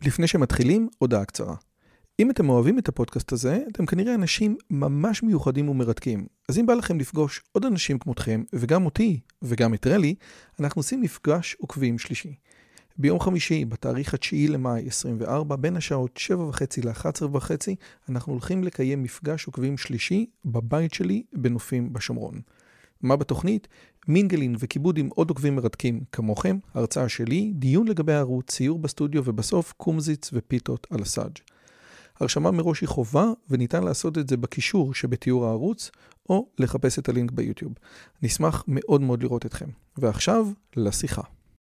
לפני שמתחילים, הודעה קצרה. אם אתם אוהבים את הפודקאסט הזה, אתם כנראה אנשים ממש מיוחדים ומרתקים. אז אם בא לכם לפגוש עוד אנשים כמותכם, וגם אותי, וגם את רלי, אנחנו עושים מפגש עוקבים שלישי. ביום חמישי, בתאריך 9 למאי 24, בין השעות 7:30 ל-11:30, אנחנו הולכים לקיים מפגש עוקבים שלישי בבית שלי בנופים בשומרון. מה בתוכנית? מינגלין וכיבוד עם עוד עוקבים מרתקים כמוכם, הרצאה שלי, דיון לגבי הערוץ, ציור בסטודיו ובסוף קומזיץ ופיתות על הסאג'. הרשמה מראש היא חובה וניתן לעשות את זה בקישור שבתיאור הערוץ או לחפש את הלינק ביוטיוב. נשמח מאוד מאוד לראות אתכם. ועכשיו לשיחה.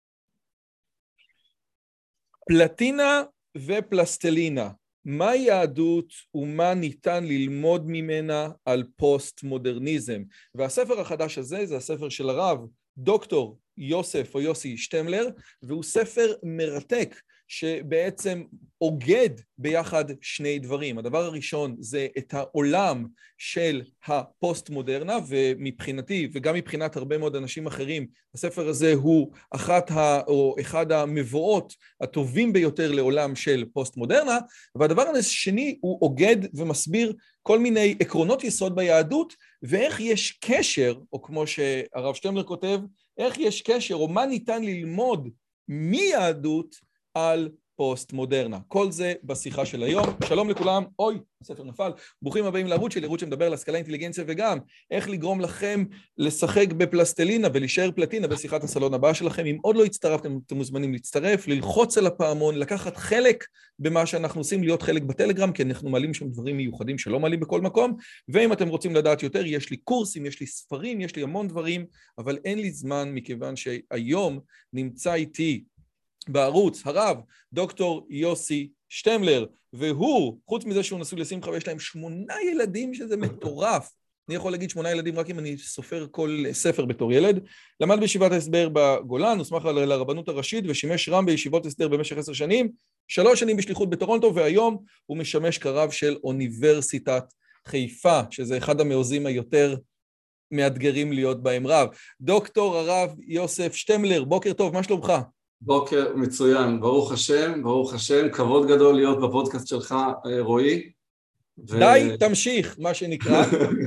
פלטינה ופלסטלינה. מה יהדות ומה ניתן ללמוד ממנה על פוסט-מודרניזם? והספר החדש הזה זה הספר של הרב דוקטור יוסף או יוסי שטמלר, והוא ספר מרתק שבעצם אוגד ביחד שני דברים. הדבר הראשון זה את העולם של הפוסט-מודרנה, ומבחינתי וגם מבחינת הרבה מאוד אנשים אחרים, הספר הזה הוא אחד המבואות הטובים ביותר לעולם של פוסט-מודרנה, והדבר השני הוא אוגד ומסביר כל מיני עקרונות יסוד ביהדות, ואיך יש קשר, או כמו שהרב שטמלר כותב, איך יש קשר, או מה ניתן ללמוד מיהדות על פוסט-מודרנה. כל זה בשיחה של היום. שלום לכולם. אוי, הספר נפל. ברוכים הבאים לערוץ שלי, ערוץ שמדבר על השכלה, אינטליגנציה וגם איך לגרום לכם לשחק בפלסטלינה ולהישאר פלטינה בשיחת הסלון הבאה שלכם. אם עוד לא הצטרפתם, אתם מוזמנים להצטרף, ללחוץ על הפעמון, לקחת חלק במה שאנחנו עושים, להיות חלק בטלגרם, כי אנחנו מעלים שם דברים מיוחדים שלא מעלים בכל מקום, ואם אתם רוצים לדעת יותר, יש לי קורסים, יש לי ספרים, יש לי המון דברים, אבל אין לי זמן מכיוון שהיום נמצא איתי בערוץ הרב דוקטור יוסי שטמלר, והוא, חוץ מזה שהוא נשוי לשמחה ויש להם 8 ילדים שזה מטורף, אני יכול להגיד 8 ילדים רק אם אני סופר כל ספר בתור ילד, למד בישיבת ההסבר בגולן, הוסמך על הרבנות הראשית ושימש רם בישיבות הסדר במשך 10 שנים, 3 שנים בשליחות בטורונטו, והיום הוא משמש כרב של אוניברסיטת חיפה, שזה אחד המעוזים היותר מאתגרים להיות בהם רב. דוקטור הרב יוסף שטמלר, בוקר טוב, מה שלומך? בוקר מצוין, ברוך השם, כבוד גדול להיות בפודקאסט שלך, רועי. די, תמשיך, מה שנקרא.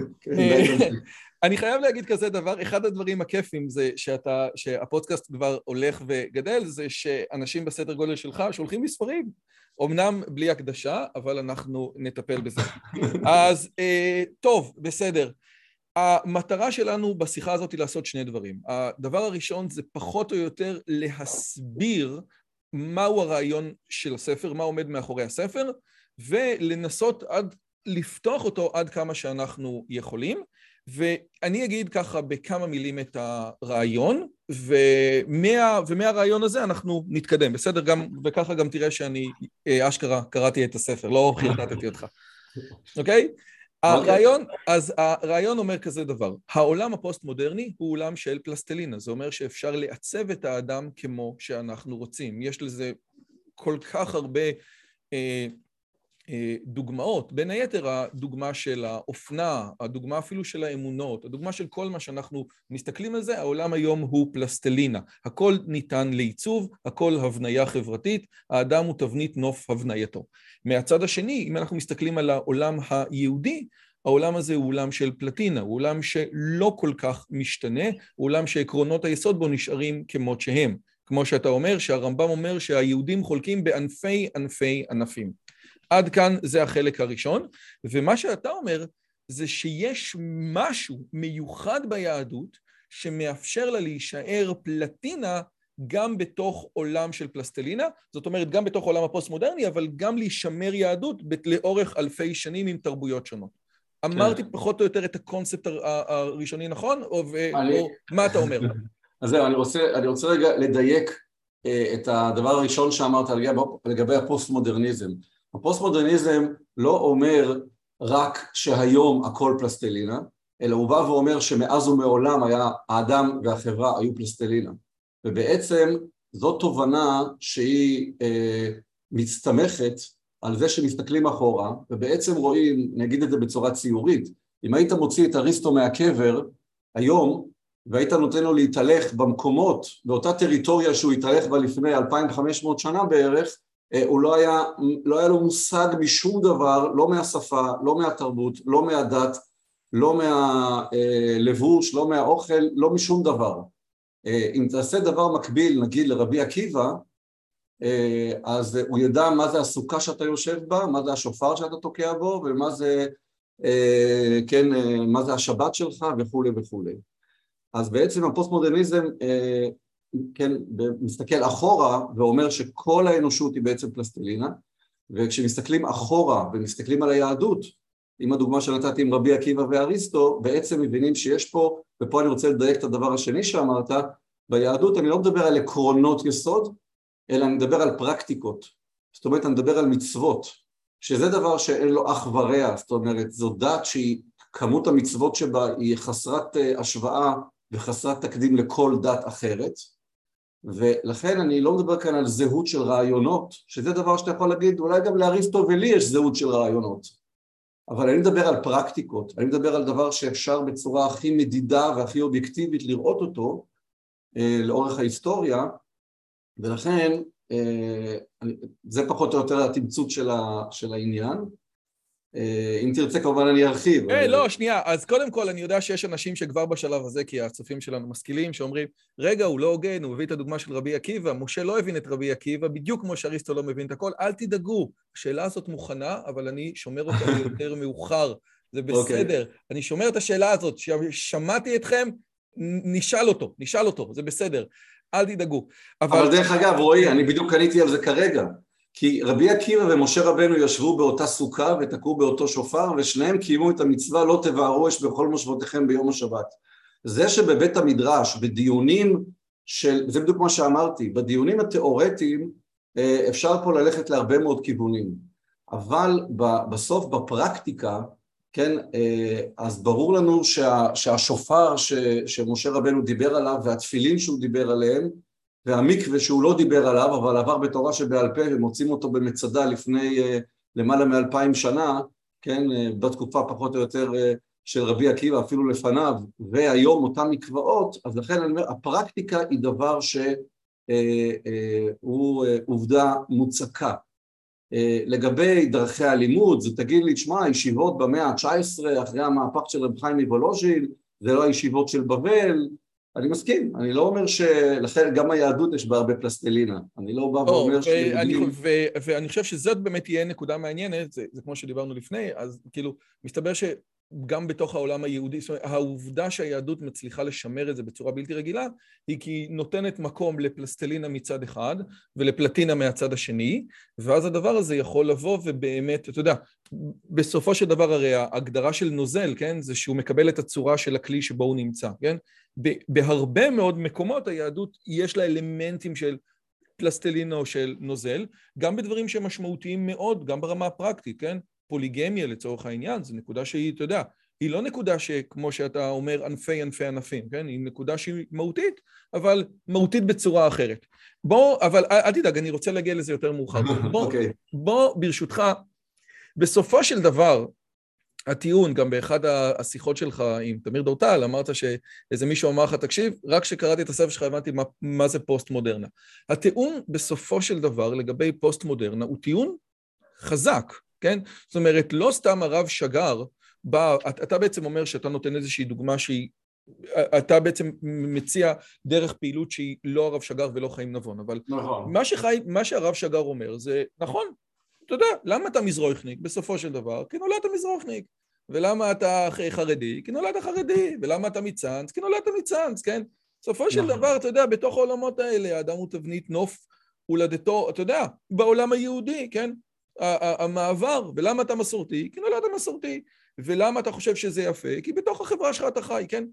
אני חייב להגיד כזה דבר, אחד הדברים הכיפים זה שהפודקאסט כבר הולך וגדל, זה שאנשים בסדר גודל שלך שולחים לי ספרים, אמנם בלי הקדשה, אבל אנחנו נטפל בזה. אז טוב, בסדר. המטרה שלנו בשיחה הזאת היא לעשות 2 דברים. הדבר הראשון זה פחות או יותר להסביר מהו הרעיון של הספר, מה עומד מאחורי הספר, ולנסות לפתוח אותו עד כמה שאנחנו יכולים, ואני אגיד ככה בכמה מילים את הרעיון, ומהרעיון הזה אנחנו נתקדם, בסדר? וככה גם תראה שאני אשכרה קראתי את הספר, לא חרטטתי אותך, אוקיי? הרעיון אומר כזה דבר, העולם הפוסט-מודרני הוא עולם של פלסטלינה, זה אומר שאפשר לעצב את האדם כמו שאנחנו רוצים, יש לזה כל כך הרבה דוגמאות, בין היתר הדוגמה של האופנה, הדוגמה אפילו של האמונות, הדוגמה של כל מה שאנחנו מסתכלים על זה, העולם היום הוא פלסטלינה, הכל ניתן לעיצוב, הכל הבניה חברתית, האדם הוא תבנית נוף הבנייתו. מהצד השני, אם אנחנו מסתכלים על העולם היהודי, העולם הזה הוא עולם של פלטינה, הוא עולם שלא כל כך משתנה, הוא עולם שעקרונות היסוד בו נשארים כמות שהם, כמו שאתה אומר, שהרמב"ם אומר שהיהודים חולקים בענפי ענפים. עד כאן זה החלק הראשון, ומה שאתה אומר זה שיש משהו מיוחד ביהדות שמאפשר לה להישאר פלטינה גם בתוך עולם של פלסטלינה, זאת אומרת גם בתוך עולם הפוסט-מודרני, אבל גם להישמר יהדות לאורך אלפי שנים עם תרבויות שונות. אמרתי פחות או יותר את הקונספט הראשוני, נכון? או מה אתה אומר? אז זהו, אני רוצה רגע לדייק את הדבר הראשון שאמרת לגבי הפוסט-מודרניזם. הפוסט-מודרניזם לא אומר רק שהיום הכל פלסטלינה, אלא הוא בא ואומר שמאז ומעולם האדם והחברה היו פלסטלינה. ובעצם זאת תובנה שהיא מסתמכת על זה שמסתכלים אחורה, ובעצם רואים, נגיד את זה בצורה ציורית, אם היית מוציא את אריסטו מהקבר היום, והיית נותן לו להתהלך במקומות, באותה טריטוריה שהוא התהלך בה לפני 2500 שנה בערך, הוא לא היה לו מושג משום דבר, לא מהשפה, לא מהתרבות, לא מהדת, לא מהלבוש, לא מהאוכל, לא משום דבר. אם תעשה דבר מקביל, נגיד לרבי עקיבא, אז הוא ידע מה זה הסוכה שאתה יושב בה, מה זה השופר שאתה תוקע בו, ומה זה, כן, מה זה השבת שלך וכו' וכו'. אז בעצם הפוסט-מודרניזם, כן, מסתכל אחורה ואומר שכל האנושות היא בעצם פלסטלינה, וכשמסתכלים אחורה ומסתכלים על היהדות, עם הדוגמה שנתתי עם רבי עקיבא ואריסטו, בעצם מבינים שיש פה, ופה אני רוצה לדייק את הדבר השני שאמרת, ביהדות אני לא מדבר על עקרונות יסוד, אלא אני מדבר על פרקטיקות, זאת אומרת אני מדבר על מצוות, שזה דבר שאין לו אח ורע, זאת אומרת זו דת שהיא, כמות המצוות שבה היא חסרת השוואה וחסרת תקדים לכל דת אחרת, ולכן אני לא מדבר כאן על זהות של רעיונות, שזה דבר שאתה יכול להגיד, אולי גם לאריסטו ולי יש זהות של רעיונות, אבל אני מדבר על פרקטיקות, אני מדבר על דבר שאפשר בצורה הכי מדידה והכי אובייקטיבית לראות אותו לאורך ההיסטוריה, ולכן זה פחות או יותר התמצות של העניין. אם תרצה כמובן אני ארחיב. לא, שנייה, אז קודם כל אני יודע שיש אנשים שכבר בשלב הזה, כי הצופים שלנו משכילים, שאומרים, רגע, הוא לא הוגן, הוא הביא את הדוגמה של רבי עקיבא, משה לא הבין את רבי עקיבא, בדיוק כמו שאריסטו לא מבין את הכל, אל תדאגו, השאלה הזאת מוכנה, אבל אני שומר אותה יותר מאוחר, זה בסדר, אני שומר את השאלה הזאת, שמעתי אתכם, נשאל אותו, זה בסדר, אל תדאגו. אבל דרך אגב, רועי, אני בדיוק קניתי על זה כרגע, כי רבי עקיבא ומשה רבנו ישבו באותה סוכה ותקעו באותו שופר, ושניהם קיימו את המצווה לא תבערו אש בכל מושבותיכם ביום השבת. זה שבבית המדרש, בדיונים זה בדיוק מה שאמרתי, בדיונים התיאורטיים אפשר פה ללכת להרבה מאוד כיוונים, אבל בסוף בפרקטיקה, כן, אז ברור לנו שהשופר שמשה רבנו דיבר עליו והתפילין שהוא דיבר עליהם, והמקווה שהוא לא דיבר עליו, אבל עבר בתורה שבעל פה, ומוצאים אותו במצדה לפני למעלה מ2000 שנה, כן, בתקופה פחות או יותר של רבי עקיבא, אפילו לפניו, והיום אותם מקוואות, אז לכן אני אומר, הפרקטיקה היא דבר שהוא עובדה מוצקה. לגבי דרכי הלימוד, זה תגיד לי, תשמע, ישיבות במאה ה-19, אחרי המהפך של רב חיים מוולוז'ין, זה לא הישיבות של בבל, אני מסכים, אני לא אומר שלכן גם היהדות יש בה הרבה פלסטלינה, אני לא בא ואומר שיהודים... ואני חושב שזאת באמת תהיה נקודה מעניינת, זה כמו שדיברנו לפני, אז כאילו, מסתבר שגם בתוך העולם היהודי, זאת אומרת, העובדה שהיהדות מצליחה לשמר את זה בצורה בלתי רגילה, היא כי נותנת מקום לפלסטלינה מצד אחד, ולפלטינה מהצד השני, ואז הדבר הזה יכול לבוא ובאמת, אתה יודע, בסופו של דבר הרי ההגדרה של נוזל, כן, זה שהוא מקבל את הצורה של הכלי שבו הוא נמצא, כן? בהרבה מאוד מקומות היהדות יש לה אלמנטים של פלסטלינה או של נוזל, גם בדברים שהם משמעותיים מאוד, גם ברמה הפרקטית, כן? פוליגמיה לצורך העניין, זו נקודה שהיא, אתה יודע, היא לא נקודה שכמו שאתה אומר, ענפי ענפים, כן? היא נקודה שהיא מהותית, אבל מהותית בצורה אחרת. אבל אל תדאג, אני רוצה להגיע לזה יותר מאוחר. בוא, ברשותך, בסופו של דבר, הטיעון, גם באחד השיחות שלך עם תמיר דורטל, אמרת שאיזה מישהו אמר לך, תקשיב, רק שקראתי את הספר שלך, הבנתי מה זה פוסט-מודרנה. הטיעון בסופו של דבר לגבי פוסט-מודרנה הוא טיעון חזק, כן? זאת אומרת, לא סתם הרב שגר, אתה בעצם אומר שאתה נותן איזושהי דוגמה שהיא, אתה בעצם מציע דרך פעילות שהיא לא הרב שגר ולא חיים נבון, אבל מה שהרב שגר אומר זה, נכון, אתה יודע, למה אתה מזרוחניק בסופו של דבר? כי נולדת מזרוחניק. ולמה אתה חרדי? כי נולדת חרדי. ולמה אתה מצאנץ? כי נולדת מצאנץ, כן? בסופו של דבר, אתה יודע, בתוך העולמות האלה, האדם הוא תבנית נוף הולדתו, אתה יודע, בעולם היהודי, כן? המעבר. ולמה אתה מסורתי? כי נולדת מסורתי. ולמה אתה חושב שזה יפה? כי בתוך החברה שלך אתה חי, כן?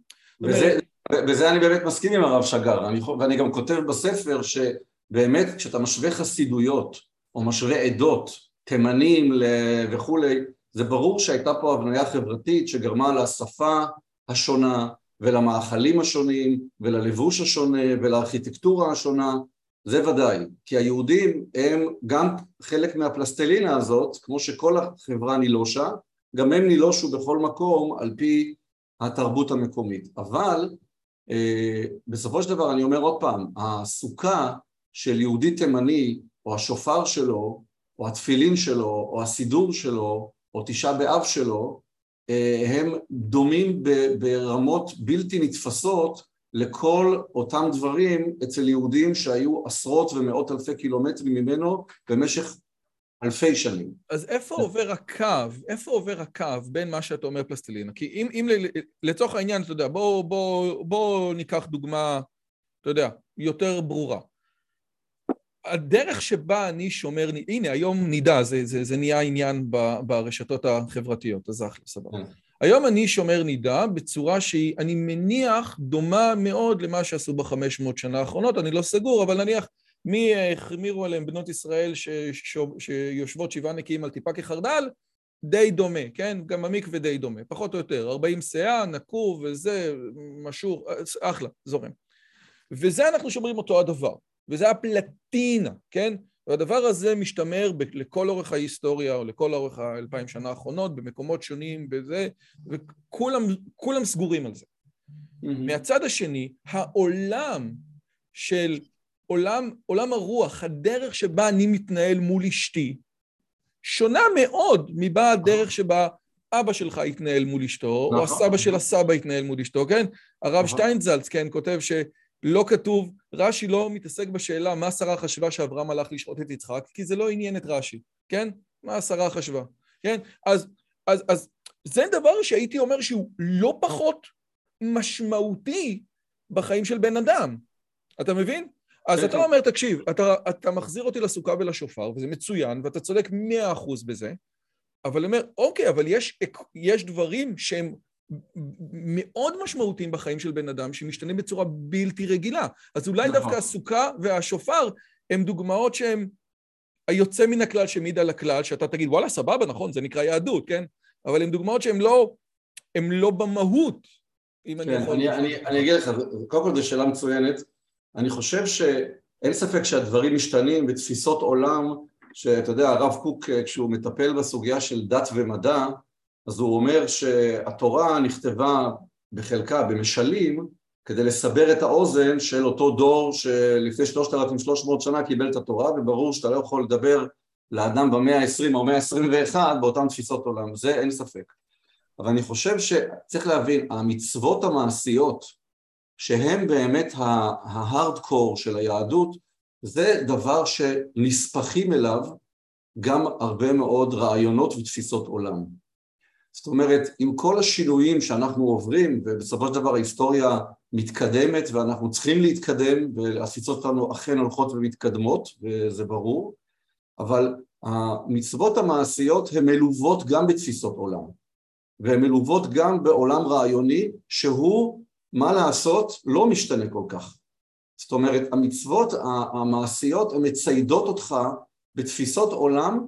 וזה אני באמת מסכים עם הרב שגר, ואני גם כותב בספר שבאמת כשאתה משווה חסידויות, או משווה עדות, תימנים וכולי, זה ברור שהייתה פה הבניה חברתית שגרמה לשפה השונה, ולמאכלים השונים, וללבוש השונה, ולארכיטקטורה השונה, זה ודאי, כי היהודים הם גם חלק מהפלסטלינה הזאת, כמו שכל החברה נילושה, גם הם נילושו בכל מקום על פי התרבות המקומית. אבל בסופו של דבר אני אומר עוד פעם, הסוכה של יהודי תימני או השופר שלו, או התפילין שלו, או הסידור שלו, או תשעה באב שלו, הם דומים ברמות בלתי נתפסות לכל אותם דברים אצל יהודים שהיו עשרות ומאות אלפי קילומטרים ממנו במשך אלפי שנים. אז איפה עובר הקו בין מה שאתה אומר פלסטלינה? כי אם לצורך העניין, אתה יודע, בוא ניקח דוגמה, אתה יודע, יותר ברורה. הדרך שבה אני שומר, הנה, היום נדע, זה נהיה עניין ברשתות החברתיות, אז אחלה, סבבה. היום אני שומר נידה בצורה שהיא, אני מניח, דומה מאוד למה שעשו ב500 שנה האחרונות, אני לא סגור, אבל נניח, מי החמירו עליהם בנות ישראל שיושבות 7 נקיים על טיפה כחרדל, די דומה, כן? גם המקווה די דומה, פחות או יותר, 40 שאה, נקוב וזה, משהו, אחלה, זורם. וזה אנחנו שומרים אותו הדבר, וזה הפלטינה, כן? והדבר הזה משתמר לכל אורך ההיסטוריה, או לכל אורך 2000 שנה האחרונות, במקומות שונים, בזה, וכולם סגורים על זה. מהצד השני, העולם של, עולם הרוח, הדרך שבה אני מתנהל מול אשתי, שונה מאוד מבה הדרך שבה אבא שלך יתנהל מול אשתו, או הסבא של הסבא יתנהל מול אשתו, כן? הרב שטיינזלץ, כן, כותב שלא כתוב, רש"י לא מתעסק בשאלה מה שרה חשבה שאברהם הלך לשחוט את יצחק, כי זה לא עניין את רש"י, כן? מה שרה חשבה, כן? אז זה דבר שהייתי אומר שהוא לא פחות משמעותי בחיים של בן אדם. אתה מבין? אז אתה אומר, תקשיב, אתה מחזיר אותי לסוכה ולשופר, וזה מצוין, ואתה צודק 100% בזה, אבל אומר, אוקיי, אבל יש דברים שהם מאוד משמעותיים בחיים של בן אדם, שמשתנים בצורה בלתי רגילה. אז אולי דווקא הסוכה והשופר הם דוגמאות שהם היוצא מן הכלל שמעיד על הכלל, שאתה תגיד, וואלה, סבבה, נכון, זה נקרא יהדות, כן? אבל הם דוגמאות שהן לא במהות, אם אני יכול... אני אגיד לך, קודם כל זו שאלה מצוינת, אני חושב שאין ספק שהדברים משתנים בתפיסות עולם, שאתה יודע, הרב קוק, כשהוא מטפל בסוגיה של דת ומדע, אז הוא אומר שהתורה נכתבה בחלקה במשלים, כדי לסבר את האוזן של אותו דור שלפני 3,300 שנה קיבל את התורה, וברור שאתה לא יכול לדבר לאדם במאה ה-20 או מאה ה-21 באותן תפיסות עולם, זה אין ספק. אבל אני חושב שצריך להבין, המצוות המעשיות, שהם באמת ההארדקור של היהדות, זה דבר שנספחים אליו גם הרבה מאוד רעיונות ותפיסות עולם. זאת אומרת, עם כל השינויים שאנחנו עוברים, ובסופו של דבר ההיסטוריה מתקדמת, ואנחנו צריכים להתקדם, והתפיסות שלנו אכן הולכות ומתקדמות, וזה ברור, אבל המצוות המעשיות הן מלוות גם בתפיסות עולם, והן מלוות גם בעולם רעיוני, שהוא, מה לעשות, לא משתנה כל כך. זאת אומרת, המצוות המעשיות הן מציידות אותך בתפיסות עולם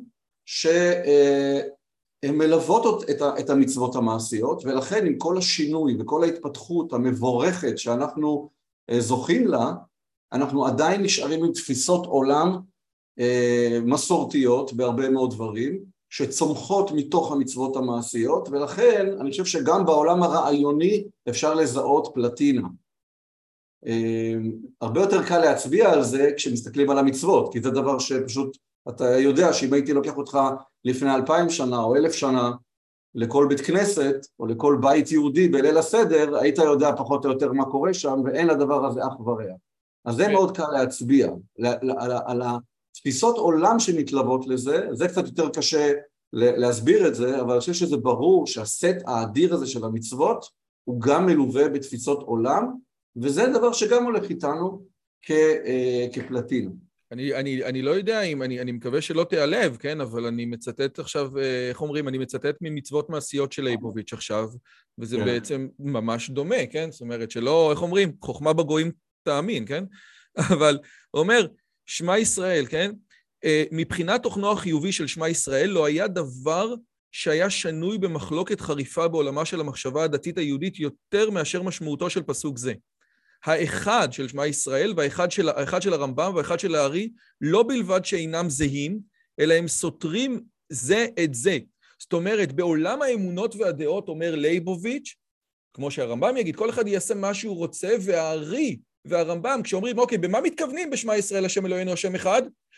שהן מלוות את המצוות המעשיות, ולכן עם כל השינוי וכל ההתפתחות המבורכת שאנחנו זוכים לה, אנחנו עדיין נשארים עם תפיסות עולם מסורתיות בהרבה מאוד דברים, שצומחות מתוך המצוות המעשיות, ולכן אני חושב שגם בעולם הרעיוני אפשר לזהות פלטינה. הרבה יותר קל להצביע על זה כשמסתכלים על המצוות, כי זה דבר שפשוט אתה יודע שאם הייתי לוקח אותך לפני 2000 שנה או 1000 שנה לכל בית כנסת או לכל בית יהודי בליל הסדר, היית יודע פחות או יותר מה קורה שם, ואין לדבר הזה אח ורע. אז זה מאוד קל להצביע על התפיסות עולם שמתלוות לזה, זה קצת יותר קשה להסביר את זה, אבל אני חושב שזה ברור שהסט האדיר הזה של המצוות הוא גם מלווה בתפיסות עולם, וזה דבר שגם הולך איתנו כפלטינה. אני לא יודע אם, אני מקווה שלא תיעלב, כן, אבל אני מצטט עכשיו, איך אומרים, אני מצטט ממצוות מעשיות של ליבוביץ' עכשיו, וזה בעצם ממש דומה, כן? זאת אומרת שלא, איך אומרים, חוכמה בגויים תאמין, כן? אבל הוא אומר, שמע ישראל, כן? מבחינת תוכנו החיובי של שמע ישראל, לא היה דבר שהיה שנוי במחלוקת חריפה בעולמה של המחשבה הדתית היהודית יותר מאשר משמעותו של פסוק זה. האחד של שמע ישראל והאחד של הרמב"ם והאחד של הארי, לא בלבד שאינם זהים, אלא הם סותרים זה את זה. זאת אומרת, בעולם האמונות והדעות אומר ליבוביץ', כמו שהרמב"ם יגיד, כל אחד יעשה מה שהוא רוצה, והארי והרמב"ם, כשאומרים, אוקיי, במה מתכוונים בשמע ישראל השם אלוהינו השם אחד?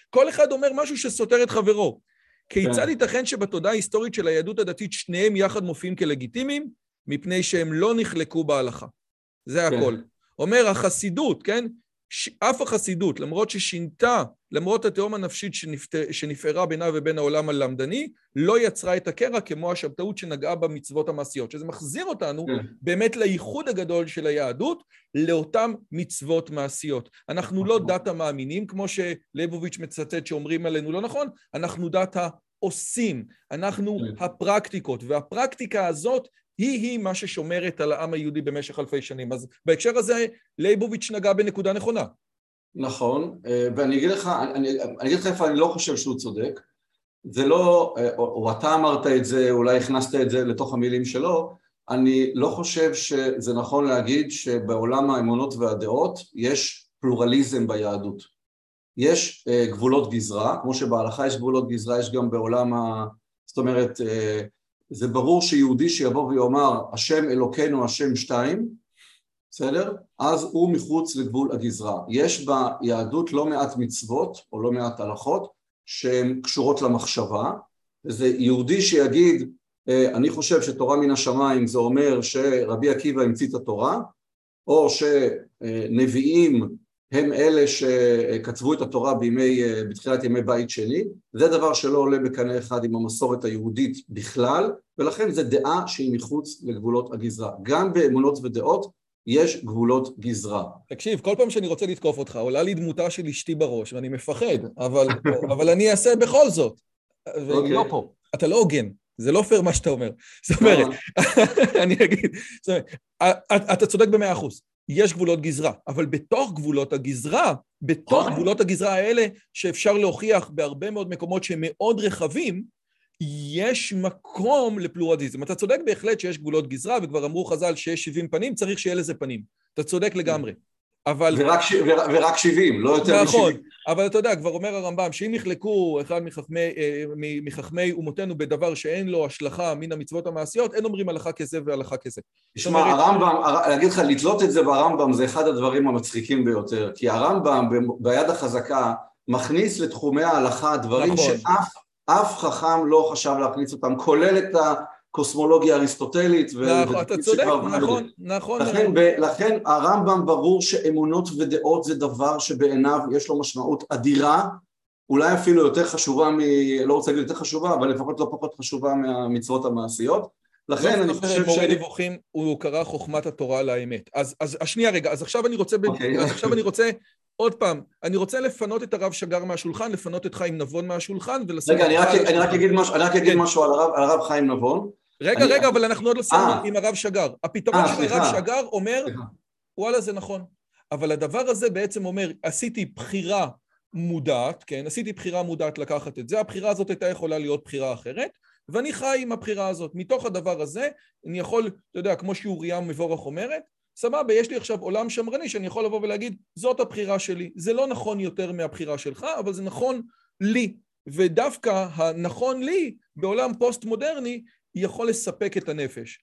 כל אחד אומר משהו שסותר את חברו. כיצד ייתכן שבתודעה ההיסטורית של היהדות הדתית שניהם יחד מופיעים כלגיטימיים, מפני שהם לא נחלקו בהלכה. זה הכל. אומר החסידות, כן? אף החסידות, למרות ששינתה, למרות התהום הנפשית שנפערה בינה ובין העולם הלמדני, לא יצרה את הקרע כמו השבתאות שנגעה במצוות המעשיות, שזה מחזיר אותנו באמת לייחוד הגדול של היהדות, לאותם מצוות מעשיות. אנחנו לא דת המאמינים, כמו שלייבוביץ' מצטט שאומרים עלינו לא נכון, אנחנו דת העושים, אנחנו הפרקטיקות, והפרקטיקה הזאת היא מה ששומרת על העם היהודי במשך אלפי שנים. אז בהקשר הזה, לייבוביץ' נגע בנקודה נכונה. נכון, ואני אגיד לך איפה אני לא חושב שהוא צודק, זה לא, או אתה אמרת את זה, אולי הכנסת את זה לתוך המילים שלו, אני לא חושב שזה נכון להגיד שבעולם האמונות והדעות יש פלורליזם ביהדות. יש גבולות גזרה, כמו שבהלכה יש גבולות גזרה, יש גם בעולם זאת אומרת, זה ברור שיהודי שיבוא ויאמר, השם אלוקינו, השם שתיים, בסדר? אז הוא מחוץ לגבול הגזרה. יש ביהדות לא מעט מצוות, או לא מעט הלכות, שהן קשורות למחשבה, וזה יהודי שיגיד, אני חושב שתורה מן השמיים, זה אומר שרבי עקיבא המציא את התורה, או שנביאים הם אלה שכתבו את התורה בתחילת ימי בית שני, זה דבר שלא עולה בקנה אחד עם המסורת היהודית בכלל, ולכן זה דעה שהיא מחוץ לגבולות הגזרה. גם באמונות ודעות יש גבולות גזרה. תקשיב, כל פעם שאני רוצה לתקוף אותך, עולה לי דמותה של אשתי בראש, ואני מפחד, אבל אני אעשה בכל זאת. והיא לא פה. אתה לא הוגן, זה לא פייר מה שאתה אומר. זאת אומרת, אני אגיד, אתה צודק ב100%. יש גבולות גזרה, אבל בתוך גבולות הגזרה האלה, שאפשר להוכיח בהרבה מאוד מקומות שהם מאוד רחבים, יש מקום לפלורליזם. אתה צודק בהחלט שיש גבולות גזרה, וכבר אמרו חז"ל שיש 70 פנים, צריך שיהיה לזה פנים. אתה צודק לגמרי. ורק 70, לא יותר מ-70. נכון, אבל אתה יודע, כבר אומר הרמב"ם, שאם יחלקו אחד מחכמי אומותינו בדבר שאין לו השלכה מן המצוות המעשיות, אין אומרים הלכה כזה והלכה כזה. תשמע, הרמב"ם, להגיד לך, לתלות את זה ברמב"ם זה אחד הדברים המצחיקים ביותר, כי הרמב"ם ביד החזקה מכניס לתחומי ההלכה דברים שאף חכם לא חשב להכניס אותם, כולל את הקוסמולוגיה האריסטוטלית. אתה צודק, נכון. לכן הרמב"ם ברור שאמונות ודעות זה דבר שבעיניו יש לו משמעות אדירה, אולי אפילו יותר חשובה, לא רוצה להגיד יותר חשובה, אבל לפחות לא פחות חשובה מהמצוות המעשיות. לכן אני חושב מורה נבוכים הוא קרא חוכמת התורה לאמת. אז השנייה רגע, אז עכשיו אני רוצה עוד פעם, אני רוצה לפנות את הרב שגר מהשולחן, לפנות את חיים נבון מהשולחן, רגע, אני רק אגיד משהו על הרב חיים נבון. רגע, אבל אנחנו עוד לא סיימנו עם הרב שגר. הפתרון של הרב שגר אומר, וואלה זה נכון, אבל הדבר הזה בעצם אומר, עשיתי בחירה מודעת, כן, עשיתי בחירה מודעת לקחת את זה, הבחירה הזאת הייתה יכולה להיות בחירה אחרת, ואני חי עם הבחירה הזאת. מתוך הדבר הזה, אני יכול, אתה יודע, כמו שאוריה מבורך אומרת, סבבה, יש לי עכשיו עולם שמרני שאני יכול לבוא ולהגיד, זאת הבחירה שלי. זה לא נכון יותר מהבחירה שלך, אבל זה נכון לי. ודווקא הנכון לי, בעולם פוסט-מודרני, יכול לספק את הנפש.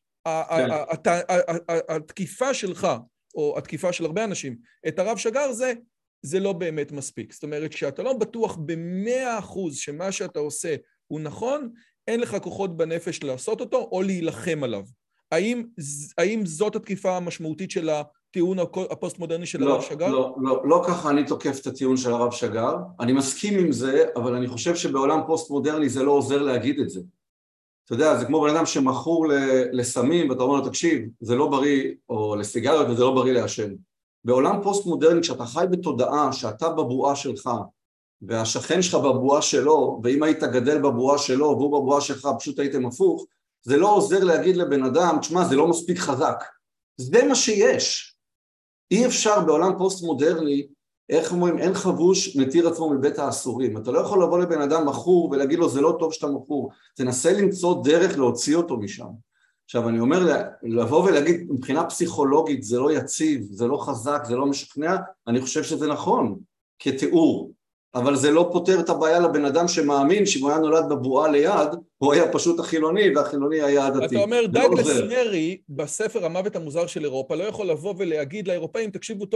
התקיפה שלך, או התקיפה של הרבה אנשים, את הרב שגר זה לא באמת מספיק. זאת אומרת, כשאתה לא בטוח ב100% שמה שאתה עושה הוא נכון, אין לך כוחות בנפש לעשות אותו, או להילחם עליו. האם זאת התקיפה המשמעותית של הטיעון הפוסט-מודרני של הרב שגר? לא ככה אני תוקף את הטיעון של הרב שגר. אני מסכים עם זה, אבל אני חושב שבעולם פוסט-מודרני זה לא עוזר להגיד את זה. אתה יודע, זה כמו בן אדם שמכור לסמים, ואתה אומר לו, תקשיב, זה לא בריא, או לסיגריות, וזה לא בריא לעשן. בעולם פוסט-מודרני, כשאתה חי בתודעה שאתה בבועה שלך, והשכן שלך בבועה שלו, ואם היית גדל בבועה שלו, והוא בבועה שלך, פשוט הייתם הפוך, זה לא עוזר להגיד לבן אדם, תשמע, זה לא מספיק חזק. זה מה שיש. אי אפשר בעולם פוסט-מודרני, איך אומרים, אין חבוש מתיר עצמו מבית האסורים. אתה לא יכול לבוא לבן אדם מכור ולהגיד לו, זה לא טוב שאתה מכור. תנסה למצוא דרך להוציא אותו משם. עכשיו, אני אומר, לבוא ולהגיד, מבחינה פסיכולוגית, זה לא יציב, זה לא חזק, זה לא משכנע, אני חושב שזה נכון, כתיאור. אבל זה לא פותר את הבעיה לבן אדם שמאמין שאם הוא היה נולד בבועה ליד, הוא היה פשוט החילוני, והחילוני היה הדתי. אתה אומר, דאגלס מרי, בספר המוות המוזר של אירופה, לא יכול לבוא ולהגיד לאירופאים, תקשיבו טוב,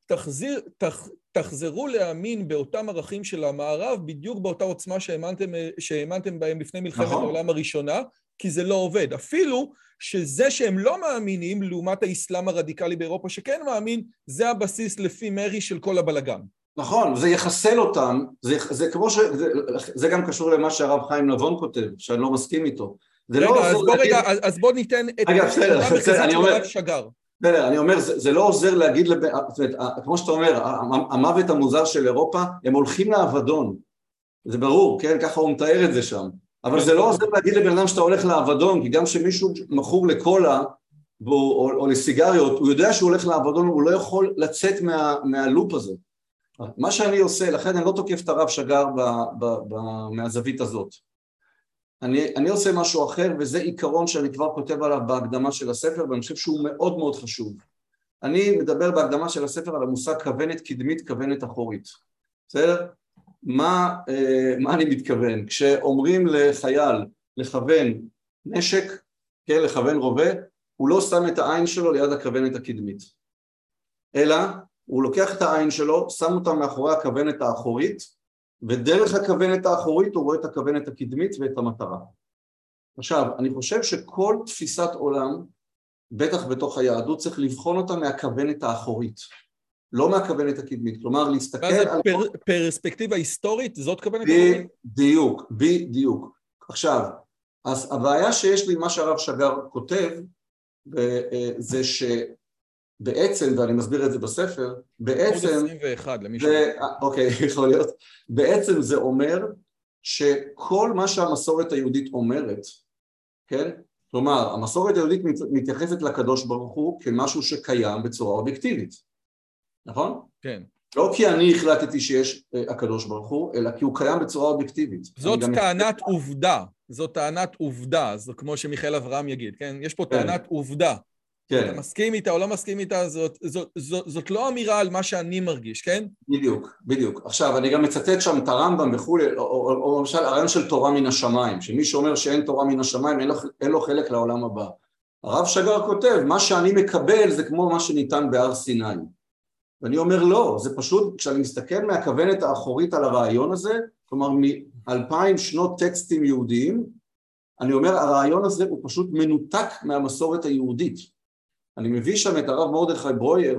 תחזרו להאמין באותם ערכים של המערב, בדיוק באותה עוצמה שהאמנתם בהם לפני מלחמת העולם הראשונה, כי זה לא עובד. אפילו שזה שהם לא מאמינים, לעומת האסלאם הרדיקלי באירופה שכן מאמין, זה הבסיס לפי מרי של כל הבלגן. נכון, זה יחסל אותם, זה כמו זה גם קשור למה שהרב חיים נבון כותב, שאני לא מסכים איתו. רגע, אז בוא ניתן את המרכזית של הרב שגר. אני אומר, זה לא עוזר להגיד, כמו שאתה אומר, המוות המוזר של אירופה, הם הולכים לאבדון, זה ברור, כן, ככה הוא מתאר את זה שם, אבל זה לא עוזר להגיד לבן אדם שאתה הולך לאבדון, כי גם שמישהו מכור לקולה, או לסיגריות, הוא יודע שהוא הולך לאבדון, הוא לא יכול לצאת מהלופ הזה. מה שאני עושה, לכן אני לא תוקף את הרב שגר מהזווית הזאת. אני עושה משהו אחר, וזה עיקרון שאני כבר כותב עליו בהקדמה של הספר, ואני חושב שהוא מאוד מאוד חשוב. אני מדבר בהקדמה של הספר על המושג כוונת קדמית, כוונת אחורית. בסדר? מה אני מתכוון? כשאומרים לחייל לכוון נשק, כן, לכוון רובה, הוא לא שם את העין שלו ליד הכוונת הקדמית. אלא הוא לוקח את העין שלו, שם אותה מאחורי הכוונת האחורית, ודרך הכוונת האחורית הוא רואה את הכוונת הקדמית ואת המטרה. עכשיו, אני חושב שכל תפיסת עולם, בטח בתוך היהדות, צריך לבחון אותה מהכוונת האחורית, לא מהכוונת הקדמית. כלומר, להסתכל על... פרספקטיבה היסטורית, זאת כוונת האחורית? בדיוק. עכשיו, אז הבעיה שיש לי, מה שהרב שגר כותב, זה בעצם, ואני מסביר את זה בספר, בעצם... 21 למישהו. אוקיי, יכול להיות. בעצם זה אומר שכל מה שהמסורת היהודית אומרת, כן? כלומר, המסורת היהודית מתייחסת לקדוש ברוך הוא כמשהו שקיים בצורה אובייקטיבית. נכון? כן. לא כי אני החלטתי שיש הקדוש ברוך הוא, אלא כי הוא קיים בצורה אובייקטיבית. זאת טענת עובדה. זאת טענת עובדה. זה כמו שמיכאל אברהם יגיד, כן? יש פה טענת עובדה. אתה מסכים איתה או לא מסכים איתה, זאת לא אמירה על מה שאני מרגיש, כן? בדיוק. עכשיו, אני גם מצטט שם את הרמב"ם וכולי, או למשל הרעיון של תורה מן השמיים, שמי שאומר שאין תורה מן השמיים, אין לו חלק לעולם הבא. הרב שגר כותב, מה שאני מקבל זה כמו מה שניתן בהר סיני. ואני אומר לא, זה פשוט, כשאני מסתכל מהכוונת האחורית על הרעיון הזה, כלומר מ-2000 שנות טקסטים יהודיים, אני אומר, הרעיון הזה הוא פשוט מנותק מהמסורת היהודית. אני מביא שם את הרב מרדכי ברויר,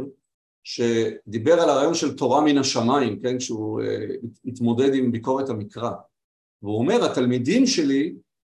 שדיבר על הרעיון של תורה מן השמיים, כן, שהוא התמודד עם ביקורת המקרא. והוא אומר, התלמידים שלי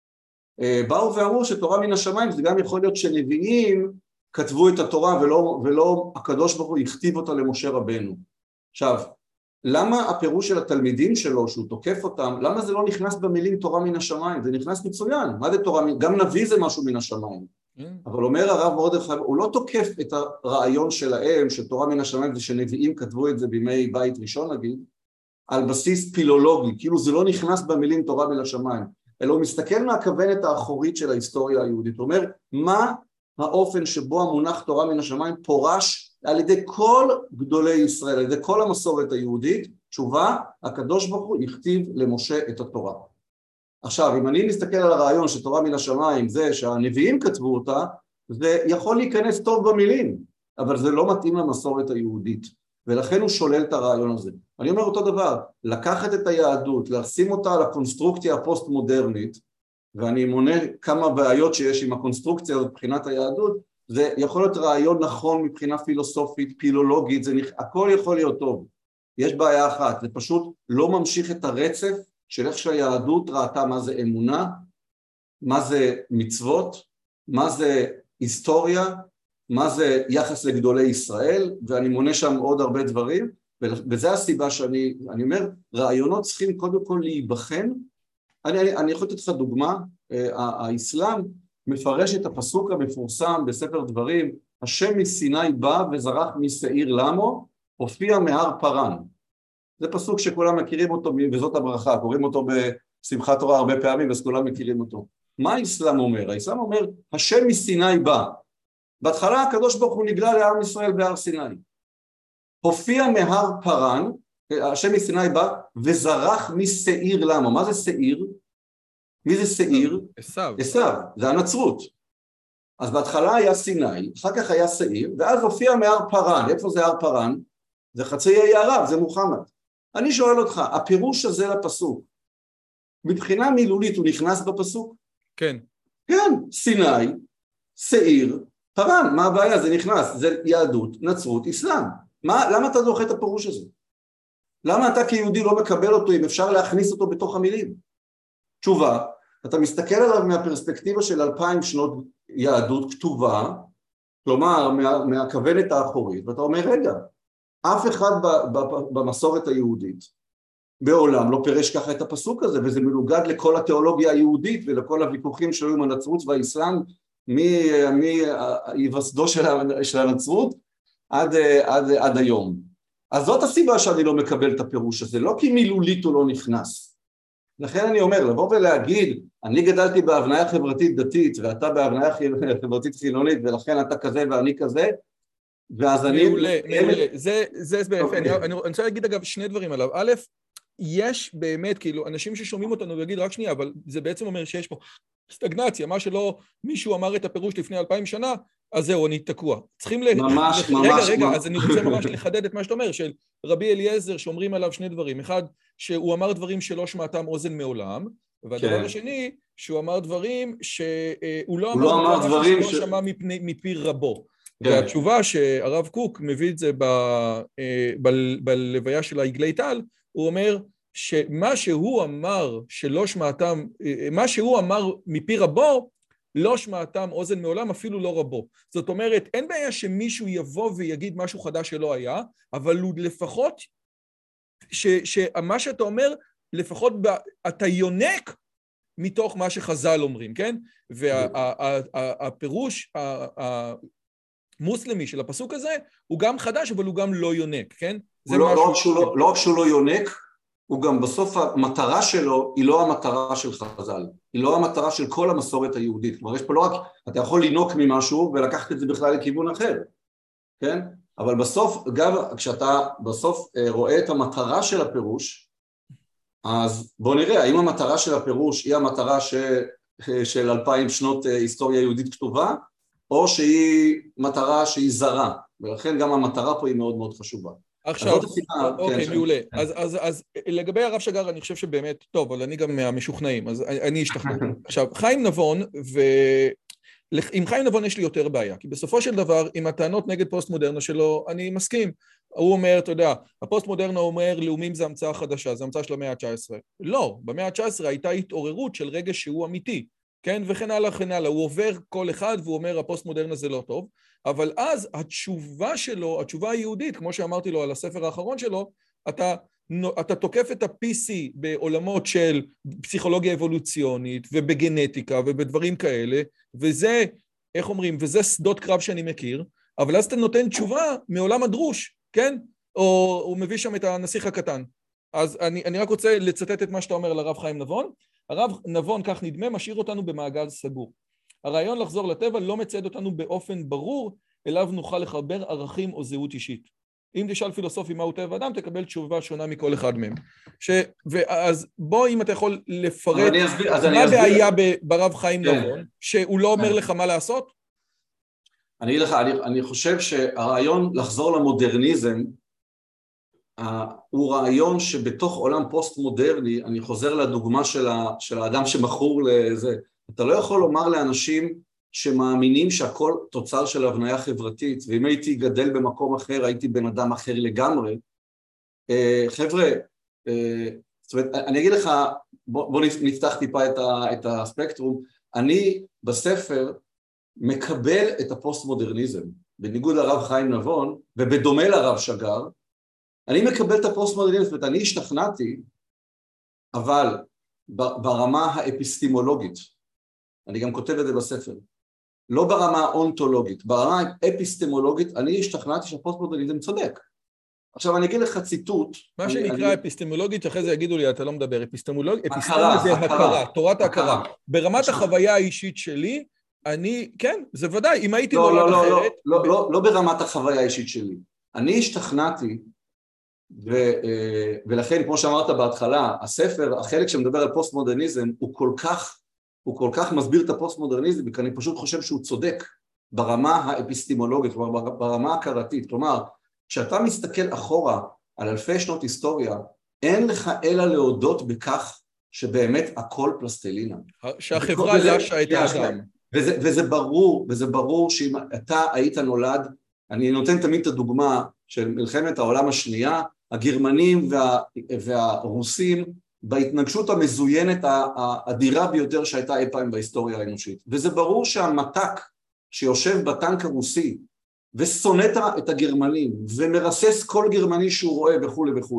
באו ואמרו שתורה מן השמיים, זה גם יכול להיות שנביאים כתבו את התורה ולא הקדוש ברוך הוא הכתיב אותה למשה רבנו. עכשיו, למה הפירוש של התלמידים שלו, שהוא תוקף אותם, למה זה לא נכנס במילים תורה מן השמיים? זה נכנס מצוין. מה זה תורה? גם נביא זה משהו מן השמיים. אבל אומר הרב מרדכי, הוא לא תוקף את הרעיון שלהם, שתורה מן השמיים זה שנביאים כתבו את זה בימי בית ראשון נגיד, על בסיס פילולוגי, כאילו זה לא נכנס במילים תורה מן השמיים, אלא הוא מסתכל מהכוונת האחורית של ההיסטוריה היהודית, הוא אומר, מה האופן שבו המונח תורה מן השמיים פורש על ידי כל גדולי ישראל, על ידי כל המסורת היהודית, תשובה, הקדוש ברוך הוא הכתיב למשה את התורה. עכשיו, אם אני מסתכל על הרעיון שתורה מן השמיים זה שהנביאים כתבו אותה, זה יכול להיכנס טוב במילים, אבל זה לא מתאים למסורת היהודית, ולכן הוא שולל את הרעיון הזה. אני אומר אותו דבר, לקחת את היהדות, לשים אותה על הקונסטרוקציה הפוסט-מודרנית, ואני מונה כמה בעיות שיש עם הקונסטרוקציה הזאת מבחינת היהדות, זה יכול להיות רעיון נכון מבחינה פילוסופית, פילולוגית, הכל יכול להיות טוב. יש בעיה אחת, זה פשוט לא ממשיך את הרצף, של איך שהיהדות ראתה מה זה אמונה, מה זה מצוות, מה זה היסטוריה, מה זה יחס לגדולי ישראל, ואני מונה שם עוד הרבה דברים, וזה הסיבה שאני אומר, רעיונות צריכים קודם כל להיבחן. אני יכול לתת לך דוגמה, האסלאם מפרש את הפסוק המפורסם בספר דברים, השם מסיני בא וזרח משעיר למו, הופיע מהר פרן. זה פסוק שכולם מכירים אותו, וזאת הברכה, קוראים אותו בשמחת תורה הרבה פעמים, אז כולם מכירים אותו. מה האסלאם אומר? האסלאם אומר, השם מסיני בא. בהתחלה הקדוש ברוך הוא נגלה לעם ישראל בהר סיני. הופיע מהר פרן, השם מסיני בא, וזרח משעיר למה. מה זה שעיר? מי זה שעיר? עשיו, זה הנצרות. אז בהתחלה היה סיני, אחר כך היה שעיר, ואז הופיע מהר פרן. איפה זה הר פרן? זה חצי האי ערב, זה מוחמד. אני שואל אותך, הפירוש הזה לפסוק, מבחינה מילולית הוא נכנס בפסוק? כן. כן, סיני, שעיר, פרן, מה הבעיה? זה נכנס, זה יהדות, נצרות, אסלאם. למה אתה דוחה את הפירוש הזה? למה אתה כיהודי לא מקבל אותו אם אפשר להכניס אותו בתוך המילים? תשובה, אתה מסתכל עליו מהפרספקטיבה של 2000 שנות יהדות כתובה, כלומר מהכוונת האחורית, ואתה אומר רגע, אף אחד במסורת היהודית בעולם לא פירש ככה את הפסוק הזה, וזה מנוגד לכל התיאולוגיה היהודית ולכל הוויכוחים שהיו עם הנצרות והאסלאם, מהיווסדו של הנצרות עד היום. אז זאת הסיבה שאני לא מקבל את הפירוש הזה, לא כי מילולית הוא לא נכנס. לכן אני אומר, לבוא ולהגיד, אני גדלתי בהבניה חברתית דתית, ואתה בהבניה חברתית חילונית, ולכן אתה כזה ואני כזה, ואז אני... מעולה, מעולה. זה ביפה. אני רוצה להגיד אגב שני דברים עליו. א', יש באמת, כאילו, אנשים ששומעים אותנו ויגיד רק שנייה, אבל זה בעצם אומר שיש פה סטגנציה, מה שלא מישהו אמר את הפירוש לפני 2000 שנה, אז זהו, אני תקוע. צריכים ממש. רגע, אז אני רוצה ממש לחדד את מה שאתה אומר, של רבי אליעזר שאומרים עליו שני דברים. אחד, שהוא אמר דברים שלא שמעתם אוזן מעולם, והדבר השני, שהוא אמר דברים שהוא לא אמר דברים שלא שמע מפי רבו. והתשובה שהרב קוק מביא את זה בלוויה של העגלי טל, הוא אומר שמה שהוא אמר שלא שמעתם, מה שהוא אמר מפי רבו, לא שמעתם אוזן מעולם, אפילו לא רבו. זאת אומרת, אין בעיה שמישהו יבוא ויגיד משהו חדש שלא היה, אבל הוא לפחות, שמה שאתה אומר, לפחות אתה יונק מתוך מה שחז"ל אומרים, כן? והפירוש המוסלמי של הפסוק הזה, הוא גם חדש, אבל הוא גם לא יונק, כן? לא רק שהוא לא יונק, הוא גם בסוף המטרה שלו היא לא המטרה של חז"ל, היא לא המטרה של כל המסורת היהודית, כלומר יש פה לא רק, אתה יכול לינוק ממשהו ולקחת את זה בכלל לכיוון אחר, כן? אבל בסוף, גם כשאתה בסוף רואה את המטרה של הפירוש, אז בוא נראה, האם המטרה של הפירוש היא המטרה של 2000 שנות היסטוריה יהודית כתובה, או שהיא מטרה שהיא זרה, ולכן גם המטרה פה היא מאוד מאוד חשובה. עכשיו, אוקיי, מעולה. אז לגבי הרב שגר, אני חושב שבאמת, טוב, אבל אני גם מהמשוכנעים, אז אני אשתכנע. עכשיו, חיים נבון, עם חיים נבון יש לי יותר בעיה, כי בסופו של דבר, עם הטענות נגד פוסט-מודרנה שלו, אני מסכים. הוא אומר, אתה יודע, הפוסט-מודרנה אומר, לאומים זה המצאה חדשה, זה המצאה של המאה ה-19. לא, במאה ה-19 הייתה התעוררות של רגש שהוא אמיתי, כן? וכן הלאה, וכן הלאה. הוא עובר כל אחד והוא אומר, הפוסט-מודרנה זה לא טוב, אבל אז התשובה שלו, התשובה היהודית, כמו שאמרתי לו על הספר האחרון שלו, אתה תוקף את ה-PC בעולמות של פסיכולוגיה אבולוציונית ובגנטיקה ובדברים כאלה, וזה, איך אומרים, וזה שדות קרב שאני מכיר, אבל אז אתה נותן תשובה מעולם הדרוש, כן? או הוא מביא שם את הנסיך הקטן. אז אני רק רוצה לצטט את מה שאתה אומר לרב חיים נבון. הרב נבון, כך נדמה, משאיר אותנו במעגל סגור. הרעיון לחזור לטבע לא מצד אותנו באופן ברור, אליו נוכל לחבר ערכים או זהות אישית. אם תשאל פילוסופי מהו טבע אדם, תקבל תשובה שונה מכל אחד מהם. אז בוא, אם אתה יכול לפרט, מה הבעיה ברב חיים נבון, שהוא לא אומר לך מה לעשות? אני חושב שהרעיון לחזור למודרניזם, הוא רעיון שבתוך עולם פוסט-מודרני, אני חוזר לדוגמה של האדם שמכור לזה, אתה לא יכול לומר לאנשים שמאמינים שהכל תוצר של הבניה חברתית, ואם הייתי גדל במקום אחר, הייתי בן אדם אחר לגמרי. חבר'ה, זאת אומרת, אני אגיד לך, בוא נפתח טיפה את הספקטרום, אני בספר מקבל את הפוסט-מודרניזם, בניגוד לרב חיים נבון, ובדומה לרב שגר, אני מקבל את הפוסט-מודרניזם, זאת אומרת, אני השתכנעתי, אבל ברמה האפיסטימולוגית, אני גם כותב את זה בספר, לא ברמה האונתולוגית, ברמה האפיסטימולוגית, אני השתכנעתי שהפוסט-מודרניזם צודק. עכשיו אני אגיד לך ציטוט. מה שנקרא אפיסטימולוגית, אחרי זה יגידו לי, אתה לא מדבר, אפיסטימולוגית, אפיסטימולוגית זה הכרה, תורת ההכרה. ברמת החוויה האישית שלי, אני, כן, זה ודאי, אם הייתי נולד אחרת... לא ברמת החוויה האישית שלי. אני השתכנעתי, ולכן, כמו שאמרת בהתחלה, הספר, החלק שמדבר על פוסט-מודרניזם, הוא כל כך מסביר את הפוסט-מודרניזם, כי אני פשוט חושב שהוא צודק ברמה האפיסטימולוגית, כלומר ברמה ההכרתית, כלומר, כשאתה מסתכל אחורה על אלפי שנות היסטוריה, אין לך אלא להודות בכך שבאמת הכל פלסטלינה. שהחברה לשה את האדם. וזה ברור שאם אתה היית נולד, אני נותן תמיד את הדוגמה של מלחמת העולם השנייה, הגרמנים והרוסים, בהתנגשות המזוינת האדירה ביותר שהייתה אי פעם בהיסטוריה האנושית. וזה ברור שהמתק שיושב בטנק הרוסי, ושונא את הגרמנים, ומרסס כל גרמני שהוא רואה וכו' וכו'.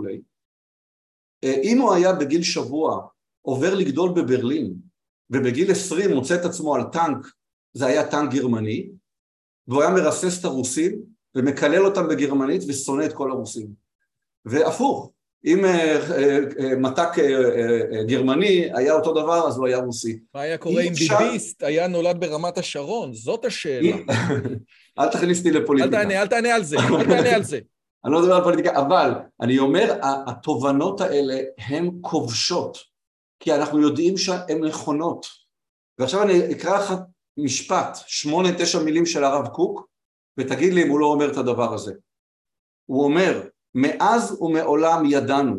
אם הוא היה בגיל שבוע עובר לגדול בברלין, ובגיל 20 מוצא את עצמו על טנק, זה היה טנק גרמני, והוא היה מרסס את הרוסים, ומקלל אותם בגרמנית, ושונא את כל הרוסים. והפוך, אם מתק גרמני היה אותו דבר, אז הוא היה רוסי. מה היה קורה אם ביביסט היה נולד ברמת השרון? זאת השאלה. אל תכניס אותי לפוליטיקה. אל תענה על זה, אל תענה על זה. אני לא מדבר על פוליטיקה, אבל אני אומר, התובנות האלה הן כובשות, כי אנחנו יודעים שהן נכונות. ועכשיו אני אקרא לך משפט, 8-9 מילים של הרב קוק, ותגיד לי אם הוא לא אומר את הדבר הזה. הוא אומר, מאז ומעולם ידענו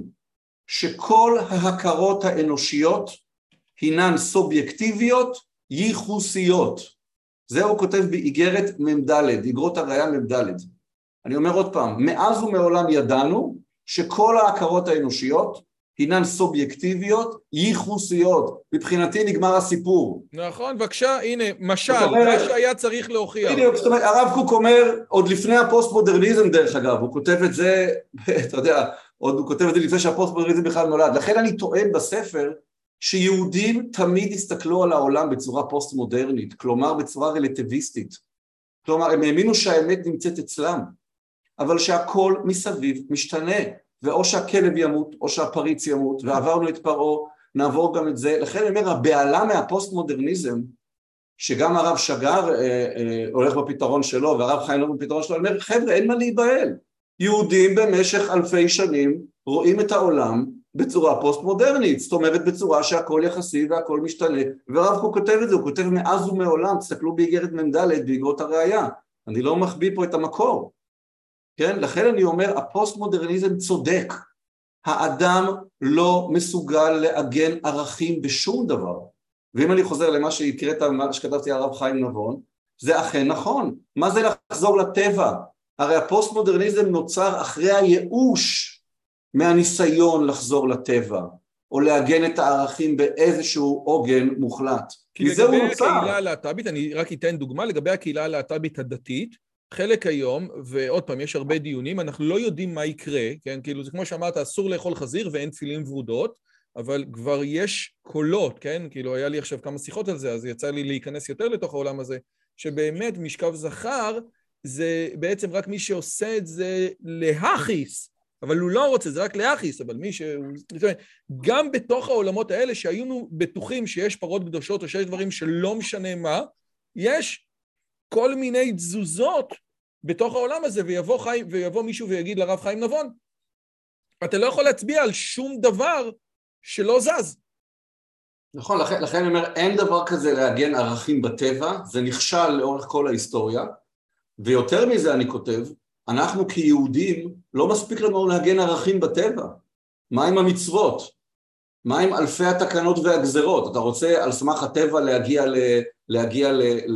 שכל ההכרות האנושיות הינן סובייקטיביות ייחוסיות. זה הוא כותב באיגרת ממדלת, איגרות הראייה ממדלת. אני אומר עוד פעם, מאז ומעולם ידענו שכל ההכרות האנושיות הינן סובייקטיביות ייחוסיות. מבחינתי נגמר הסיפור. נכון, בבקשה, הנה, משל, מה שהיה צריך להוכיח. בדיוק, זאת אומרת, הרב קוק אומר, עוד לפני הפוסט-מודרניזם דרך אגב, הוא כותב את זה, אתה יודע, עוד הוא כותב את זה לפני שהפוסט-מודרניזם בכלל נולד. לכן אני טוען בספר, שיהודים תמיד הסתכלו על העולם בצורה פוסט-מודרנית, כלומר בצורה רלטיביסטית. כלומר, הם האמינו שהאמת נמצאת אצלם, אבל שהכל מסביב משתנה, ואו שהכלב ימות, או שהפריץ ימות, ועברנו את פרעה, נעבור גם את זה. לכן אני אומר, הבעלה מהפוסט-מודרניזם, שגם הרב שגר הולך בפתרון שלו, והרב חיים לא בפתרון שלו, אני אומר, חבר'ה, אין מה להיבהל. יהודים במשך אלפי שנים רואים את העולם בצורה פוסט-מודרנית, זאת אומרת בצורה שהכל יחסי והכל משתנה, והרב קוק כותב את זה, הוא כותב מאז ומעולם, תסתכלו באיגרת ממדלת, באיגרות הראייה, אני לא מחביא פה את המקור. כן? לכן אני אומר, הפוסט-מודרניזם צודק, האדם לא מסוגל לעגן ערכים בשום דבר, ואם אני חוזר למה שהקראת, מה שכתבתי הרב חיים נבון, זה אכן נכון. מה זה לחזור לטבע? הרי הפוסט-מודרניזם נוצר אחרי הייאוש מהניסיון לחזור לטבע, או לעגן את הערכים באיזשהו עוגן מוחלט. כי לגבי הקהילה הלהט"בית, אני רק אתן דוגמה, לגבי הקהילה הלהט"בית הדתית, חלק היום, ועוד פעם, יש הרבה דיונים, אנחנו לא יודעים מה יקרה, כן? כאילו, זה כמו שאמרת, אסור לאכול חזיר ואין תפילין ורודות, אבל כבר יש קולות, כן? כאילו, היה לי עכשיו כמה שיחות על זה, אז יצא לי להיכנס יותר לתוך העולם הזה, שבאמת משכב זכר, זה בעצם רק מי שעושה את זה להכיס, אבל הוא לא רוצה, זה רק להכיס, אבל מי שהוא... גם בתוך העולמות האלה שהיינו בטוחים שיש פרות קדושות או שיש דברים שלא משנה מה, יש כל מיני תזוזות בתוך העולם הזה, ויבוא מישהו ויגיד לרב חיים נבון, אתה לא יכול להצביע על שום דבר שלא זז. נכון, לכן אני אומר, אין דבר כזה לעגן ערכים בטבע, זה נכשל לאורך כל ההיסטוריה, ויותר מזה אני כותב, אנחנו כיהודים לא מספיק לנו לעגן ערכים בטבע. מה עם המצוות? מה עם אלפי התקנות והגזרות? אתה רוצה על סמך הטבע להגיע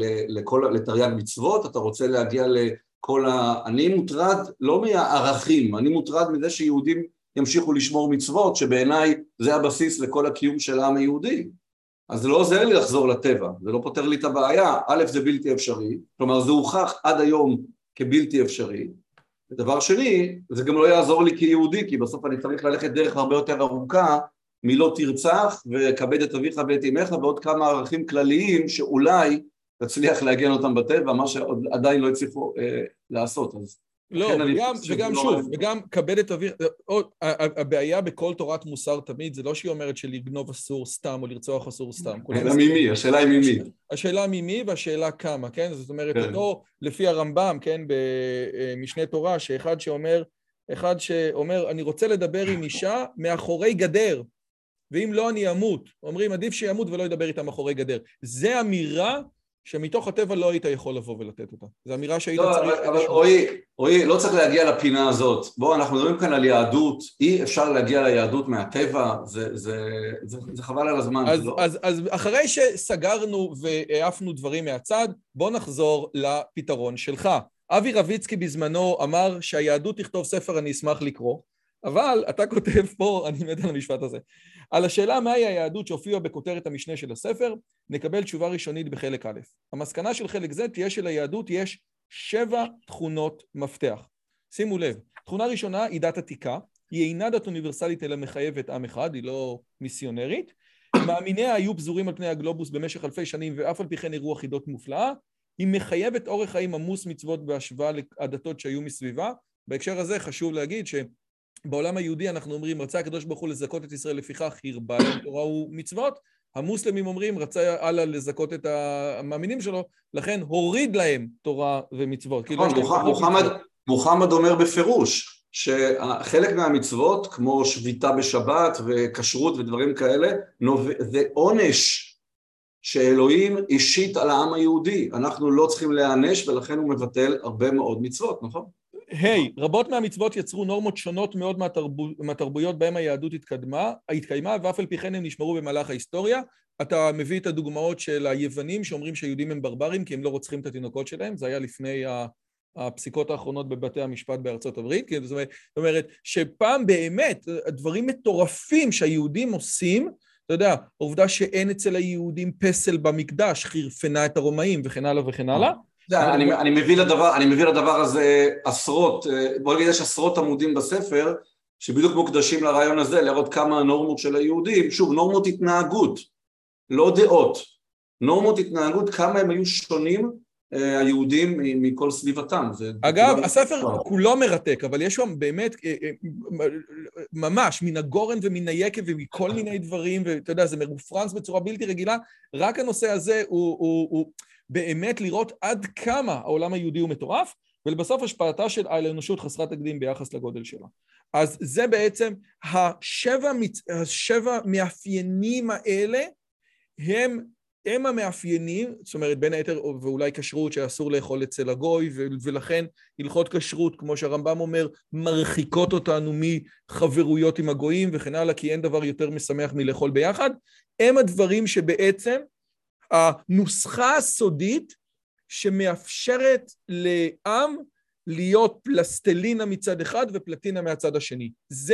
לתרי"ג מצוות? אתה רוצה להגיע לכל אני מוטרד לא מהערכים, אני מוטרד מזה שיהודים ימשיכו לשמור מצוות, שבעיניי זה הבסיס לכל הקיום של העם היהודי. אז זה לא עוזר לי לחזור לטבע, זה לא פותר לי את הבעיה. א', זה בלתי אפשרי, כלומר זה הוכח עד היום כבלתי אפשרי. ודבר שני, זה גם לא יעזור לי כיהודי, כי בסוף אני צריך ללכת דרך הרבה יותר ארוכה, מלא תרצח וכבד את אביך ואת אמך, ועוד כמה ערכים כלליים שאולי תצליח להגן אותם בטבע, מה שעדיין לא הצליחו לעשות. אז לא, וגם שוב, וגם כבד את אביך, הבעיה בכל תורת מוסר תמיד, זה לא שהיא אומרת שלגנוב אסור סתם או לרצוח אסור סתם. ממי, השאלה היא ממי. השאלה ממי והשאלה כמה, כן? זאת אומרת, אותו לפי הרמב"ם, כן, במשנה תורה, אחד שאומר, אני רוצה לדבר עם אישה מאחורי גדר, ואם לא אני אמות, אומרים עדיף שימות ולא ידבר איתה מאחורי גדר. זה אמירה שמתוך הטבע לא היית יכול לבוא ולתת אותה. זו אמירה שהיית צריך... אבל רועי, לא צריך להגיע לפינה הזאת. בואו, אנחנו מדברים כאן על יהדות, אי אפשר להגיע ליהדות מהטבע, זה חבל על הזמן. אז אחרי שסגרנו והעפנו דברים מהצד, בואו נחזור לפתרון שלך. אבי רביצקי בזמנו אמר שהיהדות תכתוב ספר, אני אשמח לקרוא, אבל אתה כותב פה, אני מת על המשפט הזה, על השאלה מהי היהדות שהופיעה בכותרת המשנה של הספר, נקבל תשובה ראשונית בחלק א'. המסקנה של חלק זה תהיה שליהדות יש 7 תכונות מפתח. שימו לב, תכונה ראשונה היא דת עתיקה, היא אינה דת אוניברסלית אלא מחייבת עם אחד, היא לא מיסיונרית, מאמיניה היו פזורים על פני הגלובוס במשך אלפי שנים ואף על פי כן הראו אחידות מופלאה, היא מחייבת אורח חיים עמוס מצוות בהשוואה לעדתות שהיו מסביבה. בהקשר הזה חשוב להגיד שבעולם היהודי אנחנו אומרים רצה הקדוש ברוך הוא לזכות את ישראל לפיכך הרבה להם תורה ומצוות, המוסלמים אומרים רצה אללה לזכות את המאמינים שלו, לכן הוריד להם תורה ומצוות. מוחמד אומר בפירוש שחלק מהמצוות כמו שביתה בשבת וכשרות ודברים כאלה זה עונש שאלוהים אישית על העם היהודי, אנחנו לא צריכים להיענש ולכן הוא מבטל הרבה מאוד מצוות, נכון? רבות מהמצוות יצרו נורמות שונות מאוד מהתרבויות בהם היהדות התקיימה, ואף על פי כן הם נשמרו במהלך ההיסטוריה. אתה מביא את הדוגמאות של היוונים שאומרים שהיהודים הם ברברים כי הם לא רוצחים את התינוקות שלהם, זה היה לפני הפסיקות האחרונות בבתי המשפט בארצות הברית, זאת אומרת שפעם באמת הדברים מטורפים שהיהודים עושים, אתה יודע, העובדה שאין אצל היהודים פסל במקדש, חירפנה את הרומאים וכן הלאה וכן הלאה. אני מביא לדבר הזה עשרות, בוא נגיד יש עשרות עמודים בספר, שבדיוק מוקדשים לרעיון הזה, לראות כמה הנורמות של היהודים, שוב, נורמות התנהגות, לא דעות, נורמות התנהגות, כמה הם היו שונים היהודים מכל סביבתם. אגב, הספר כולו מרתק, אבל יש שם באמת ממש מן הגורן ומן היקב ומכל מיני דברים, ואתה יודע, זה מרופרנס בצורה בלתי רגילה, רק הנושא הזה הוא באמת לראות עד כמה העולם היהודי הוא מטורף, ולבסוף השפעתה של האנושות חסרת תקדים ביחס לגודל שלה. אז זה בעצם השבע מאפיינים האלה, הם המאפיינים, זאת אומרת בין היתר ואולי כשרות שאסור לאכול אצל הגוי, ולכן הלכות כשרות, כמו שהרמב"ם אומר, מרחיקות אותנו מחברויות עם הגויים וכן הלאה, כי אין דבר יותר משמח מלאכול ביחד. הם הדברים שבעצם הנוסחה הסודית שמאפשרת לעם להיות פלסטלינה מצד אחד ופלטינה מהצד השני.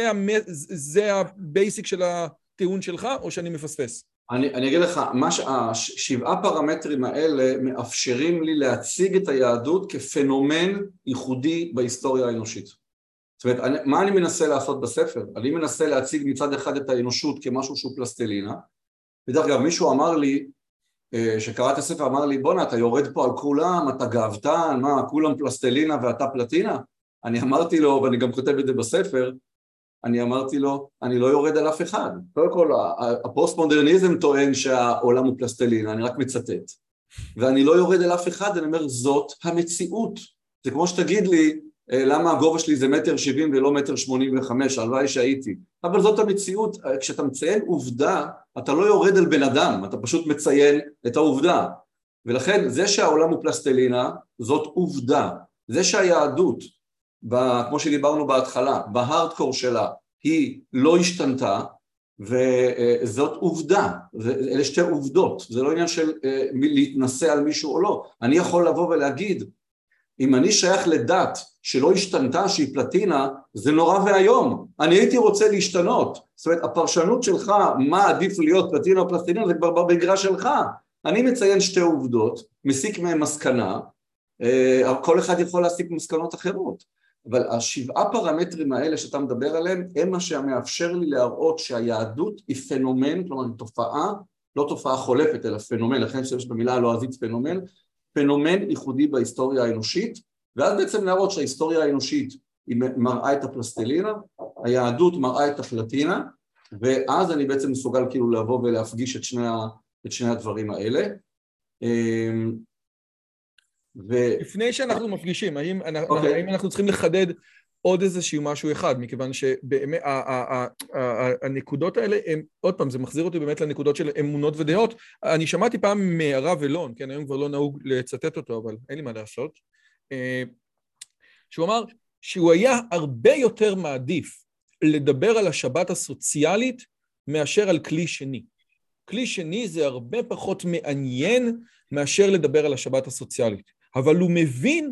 זה הבייסיק של הטיעון שלך, או שאני מפספס? אני אגיד לך, השבעה פרמטרים האלה מאפשרים לי להציג את היהדות כפנומן ייחודי בהיסטוריה האנושית. זאת אומרת, מה אני מנסה לעשות בספר? אני מנסה להציג מצד אחד את האנושות כמשהו שהוא פלסטלינה, ודרך אגב, מישהו אמר לי, שקרא את הספר, אמר לי, בונה, אתה יורד פה על כולם, אתה גאוותן, מה, כולם פלסטלינה ואתה פלטינה? אני אמרתי לו, ואני גם כותב את זה בספר, אני אמרתי לו, אני לא יורד על אף אחד. קודם כל, הפוסט-מודרניזם טוען שהעולם הוא פלסטלינה, אני רק מצטט. ואני לא יורד על אף אחד, אני אומר, זאת המציאות. זה כמו שתגיד לי, למה הגובה שלי זה 1.70 ולא 1.85, הלוואי שהייתי. אבל זאת המציאות, כשאתה מציין עובדה, אתה לא יורד על בן אדם, אתה פשוט מציין את העובדה. ולכן, זה שהעולם הוא פלסטלינה, זאת עובדה. זה שהיהדות, כמו שדיברנו בהתחלה, בהארדקור שלה, היא לא השתנתה, וזאת עובדה, אלה שתי עובדות, זה לא עניין של להתנסה על מישהו או לא. אני יכול לבוא ולהגיד, אם אני שייך לדת שלא השתנתה, שהיא פלטינה, זה נורא והיום. אני הייתי רוצה להשתנות. זאת אומרת, הפרשנות שלך, מה עדיף להיות פלטינה או פלסטינה, זה כבר במגרש שלך. אני מציין שתי עובדות, מסיק מהם מסקנה, כל אחד יכול להסיק מסקנות אחרות. אבל השבעה פרמטרים האלה שאתה מדבר עליהם, הם מה שמאפשר לי להראות שהיהדות היא פנומן, כלומר, היא תופעה, לא תופעה חולפת, אלא פנומן, לכן שיש במילה הלועזית פנומן, פנומן ייחודי בהיסטוריה האנושית, ואז בעצם להראות שההיסטוריה האנושית היא מראה את הפלסטלינה, היהדות מראה את הפלטינה, ואז אני בעצם מסוגל כאילו לבוא ולהפגיש את שני הדברים האלה. לפני שאנחנו מפגישים, האם אנחנו צריכים לחדד עוד איזשהו משהו אחד, מכיוון שבאמת הנקודות האלה, עוד פעם, זה מחזיר אותי באמת לנקודות של אמונות ודעות. אני שמעתי פעם מהרב אלון, כן, היום כבר לא נהוג לצטט אותו, אבל אין לי מה לעשות, שהוא אמר שהוא היה הרבה יותר מעדיף לדבר על השבת הסוציאלית מאשר על כלי שני. כלי שני זה הרבה פחות מעניין מאשר לדבר על השבת הסוציאלית. אבל הוא מבין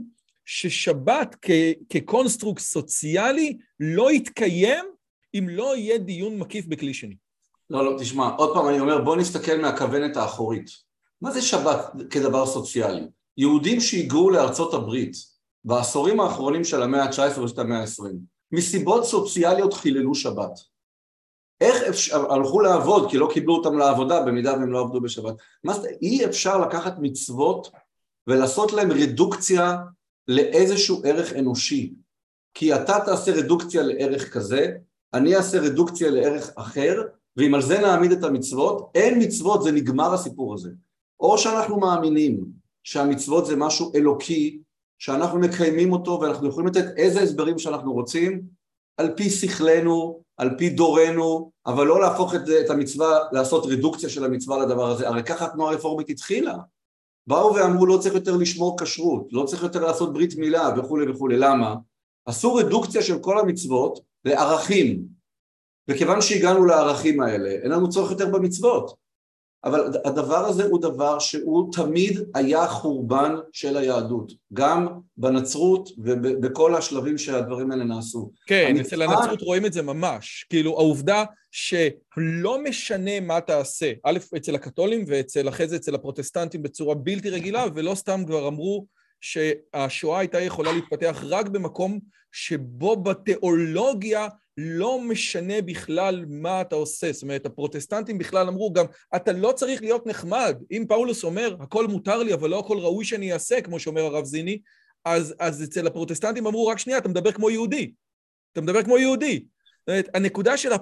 ששבת כקונסטרוקט סוציאלי לא יתקיים אם לא יהיה דיון מקיף בכלי שני. לא, תשמע, עוד פעם אני אומר, בוא נסתכל מהכוונת האחורית. מה זה שבת כדבר סוציאלי? יהודים שהיגרו לארצות הברית בעשורים האחרונים של המאה ה-19 ושל המאה ה-20, מסיבות סוציאליות חיללו שבת. איך הלכו לעבוד, כי לא קיבלו אותם לעבודה, במידה והם לא עבדו בשבת. אי אפשר לקחת מצוות ולעשות להם רדוקציה לאיזשהו ערך אנושי. כי אתה תעשה רדוקציה לערך כזה, אני אעשה רדוקציה לערך אחר, ואם על זה נעמיד את המצוות, אין מצוות, זה נגמר הסיפור הזה. או שאנחנו מאמינים שהמצוות זה משהו אלוקי, שאנחנו מקיימים אותו, ואנחנו יכולים לתת איזה הסברים שאנחנו רוצים, על פי שכלנו, על פי דורנו, אבל לא להפוך את המצווה, לעשות רדוקציה של המצווה לדבר הזה. הרי ככה התנועה הרפורמית התחילה. באו ואמרו, לא צריך יותר לשמור כשרות, לא צריך יותר לעשות ברית מילה וכו' וכו'. למה? עשו רדוקציה של כל המצוות לערכים, וכיוון שהגענו לערכים האלה, אין לנו צורך יותר במצוות. אבל הדבר הזה הוא דבר שהוא תמיד היה חורבן של היהדות, גם בנצרות ובכל השלבים שהדברים האלה נעשו. כן, אצל הנצרות רואים את זה ממש, כאילו העובדה שלא משנה מה תעשה, א', אצל הקתולים ואחרי זה אצל הפרוטסטנטים בצורה בלתי רגילה, ולא סתם כבר אמרו שהשואה הייתה יכולה להתפתח רק במקום שבו בתיאולוגיה לא משנה בכלל מה אתה עושה. זאת אומרת, הפרוטסטנטים בכלל אמרו גם, אתה לא צריך להיות נחמד. אם פאולוס אומר, הכל מותר לי, אבל לא הכל ראוי שאני אעשה, כמו שאומר הרב זיני, אז אצל הפרוטסטנטים אמרו, רק שנייה, אתה מדבר כמו יהודי. אתה מדבר כמו יהודי. זאת אומרת, הנקודה של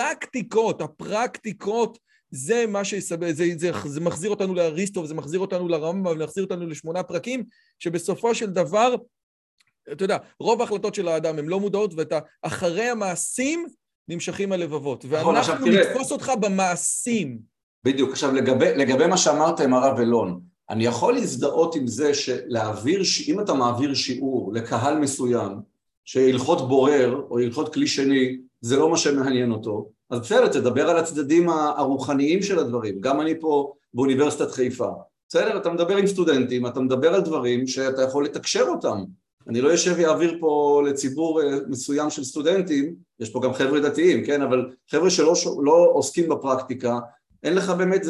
הפרקטיקות, זה מה זה מחזיר אותנו לאריסטו, זה מחזיר אותנו לרמב"ם, ומחזיר אותנו ל8 פרקים, שבסופו של דבר, אתה יודע, רוב ההחלטות של האדם הן לא מודעות, ואחרי המעשים נמשכים הלבבות, ואנחנו נתפוס אותך במעשים. בדיוק, עכשיו לגבי מה שאמרת עם הרב אלון, אני יכול להזדהות עם זה שלהעביר, אם אתה מעביר שיעור לקהל מסוים, שהלכות בורר או הלכות כלי שני, זה לא מה שמעניין אותו, אז בסדר, תדבר על הצדדים הרוחניים של הדברים, גם אני פה באוניברסיטת חיפה, בסדר, אתה מדבר עם סטודנטים, אתה מדבר על דברים שאתה יכול לתקשר אותם, אני לא יושב ויעביר פה לציבור מסוים של סטודנטים, יש פה גם חבר'ה דתיים, כן, אבל חבר'ה שלא עוסקים בפרקטיקה, אין לך באמת,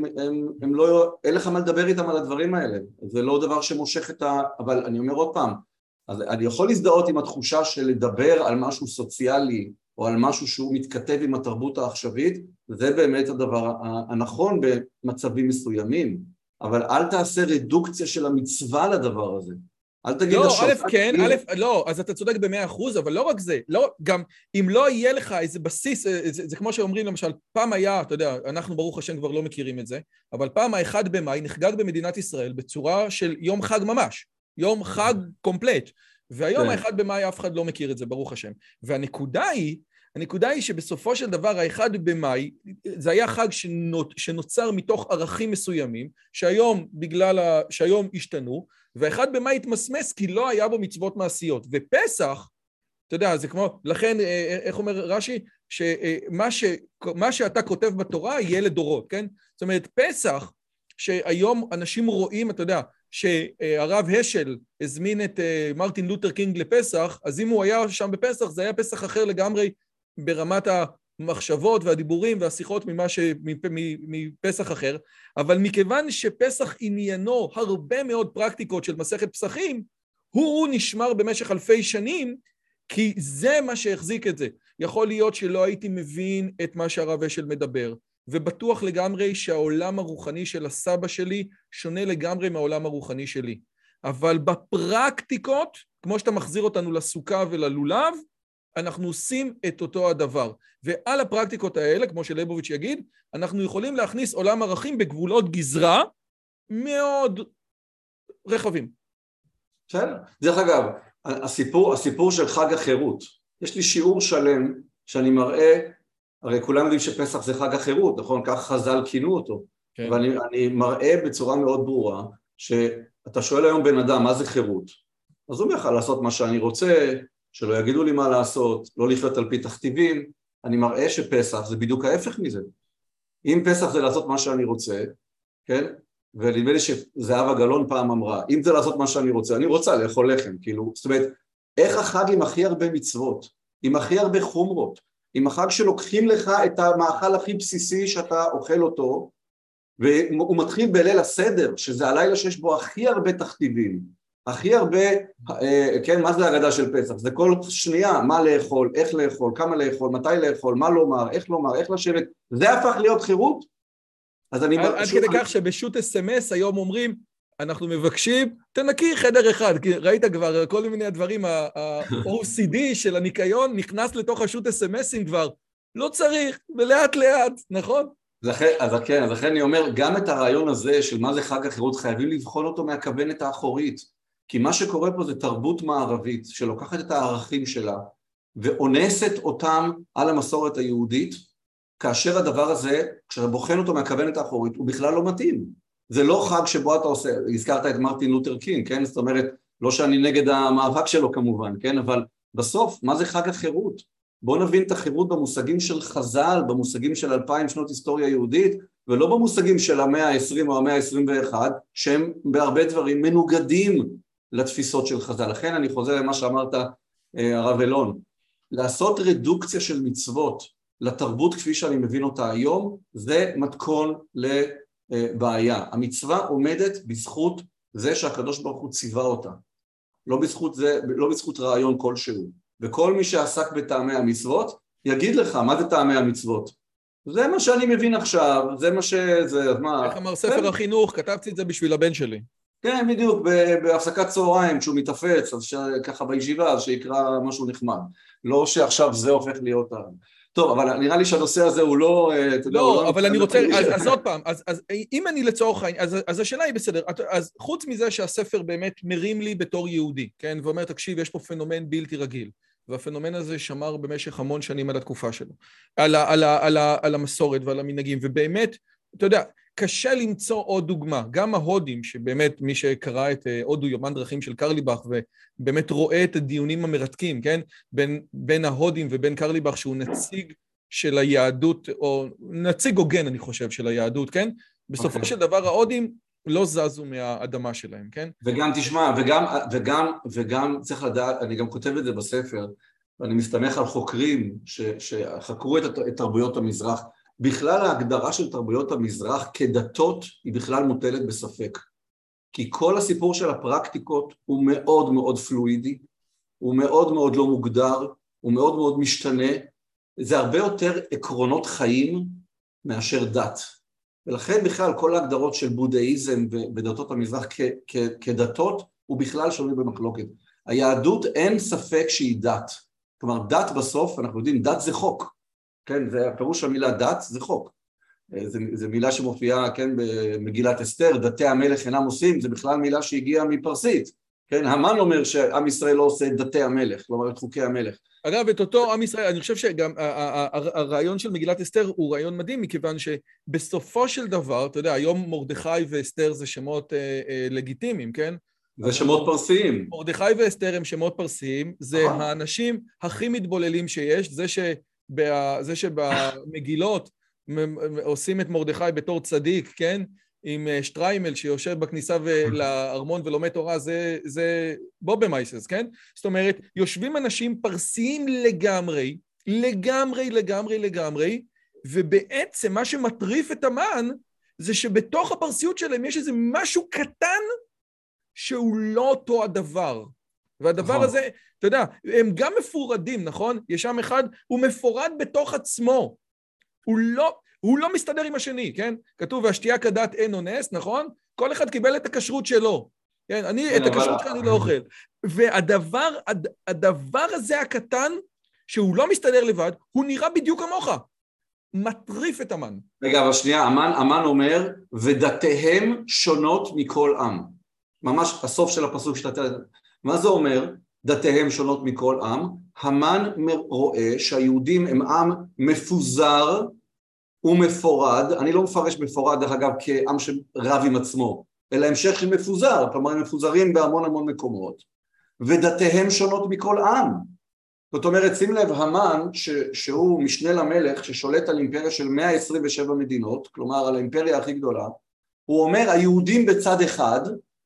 אין לך מה לדבר איתם על הדברים האלה, זה לא דבר שמושך אבל אני אומר עוד פעם, אז אני יכול להזדהות עם התחושה של לדבר על משהו סוציאלי, או על משהו שהוא מתכתב עם התרבות העכשווית, זה באמת הדבר הנכון במצבים מסוימים, אבל אל תעשה רדוקציה של המצווה לדבר הזה. אל תגיד לא, א', כן, לא, אז אתה צודק ב100%, אבל לא רק זה, גם אם לא יהיה לך איזה בסיס, זה כמו שאומרים למשל, פעם היה, אתה יודע, אנחנו ברוך השם כבר לא מכירים את זה, אבל פעם ה1 במאי נחגג במדינת ישראל בצורה של יום חג ממש, יום חג קומפלט, והיום ה1 במאי אף אחד לא מכיר את זה, ברוך השם. והנקודה היא שבסופו של דבר ה1 במאי, זה היה חג שנוצר מתוך ערכים מסוימים, שהיום השתנו, וה1 במאי התמסמס כי לא היה בו מצוות מעשיות. ופסח, אתה יודע, זה כמו, לכן, איך אומר רש"י? שמה שאתה כותב בתורה יהיה לדורות, כן? זאת אומרת, פסח, שהיום אנשים רואים, אתה יודע, שהרב השל הזמין את מרטין לותר קינג לפסח, אז אם הוא היה שם בפסח, זה היה פסח אחר לגמרי ברמת המחשבות והדיבורים והשיחות מפסח אחר, אבל מכיוון שפסח עניינו הרבה מאוד פרקטיקות של מסכת פסחים, הוא נשמר במשך אלפי שנים, כי זה מה שהחזיק את זה. יכול להיות שלא הייתי מבין את מה שהרב השל מדבר, ובטוח לגמרי שהעולם הרוחני של הסבא שלי שונה לגמרי מהעולם הרוחני שלי. אבל בפרקטיקות, כמו שאתה מחזיר אותנו לסוכה וללולב, אנחנו עושים את אותו הדבר. ועל הפרקטיקות האלה, כמו שלייבוביץ' יגיד, אנחנו יכולים להכניס עולם ערכים בגבולות גזרה מאוד רחבים. בסדר. דרך אגב, הסיפור של חג החירות, יש לי שיעור שלם שאני מראה, הרי כולם יודעים שפסח זה חג החירות, נכון? כך חז"ל כינו אותו, כן. ואני מראה בצורה מאוד ברורה, שאתה שואל היום בן אדם, מה זה חירות? אז הוא יכול לעשות מה שאני רוצה, שלא יגידו לי מה לעשות, לא לחיות על פי תכתיבים, אני מראה שפסח זה בדיוק ההפך מזה. אם פסח זה לעשות מה שאני רוצה, כן? ונדמה לי שזהבה גלאון פעם אמרה, אם זה לעשות מה שאני רוצה לאכול לחם, כאילו, זאת אומרת, איך החג עם הכי הרבה מצוות, עם הכי הרבה חומרות, עם החג שלוקחים לך את המאכל הכי בסיסי שאתה אוכל אותו, והוא מתחיל בליל הסדר, שזה הלילה שיש בו הכי הרבה תכתיבים, הכי הרבה, כן, מה זה ההגדה של פסח? זה כל שנייה, מה לאכול, איך לאכול, כמה לאכול, מתי לאכול, מה לומר, איך לשבת, זה הפך להיות חירות? אז אני... עד כדי כך שבשו"ת אס.אם.אס היום אומרים, אנחנו מבקשים, תנקי חדר אחד, כי ראית כבר כל מיני הדברים, ה-OCD של הניקיון נכנס לתוך השו"ת אס.אם.אסים כבר, לא צריך, ולאט לאט, נכון? אז לכן אני אומר, גם את הרעיון הזה של מה זה חג החירות, חייבים לבחון אותו מהכוונת האחורית, כי מה שקורה פה זה תרבות מערבית, שלוקחת את הערכים שלה, ואונסת אותם על המסורת היהודית, כאשר הדבר הזה, כשאתה בוחן אותו מהכוונת האחורית, הוא בכלל לא מתאים. זה לא חג שבו אתה עושה, הזכרת את מרטין לותר קינג, כן? זאת אומרת, לא שאני נגד המאבק שלו כמובן, כן? אבל בסוף, מה זה חג החירות? בואו נבין את החירות במושגים של חז"ל, במושגים של 2000 שנות היסטוריה יהודית, ולא במושגים של המאה ה-20 או המאה ה-21, שהם בהרבה דברים מנוגדים לתפיסות של חז"ל. לכן אני חוזר למה שאמרת, הרב אלון, לעשות רדוקציה של מצוות לתרבות כפי שאני מבין אותה היום, זה מתכון לבעיה. המצווה עומדת בזכות זה שהקדוש ברוך הוא ציווה אותה, לא בזכות רעיון כלשהו. וכל מי שעסק בטעמי המצוות, יגיד לך, מה זה טעמי המצוות? זה מה שאני מבין עכשיו, זה מה שזה, אז מה... איך אמר ספר החינוך, כתבתי את זה בשביל הבן שלי. כן, בדיוק, בהפסקת צהריים, כשהוא מתאפץ, אז ככה בישיבה, אז שיקרא משהו נחמד. לא שעכשיו זה הופך להיות... טוב, אבל נראה לי שהנושא הזה הוא לא... לא, אבל אני רוצה... אז עוד פעם, אז אם אני לצורך העניין, אז השאלה היא בסדר, אז חוץ מזה שהספר באמת מרים לי בתור יהודי, כן, ואומר, תקשיב, יש פה פנומן בלתי רגיל, והפנומן הזה שמר במשך המון שנים על התקופה שלו, על המסורת ועל המנהגים, ובאמת, אתה יודע, קשה למצוא עוד דוגמה, גם ההודים, שבאמת מי שקרא את הודו יומן דרכים של קרליבך, ובאמת רואה את הדיונים המרתקים, כן? בין ההודים ובין קרליבך, שהוא נציג של היהדות, או נציג הוגן, אני חושב, של היהדות, כן? בסופו של דבר ההודים לא זזו מהאדמה שלהם, כן? וגם תשמע, וגם צריך לדעת, אני גם כותב את זה בספר, ואני מסתמך על חוקרים שחקרו את תרבויות המזרח, בכלל ההגדרה של תרבויות המזרח כדתות היא בכלל מוטלת בספק. כי כל הסיפור של הפרקטיקות הוא מאוד מאוד פלואידי, הוא מאוד מאוד לא מוגדר, הוא מאוד מאוד משתנה, זה הרבה יותר עקרונות חיים מאשר דת. ולכן בכלל כל ההגדרות של בודהיזם ודתות המזרח כדתות הוא בכלל שנוי במחלוקת. היהדות אין ספק שהיא דת. כלומר דת בסוף, אנחנו יודעים, דת זה חוק. כן, זה הפירוש המילה דת, זה חוק. זה מילה שמופיעה, כן, במגילת אסתר, דתי המלך אינם עושים, זה בכלל מילה שהגיעה מפרסית. כן, המן אומר שעם ישראל לא עושה את דתי המלך, כלומר את חוקי המלך. אגב, את אותו עם ישראל, אני חושב שגם הרעיון של מגילת אסתר הוא רעיון מדהים, מכיוון שבסופו של דבר, אתה יודע, היום מרדכי ואסתר זה שמות לגיטימיים, כן? זה שמות פרסיים. מרדכי ואסתר הם שמות פרסיים, זה האנשים הכי מתבוללים שיש, זה שבמגילות עושים את מרדכי בתור צדיק, כן? עם שטריימל שיושב בכניסה לארמון ולומד תורה, זה בובה מייסס, כן? זאת אומרת, יושבים אנשים פרסיים לגמרי, ובעצם מה שמטריף את המן, זה שבתוך הפרסיות שלהם יש איזה משהו קטן, שהוא לא אותו הדבר. והדבר הזה, אתה יודע, הם גם מפורדים, נכון? יש שם אחד, הוא מפורד בתוך עצמו. הוא לא מסתדר עם השני, כן? כתוב, והשתייה כדת אין אונס, נכון? כל אחד קיבל את הכשרות שלו. כן, את הכשרות שלי אני לא אוכל. והדבר הזה הקטן, שהוא לא מסתדר לבד, הוא נראה בדיוק כמוך. מטריף את המן. רגע, אבל שנייה, המן אומר, ודתיהם שונות מכל עם. ממש הסוף של הפסוק שאתה... מה זה אומר? דתיהם שונות מכל עם, המן רואה שהיהודים הם עם מפוזר ומפורד, אני לא מפרש מפורד דרך אגב כעם שרב עם עצמו, אלא המשך של מפוזר, כלומר הם מפוזרים בהמון המון מקומות, ודתיהם שונות מכל עם. זאת אומרת, שים לב, המן שהוא משנה למלך ששולט על אימפריה של 127 מדינות, כלומר על האימפריה הכי גדולה, הוא אומר היהודים בצד אחד,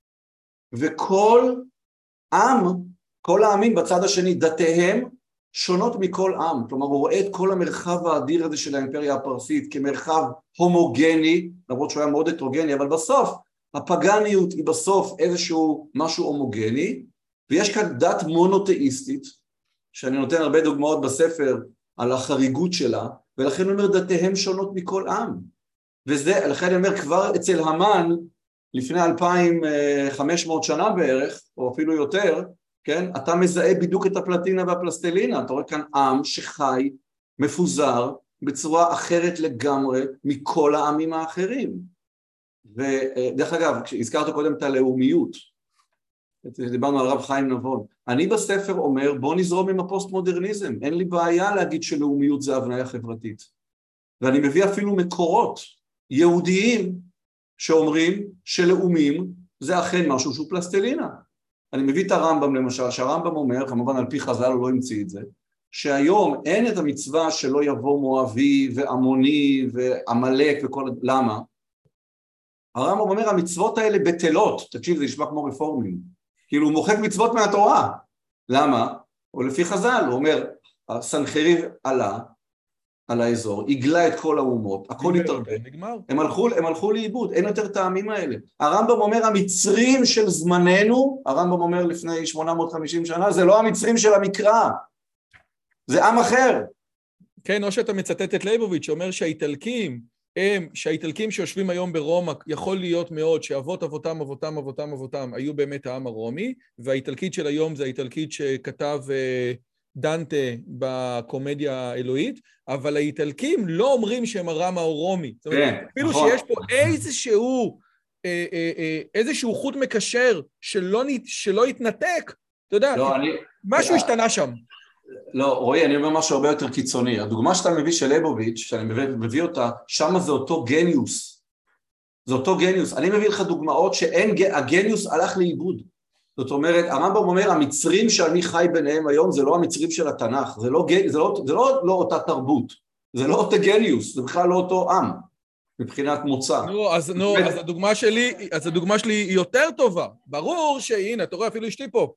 וכל עם, כל העמים בצד השני, דתיהם שונות מכל עם, כלומר הוא רואה את כל המרחב האדיר הזה של האימפריה הפרסית כמרחב הומוגני, למרות שהוא היה מאוד הטרוגני, אבל בסוף הפגניות היא בסוף איזשהו משהו הומוגני, ויש כאן דת מונותאיסטית, שאני נותן הרבה דוגמאות בספר על החריגות שלה, ולכן הוא אומר דתיהם שונות מכל עם, וזה, לכן אני אומר כבר אצל המן, לפני 2500 שנה בערך, או אפילו יותר, כן? אתה מזהה בדיוק את הפלטינה והפלסטלינה, אתה רואה כאן עם שחי, מפוזר, בצורה אחרת לגמרי מכל העמים האחרים. ודרך אגב, כשהזכרת קודם את הלאומיות, דיברנו על הרב חיים נבון, אני בספר אומר בוא נזרום עם הפוסט-מודרניזם, אין לי בעיה להגיד שלאומיות זה הבניה חברתית, ואני מביא אפילו מקורות יהודיים שאומרים שלאומים זה אכן משהו שהוא פלסטלינה. אני מביא את הרמב"ם למשל, שהרמב"ם אומר, כמובן על פי חז"ל הוא לא המציא את זה, שהיום אין את המצווה שלא יבוא מואבי ועמוני ועמלק וכל... למה? הרמב"ם אומר המצוות האלה בטלות, תקשיב זה נשמע כמו רפורמים, כאילו הוא מוחק מצוות מהתורה, למה? או לפי חז"ל, הוא אומר, הסנחריב עלה על האזור, הגלה את כל האומות, הכל התערבב, הם הלכו לאיבוד, אין יותר טעמים האלה. הרמב"ם אומר, המצרים של זמננו, הרמב"ם אומר לפני 850 שנה, זה לא המצרים של המקרא, זה עם אחר. כן, או שאתה מצטט את ליבוביץ', שאומר שהאיטלקים שיושבים היום ברומא, יכול להיות מאוד שאבות אבותם היו באמת העם הרומי, והאיטלקית של היום זה האיטלקית שכתב דנטה בקומדיה האלוהית, אבל האיטלקים לא אומרים שהם הרם הרומי. זאת אומרת, אפילו שיש פה איזשהו חוט מקשר שלא יתנתק, אתה יודע, משהו השתנה שם. לא, רואי, אני אומר משהו הרבה יותר קיצוני. הדוגמה שאתה מביא של ליבוביץ', שאני מביא אותה, שם זה אותו גניוס. זה אותו גניוס. אני מביא לך דוגמאות שהגניוס הלך לאיבוד. זאת אומרת, הרמב"ם אומר, המצרים שאני חי ביניהם היום, זה לא המצרים של התנ"ך, זה לא אותה תרבות, זה לא אותו גניוס, זה בכלל לא אותו עם, מבחינת מוצא. אז הדוגמה שלי היא יותר טובה. ברור שהנה, אתה רואה, אפילו אשתי פה.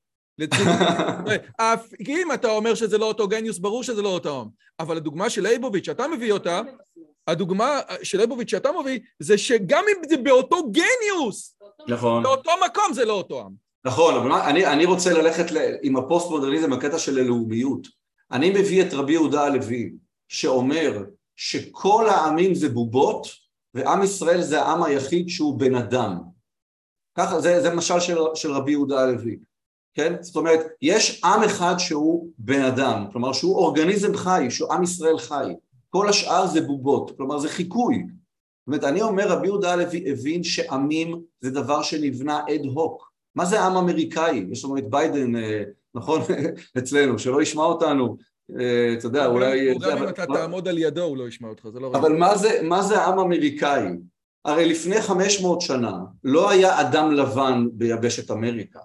אם אתה אומר שזה לא אותו גניוס, ברור שזה לא אותו עם. אבל הדוגמה של ליבוביץ' שאתה מביא אותה, הדוגמה של ליבוביץ' שאתה מביא, זה שגם אם זה באותו גניוס, באותו מקום זה לא אותו עם. נכון, אבל אני רוצה ללכת עם הפוסט-מודרניזם, הקטע של הלאומיות. אני מביא את רבי יהודה הלוי, שאומר שכל העמים זה בובות, ועם ישראל זה העם היחיד שהוא בן אדם. ככה, זה משל של רבי יהודה הלוי. כן? זאת אומרת, יש עם אחד שהוא בן אדם, כלומר שהוא אורגניזם חי, שהוא עם ישראל חי. כל השאר זה בובות, כלומר זה חיקוי. זאת אומרת, אני אומר, רבי יהודה הלוי הבין שעמים זה דבר שנבנה אד הוק. מה זה עם אמריקאי? יש לנו את ביידן, נכון? אצלנו, שלא ישמע אותנו, אתה יודע, אולי... גם אם אתה תעמוד על ידו, הוא לא ישמע אותך, זה לא רע. אבל מה זה עם אמריקאי? הרי לפני 500 שנה לא היה אדם לבן ביבשת אמריקה.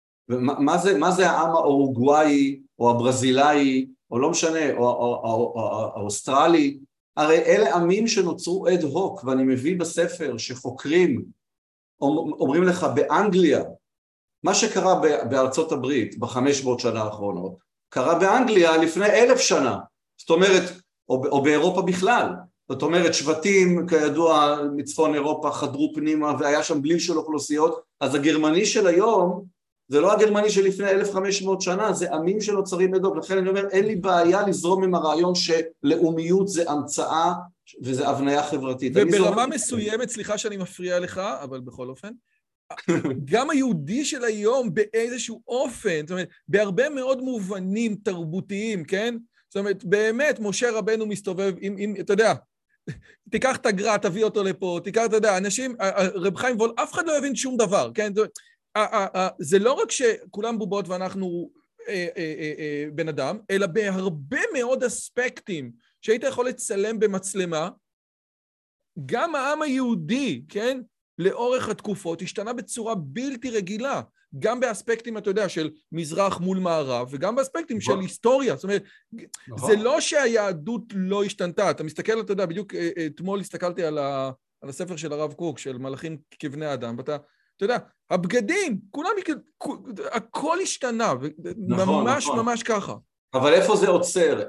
מה זה העם האורוגוואי, או הברזילאי, או לא משנה, או האוסטרלי? הרי אלה עמים שנוצרו אד הוק, ואני מביא בספר שחוקרים, אומרים לך באנגליה, מה שקרה בארצות הברית ב500 שנה האחרונות, קרה באנגליה לפני 1000 שנה, זאת אומרת, או באירופה בכלל, זאת אומרת שבטים כידוע מצפון אירופה חדרו פנימה והיה שם בליל של אוכלוסיות, אז הגרמני של היום זה לא הגרמני של לפני 1500 שנה, זה עמים שנוצרים אד הוק, לכן אני אומר אין לי בעיה לזרום עם הרעיון שלאומיות זה המצאה וזה הבניה חברתית. וברמה מסוימת, סליחה שאני מפריע לך, אבל בכל אופן, גם היהודי של היום באיזשהו אופן, זאת אומרת, בהרבה מאוד מובנים תרבותיים, כן? זאת אומרת, באמת, משה רבנו מסתובב, אתה יודע, תיקח את הגר"א, תביא אותו לפה, תיקח, אתה יודע, אנשים, רב חיים וול, אף אחד לא יבין שום דבר, כן? זה לא רק שכולם בובות ואנחנו בן אדם, אלא בהרבה מאוד אספקטים שהיית יכול לצלם במצלמה, גם העם היהודי, כן, לאורך התקופות, השתנה בצורה בלתי רגילה, גם באספקטים, אתה יודע, של מזרח מול מערב, וגם באספקטים של היסטוריה. זאת אומרת, זה לא שהיהדות לא השתנתה. אתה מסתכל, אתה יודע, בדיוק אתמול הסתכלתי על הספר של הרב קוק, של מלאכים כבני אדם, ואתה יודע, הבגדים, כולם, הכל השתנה, ממש ממש ככה. אבל איפה זה עוצר?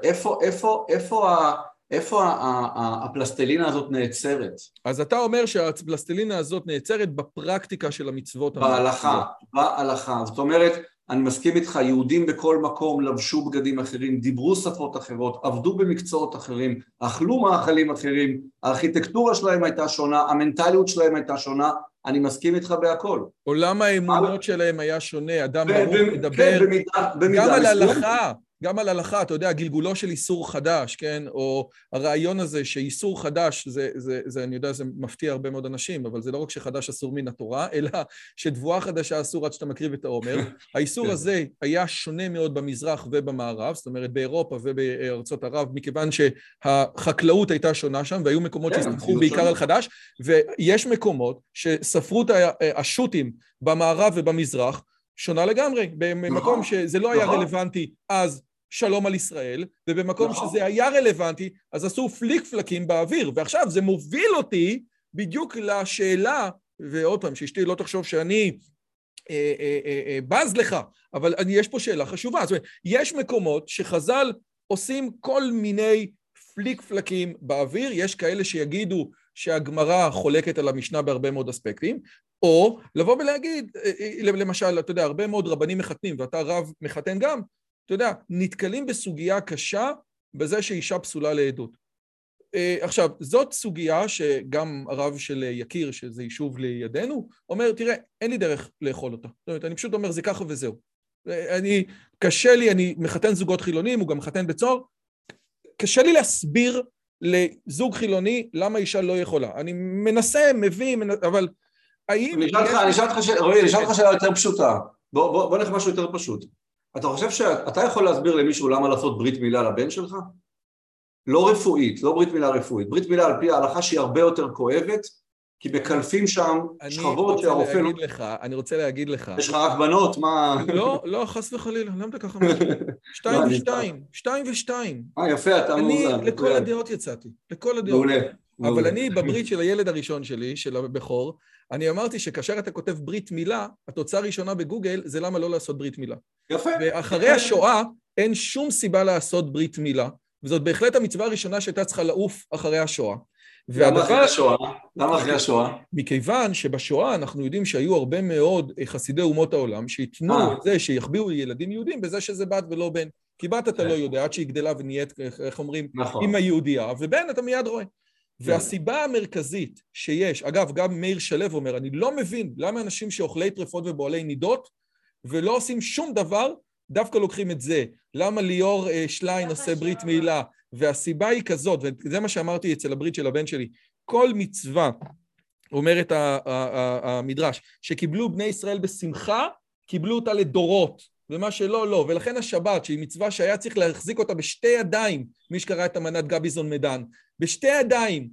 איפה הפלסטלינה הזאת נעצרת? אז אתה אומר שהפלסטלינה הזאת נעצרת בפרקטיקה של המצוות. בהלכה. זאת אומרת, אני מסכים איתך, יהודים בכל מקום לבשו בגדים אחרים, דיברו שפות אחרות, עבדו במקצועות אחרים, אכלו מאכלים אחרים, הארכיטקטורה שלהם הייתה שונה, המנטליות שלהם הייתה שונה, אני מסכים איתך בהכל. עולם האמונות שלהם היה שונה, אדם ברוך מדבר, גם על הלכה. גם על הלכה, אתה יודע, גלגולו של איסור חדש, כן? או הרעיון הזה שאיסור חדש, אני יודע, זה מפתיע הרבה מאוד אנשים, אבל זה לא רק שחדש אסור מן התורה, אלא שתבואה חדשה אסור עד שאתה מקריב את העומר. האיסור הזה היה שונה מאוד במזרח ובמערב, זאת אומרת, באירופה ובארצות ערב, מכיוון שהחקלאות הייתה שונה שם, והיו מקומות שהסתמכו בעיקר על חדש, ויש מקומות שספרות השו"תים במערב ובמזרח, שונה לגמרי, במקום שזה לא היה רלוונטי, אז שלום על ישראל, ובמקום שזה היה רלוונטי, אז עשו פליק פלקים באוויר, ועכשיו זה מוביל אותי בדיוק לשאלה, ועוד פעם, שאשתי לא תחשוב שאני בז לך, אבל יש פה שאלה חשובה, זאת אומרת, יש מקומות שחז"ל עושים כל מיני פליק פלקים באוויר, יש כאלה שיגידו שהגמרא חולקת על המשנה בהרבה מאוד אספקטים, או לבוא ולהגיד, למשל, אתה יודע, הרבה מאוד רבנים מחתנים, ואתה רב מחתן גם, אתה יודע, נתקלים בסוגיה קשה בזה שאישה פסולה לעדות. עכשיו, זאת סוגיה שגם הרב של יקיר, שזה יישוב לידינו, אומר, תראה, אין לי דרך לאכול אותה. זאת אומרת, אני פשוט אומר, זה ככה וזהו. קשה לי, אני מחתן זוגות חילונים, הוא גם מחתן בצור, קשה לי להסביר לזוג חילוני למה אישה לא יכולה. אני מנסה, מביא, אבל האם... אני אשאל אותך שאלה יותר פשוטה. בוא נלך משהו יותר פשוט. אתה חושב שאתה יכול להסביר למישהו למה לעשות ברית מילה לבן שלך? לא רפואית, לא ברית מילה רפואית. ברית מילה על פי ההלכה שהיא הרבה יותר כואבת, כי בקלפים שם שכבות שהרופא לא... אני רוצה להגיד לך... יש לך רק בנות, מה... לא, חס וחלילה, למה אתה ככה משהו? 2 ו2. יפה, אתה מאוזן. אני לכל הדעות יצאתי, לכל הדעות. אבל אני בברית של הילד הראשון שלי, של הבכור, אני אמרתי שכאשר אתה כותב ברית מילה, התוצאה הראשונה בגוגל זה למה לא לעשות ברית מילה. יפה. ואחרי השואה אין שום סיבה לעשות ברית מילה, וזאת בהחלט המצווה הראשונה שהייתה צריכה לעוף אחרי השואה. למה אחרי השואה? למה אחרי השואה? מכיוון שבשואה אנחנו יודעים שהיו הרבה מאוד חסידי אומות העולם שיתנו את זה שיחביאו ילדים יהודים בזה שזה בת ולא בן. כי בת אתה לא יודע, עד שהיא גדלה ונהיית, איך אומרים, אמא יהודייה, ובן אתה מיד רואה. והסיבה המרכזית שיש, אגב, גם מאיר שלו אומר, אני לא מבין למה אנשים שאוכלי טרפות ובועלי נידות, ולא עושים שום דבר, דווקא לוקחים את זה. למה ליאור שליין עושה ברית מילה? והסיבה היא כזאת, וזה מה שאמרתי אצל הברית של הבן שלי, כל מצווה, אומרת המדרש, שקיבלו בני ישראל בשמחה, קיבלו אותה לדורות, ומה שלא, לא. ולכן השבת, שהיא מצווה שהיה צריך להחזיק אותה בשתי ידיים, מי שקרא את אמנת גביזון מדן, בשתי ידיים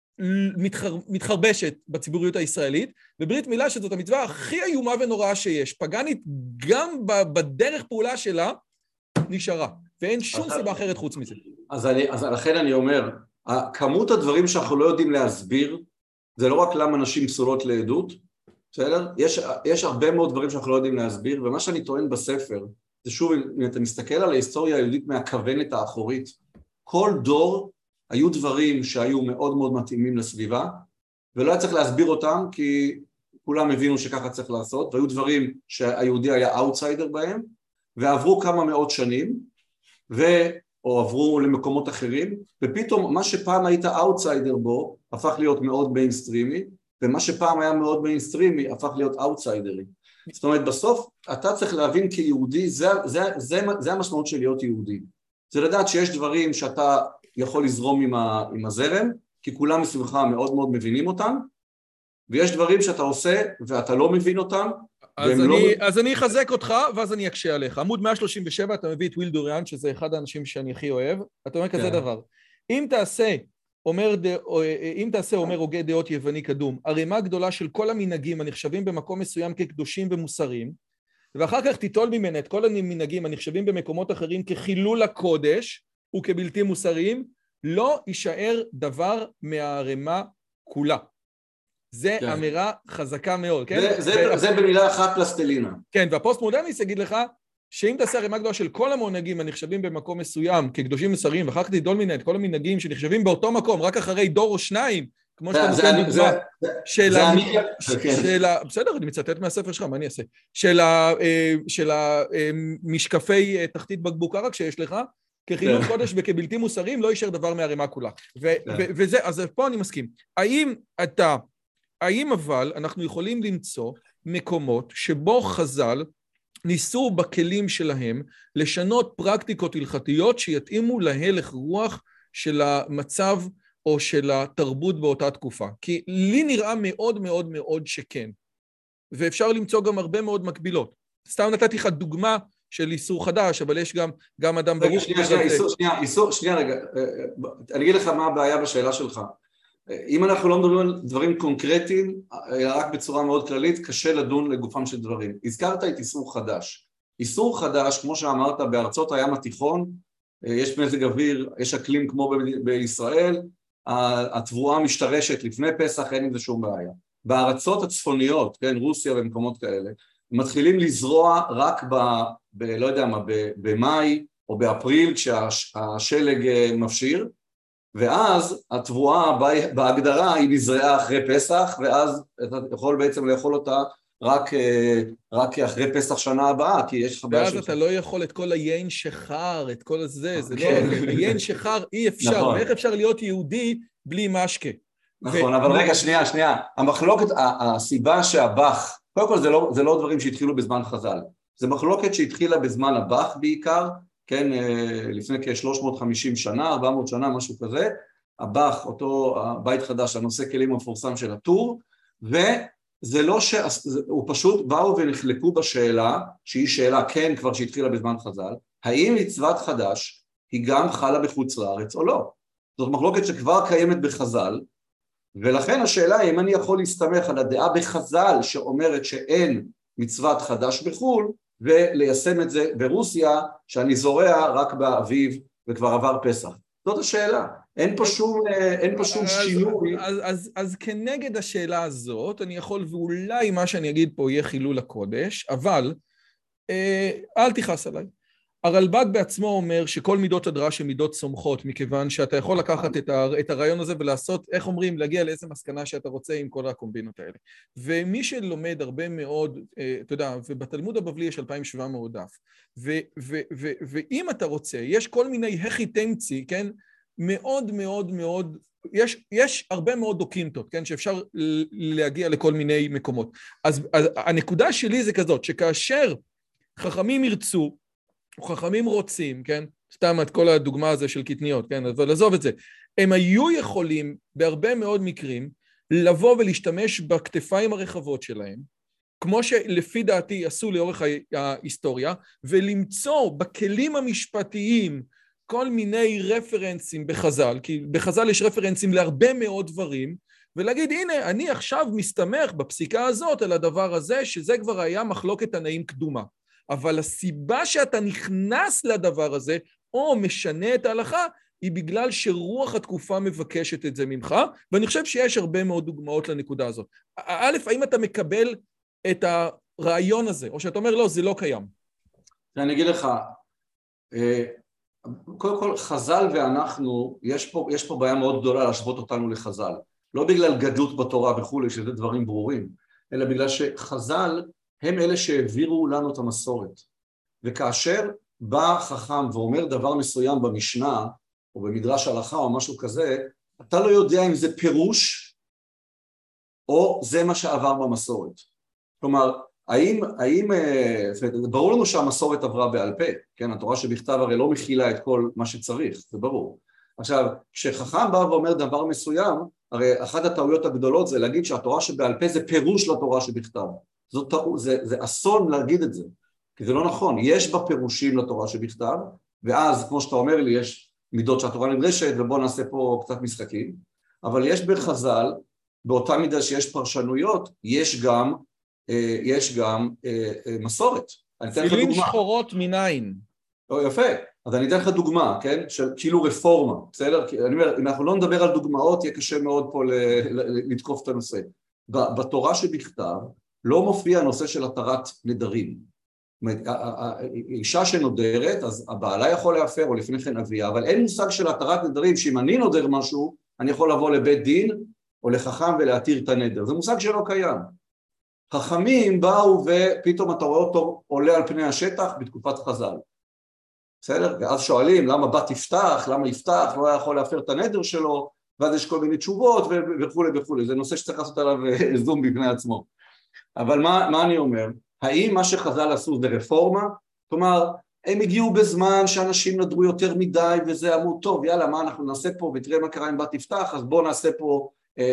מתחרבשת בציבוריות הישראלית, וברית מילה שזאת המצווה הכי איומה ונוראה שיש, פגנית גם בדרך פעולה שלה, נשארה, ואין שום סיבה אחרת חוץ מזה. אז לכן אני אומר, כמות הדברים שאנחנו לא יודעים להסביר, זה לא רק למה נשים פסולות לעדות, בסדר? יש הרבה מאוד דברים שאנחנו לא יודעים להסביר, ומה שאני טוען בספר, זה שוב, אם אתה מסתכל על ההיסטוריה היהודית מהכוונת האחורית, כל דור היו דברים שהיו מאוד מאוד מתאימים לסביבה, ולא היה צריך להסביר אותם, כי כולם הבינו שככה צריך לעשות, והיו דברים שהיהודי היה אאוטסיידר בהם, ועברו כמה מאות שנים, או עברו למקומות אחרים, ופתאום מה שפעם היית אאוטסיידר בו, הפך להיות מאוד מיינסטרימי, ומה שפעם היה מאוד מיינסטרימי, הפך להיות אאוטסיידרי. זאת אומרת, בסוף אתה צריך להבין כיהודי, זה המשמעות של להיות יהודי. זה לדעת שיש דברים שאתה יכול לזרום עם הזרם, כי כולם מסביבך מאוד מאוד מבינים אותם, ויש דברים שאתה עושה ואתה לא מבין אותם, אז אני אחזק אותך, ואז אני אקשה עליך. עמוד 137, אתה מביא את וויל דוריאן, שזה אחד האנשים שאני הכי אוהב, אתה אומר כזה דבר. אם תעשה אומר הוגה דעות יווני קדום, ערימה גדולה של כל המנהגים הנחשבים במקום מסוים כקדושים ומוסריים, ואחר כך תיטול ממנה את כל המנהגים הנחשבים במקומות אחרים כחילול הקודש וכבלתי מוסריים, לא יישאר דבר מהערימה כולה. זה אמירה חזקה מאוד, כן? זה במילה אחת פלסטלינה. כן, והפוסט-מודרניסט יגיד לך, שאם תעשה ערימה גדולה של כל המנהגים הנחשבים במקום מסוים כקדושים מוסריים, ואחר כך תיטול ממנה את כל המנהגים שנחשבים באותו מקום, רק אחרי דור או שניים, כמו שאתה נותן דוגמה, בסדר, אני מצטט מהספר שלך, מה אני אעשה? של המשקפי תחתית בקבוק ערק שיש לך, כחילול קודש וכבלתי מוסריים, לא יישאר דבר מהערימה כולה. וזה, אז פה אני מסכים. האם אבל אנחנו יכולים למצוא מקומות שבו חז"ל ניסו בכלים שלהם לשנות פרקטיקות הלכתיות שיתאימו להלך רוח של המצב או של התרבות באותה תקופה? כי לי נראה מאוד מאוד מאוד שכן. ואפשר למצוא גם הרבה מאוד מקבילות. סתם נתתי לך דוגמה של איסור חדש, אבל יש גם אדם ברוך. שנייה רגע, אני אגיד לך מה הבעיה בשאלה שלך. אם אנחנו לא מדברים על דברים קונקרטיים, רק בצורה מאוד כללית, קשה לדון לגופם של דברים. הזכרת את איסור חדש. איסור חדש, כמו שאמרת, בארצות הים התיכון, יש מזג אוויר, יש אקלים כמו בישראל, התבואה משתרשת לפני פסח, אין עם זה שום בעיה. בארצות הצפוניות, כן, רוסיה ומקומות כאלה, מתחילים לזרוע רק לא יודע מה, במאי או באפריל, כשהשלג מפשיר, ואז התבואה בהגדרה היא נזרעה אחרי פסח, ואז אתה יכול בעצם לאכול אותה רק אחרי פסח שנה הבאה, כי יש לך בעיה ואז אתה לא יכול את כל היין שחר, את כל זה לא, היין שחר אי אפשר, ואיך אפשר להיות יהודי בלי משקה? נכון, אבל רגע, שנייה, המחלוקת, הסיבה שהבח, קודם כל זה לא דברים שהתחילו בזמן חז"ל, זה מחלוקת שהתחילה בזמן הבח בעיקר, כן, לפני כ-350 שנה, 400 שנה, משהו כזה, הבח, אותו בית חדש, הנושא כלים המפורסם של הטור, וזה לא הוא פשוט באו ונחלקו בשאלה, שהיא שאלה כן כבר שהתחילה בזמן חז"ל, האם מצוות חדש היא גם חלה בחוץ לארץ או לא? זאת מחלוקת שכבר קיימת בחז"ל, ולכן השאלה היא אם אני יכול להסתמך על הדעה בחז"ל שאומרת שאין מצוות חדש בחו"ל, וליישם את זה ברוסיה, שאני זורע רק באביב וכבר עבר פסח. זאת השאלה. אין פה שום שינוי. אז כנגד השאלה הזאת, אני יכול, ואולי מה שאני אגיד פה יהיה חילול הקודש, אבל אל תכעס עליי. הרלב"ג בעצמו אומר שכל מידות הדרש הן מידות סומכות, מכיוון שאתה יכול לקחת את הרעיון הזה ולעשות, איך אומרים, להגיע לאיזה מסקנה שאתה רוצה עם כל הקומבינות האלה. ומי שלומד הרבה מאוד, אתה יודע, ובתלמוד הבבלי יש 2,700 דף, ואם אתה רוצה, יש כל מיני הכי תמצי, כן, מאוד מאוד מאוד, יש הרבה מאוד דוקינטות, כן, שאפשר להגיע לכל מיני מקומות. אז הנקודה שלי זה כזאת, שכאשר חכמים ירצו, חכמים רוצים, כן? סתם את כל הדוגמה הזה של קטניות, כן? אבל עזוב את זה. הם היו יכולים בהרבה מאוד מקרים לבוא ולהשתמש בכתפיים הרחבות שלהם, כמו שלפי דעתי עשו לאורך ההיסטוריה, ולמצוא בכלים המשפטיים כל מיני רפרנסים בחז"ל, כי בחז"ל יש רפרנסים להרבה מאוד דברים, ולהגיד, הנה, אני עכשיו מסתמך בפסיקה הזאת על הדבר הזה, שזה כבר היה מחלוקת תנאים קדומה. אבל הסיבה שאתה נכנס לדבר הזה, או משנה את ההלכה, היא בגלל שרוח התקופה מבקשת את זה ממך, ואני חושב שיש הרבה מאוד דוגמאות לנקודה הזאת. א', האם אתה מקבל את הרעיון הזה, או שאתה אומר, לא, זה לא קיים? אני אגיד לך, קודם כל, חז"ל ואנחנו, יש פה בעיה מאוד גדולה להשוות אותנו לחז"ל. לא בגלל גדלות בתורה וכולי, שזה דברים ברורים, אלא בגלל שחז"ל, הם אלה שהעבירו לנו את המסורת. וכאשר בא חכם ואומר דבר מסוים במשנה, או במדרש הלכה או משהו כזה, אתה לא יודע אם זה פירוש, או זה מה שעבר במסורת. כלומר, ברור לנו שהמסורת עברה בעל פה, כן? התורה שבכתב הרי לא מכילה את כל מה שצריך, זה ברור. עכשיו, כשחכם בא ואומר דבר מסוים, הרי אחת הטעויות הגדולות זה להגיד שהתורה שבעל פה זה פירוש לתורה שבכתב. זה אסון להגיד את זה, כי זה לא נכון. יש בה פירושים לתורה שבכתב, ואז כמו שאתה אומר לי, יש מידות שהתורה נדרשת, ובוא נעשה פה קצת משחקים, אבל יש בחז"ל, באותה מידה שיש פרשנויות, יש גם מסורת. תפילין שחורות מנין. יפה, אז אני אתן לך דוגמה, כן? של כאילו רפורמה, בסדר? אני אומר, אם אנחנו לא נדבר על דוגמאות, יהיה קשה מאוד פה לתקוף את הנושא. בתורה שבכתב לא מופיע הנושא של התרת נדרים. אישה שנודרת, אז הבעלה יכול להפר, או לפני כן אביה, אבל אין מושג של התרת נדרים, שאם אני נודר משהו, אני יכול לבוא לבית דין, או לחכם ולהתיר את הנדר. זה מושג שלא קיים. חכמים באו ופתאום אתה רואה אותו עולה על פני השטח בתקופת חז"ל. בסדר? ואז שואלים למה בת יפתח, למה יפתח, לא היה יכול להפר את הנדר שלו, ואז יש כל מיני תשובות וכו' וכו'. זה נושא שצריך לעשות עליו זום בפני עצמו. אבל מה אני אומר? האם מה שחז"ל עשו זה רפורמה? כלומר, הם הגיעו בזמן שאנשים נדרו יותר מדי, וזה אמרו, טוב, יאללה, מה אנחנו נעשה פה, ותראה מה קרה עם בת יפתח, אז בואו נעשה פה,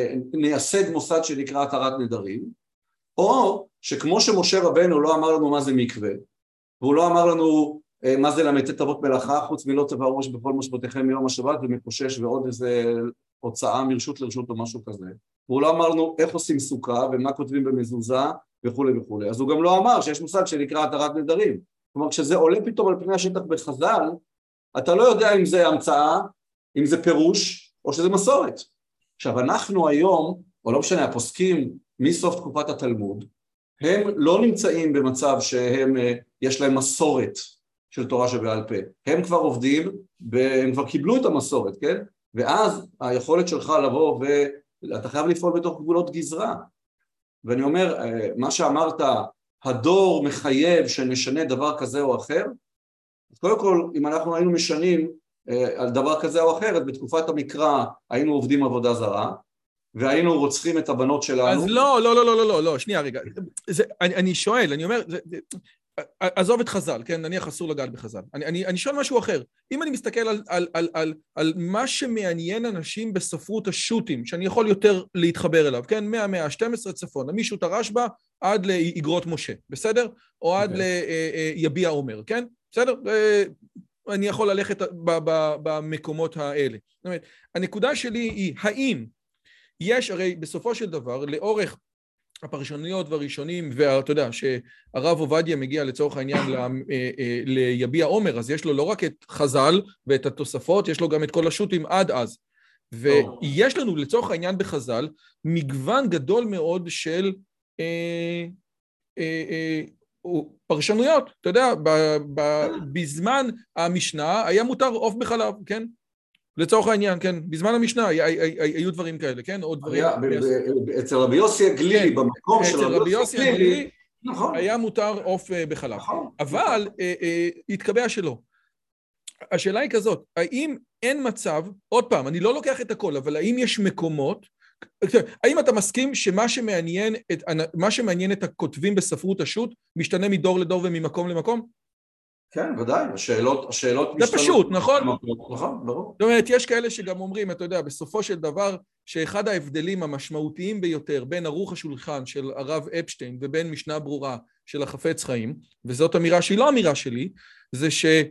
נייסד מוסד שנקרא התרת נדרים, או שכמו שמשה רבנו לא אמר לנו מה זה מקווה, והוא לא אמר לנו מה זה ל"ט אבות מלאכה, חוץ מלא תבערו ראש בכל מושבותיכם מיום השבת, ומקושש ועוד איזה הוצאה מרשות לרשות או משהו כזה, והוא לא אמר לנו איך עושים סוכה, ומה כותבים במזוזה, וכו' וכו'. אז הוא גם לא אמר שיש מושג שנקרא התרת נדרים. כלומר, כשזה עולה פתאום על פני השטח בחז"ל, אתה לא יודע אם זה המצאה, אם זה פירוש, או שזה מסורת. עכשיו, אנחנו היום, או לא משנה, הפוסקים מסוף תקופת התלמוד, הם לא נמצאים במצב שהם, יש להם מסורת של תורה שבעל פה. הם כבר עובדים, הם כבר קיבלו את המסורת, כן? ואז היכולת שלך לבוא, ואתה חייב לפעול בתוך גבולות גזרה. ואני אומר, מה שאמרת, הדור מחייב שנשנה דבר כזה או אחר, אז קודם כל, אם אנחנו היינו משנים על דבר כזה או אחר, בתקופת המקרא היינו עובדים עבודה זרה, והיינו רוצחים את הבנות שלנו. אז לא, שנייה רגע. אני שואל, אני אומר, עזוב את חז"ל, כן? נניח אסור לגעת בחז"ל. אני שואל משהו אחר. אם אני מסתכל על מה שמעניין אנשים בספרות השו"תים, שאני יכול יותר להתחבר אליו, כן? מהמאה ה-12 צפון, משו"ת הרשב"א עד לאגרות משה, בסדר? או עד ליביע עומר, כן? בסדר? אני יכול ללכת במקומות האלה. זאת אומרת, הנקודה שלי היא, האם יש, הרי בסופו של דבר, לאורך הפרשנויות והראשונים, ואתה יודע שהרב עובדיה מגיע לצורך העניין ליביע עומר, אז יש לו לא רק את חז"ל ואת התוספות, יש לו גם את כל השו"תים עד אז. ויש לנו לצורך העניין בחז"ל מגוון גדול מאוד של פרשנויות. אתה יודע, בזמן המשנה היה מותר עוף בחלב, כן? לצורך העניין, כן, בזמן המשנה היו דברים כאלה, כן, עוד דברים. אצל רבי יוסי הגלילי, במקום של רבי יוסי הגלילי, היה מותר עוף בחלב. אבל התקבע שלא. השאלה היא כזאת, האם אין מצב, עוד פעם, אני לא לוקח את הכל, אבל האם יש מקומות, האם אתה מסכים שמה שמעניין את הכותבים בספרות השו"ת, משתנה מדור לדור וממקום למקום? כן, ודאי, השאלות משתנות. זה פשוט, נכון? נכון, ברור. זאת אומרת, יש כאלה שגם אומרים, אתה יודע, בסופו של דבר, שאחד ההבדלים המשמעותיים ביותר בין ערוך השולחן של הרב אפשטיין ובין משנה ברורה של החפץ חיים, וזאת אמירה שהיא לא אמירה שלי, זה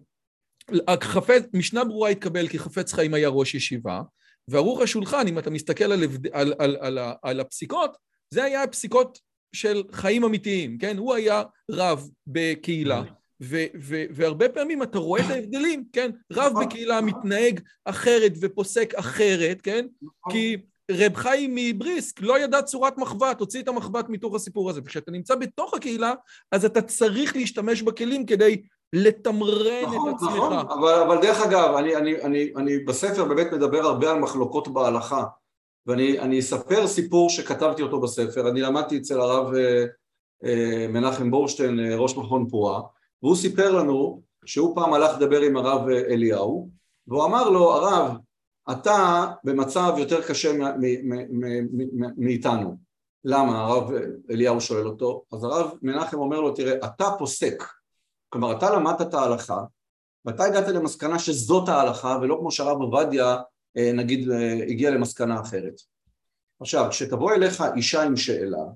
שמשנה ברורה התקבל כי חפץ חיים היה ראש ישיבה, וערוך השולחן, אם אתה מסתכל על הפסיקות, זה היה הפסיקות של חיים אמיתיים, כן? הוא היה רב בקהילה, והרבה פעמים אתה רואה את ההבדלים, כן? רב בקהילה מתנהג אחרת ופוסק אחרת, כן? כי רב חיים מבריסק לא ידע צורת מחבת, הוציא את המחבת מתוך הסיפור הזה, וכשאתה נמצא בתוך הקהילה, אז אתה צריך להשתמש בכלים כדי לתמרן את עצמך. נכון, אבל דרך אגב, אני בספר באמת מדבר הרבה על מחלוקות בהלכה, ואני אספר סיפור שכתבתי אותו בספר, אני למדתי אצל הרב מנחם בורשטיין, ראש מכון פועה, והוא סיפר לנו שהוא פעם הלך לדבר עם הרב אליהו, והוא אמר לו, הרב, אתה במצב יותר קשה מאיתנו. למה? הרב אליהו שואל אותו. אז הרב מנחם אומר לו, תראה, אתה פוסק. כלומר, אתה למדת את ההלכה, ואתה הגעת למסקנה שזאת ההלכה, ולא כמו שהרב עובדיה, נגיד, הגיע למסקנה אחרת. עכשיו, כשתבוא אליך אישה עם שאלה,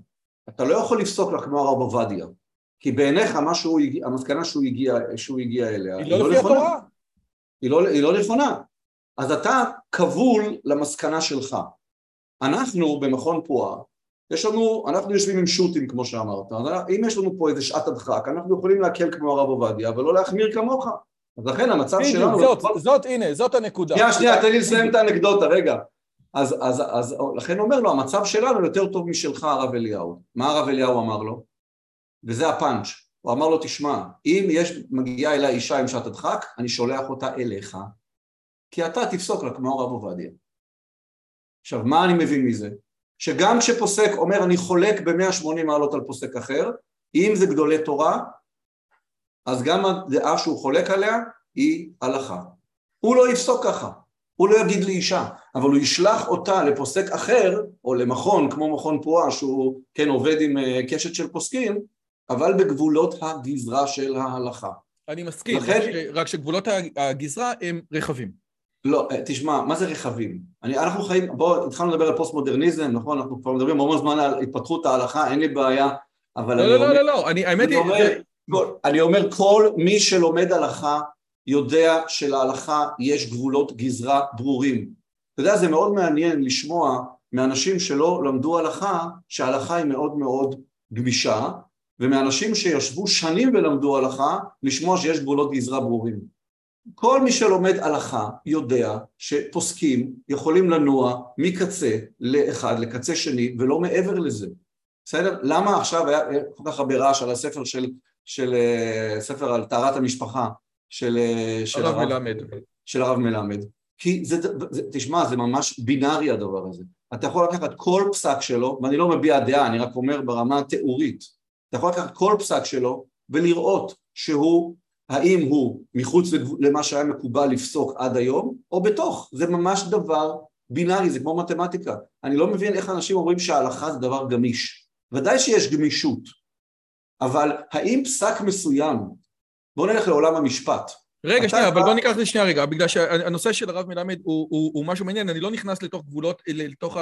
אתה לא יכול לפסוק לה כמו הרב עובדיה, כי בעיניך המסקנה שהוא הגיע אליה, היא לא לפי התורה. היא לא נכונה. אז אתה כבול למסקנה שלך. אנחנו במכון פועה, אנחנו יושבים עם שוטים כמו שאמרת, אם יש לנו פה איזה שעת הדחק, אנחנו יכולים להקל כמו הרב עובדיה ולא להחמיר כמוך. אז לכן המצב שלנו... זאת הנקודה. שנייה, תן לי לסיים את האנקדוטה, רגע. אז לכן אומר לו, המצב שלנו יותר טוב משלך הרב אליהו. מה הרב אליהו אמר לו? וזה הפאנץ'. הוא אמר לו, תשמע, אם מגיעה אליי אישה עם שעת הדחק, אני שולח אותה אליך, כי אתה תפסוק לה כמו הרב עובדיה. עכשיו, מה אני מבין מזה? שגם כשפוסק אומר, אני חולק ב-180 מעלות על פוסק אחר, אם זה גדולי תורה, אז גם הדעה שהוא חולק עליה היא הלכה. הוא לא יפסוק ככה, הוא לא יגיד לאישה, אבל הוא ישלח אותה לפוסק אחר, או למכון, כמו מכון פועה, שהוא כן עובד עם קשת של פוסקים, אבל בגבולות הגזרה של ההלכה. אני מסכים, רק שגבולות הגזרה הם רחבים. לא, תשמע, מה זה רחבים? אנחנו חיים, התחלנו לדבר על פוסט-מודרניזם, נכון? אנחנו כבר מדברים המון זמן על התפתחות ההלכה, אין לי בעיה, אבל לא, האמת היא... אני אומר, כל מי שלומד הלכה, יודע שלהלכה יש גבולות גזרה ברורים. אתה יודע, זה מאוד מעניין לשמוע מאנשים שלא למדו הלכה, שההלכה היא מאוד מאוד גמישה, ומאנשים שישבו שנים ולמדו הלכה, לשמוע שיש גבולות גזרה ברורים. כל מי שלומד הלכה יודע שפוסקים יכולים לנוע מקצה לאחד, לקצה שני, ולא מעבר לזה. בסדר? למה עכשיו היה כל כך הרבה רעש על הספר ספר על טהרת המשפחה של הרב מלמד? כי תשמע, זה ממש בינארי הדבר הזה. אתה יכול לקחת כל פסק שלו, ואני לא מביע דעה, אני רק אומר ברמה התיאורית, אתה יכול לקחת כל פסק שלו ולראות האם הוא מחוץ למה שהיה מקובל לפסוק עד היום, או בתוך. זה ממש דבר בינארי, זה כמו מתמטיקה. אני לא מבין איך אנשים אומרים שההלכה זה דבר גמיש. ודאי שיש גמישות, אבל האם פסק מסוים, בוא נלך לעולם המשפט. רגע, שנייה, אבל בוא ניקח את זה שנייה רגע, בגלל שהנושא של הרב מלמד הוא משהו מעניין, אני לא נכנס לתוך גבולות, לתוך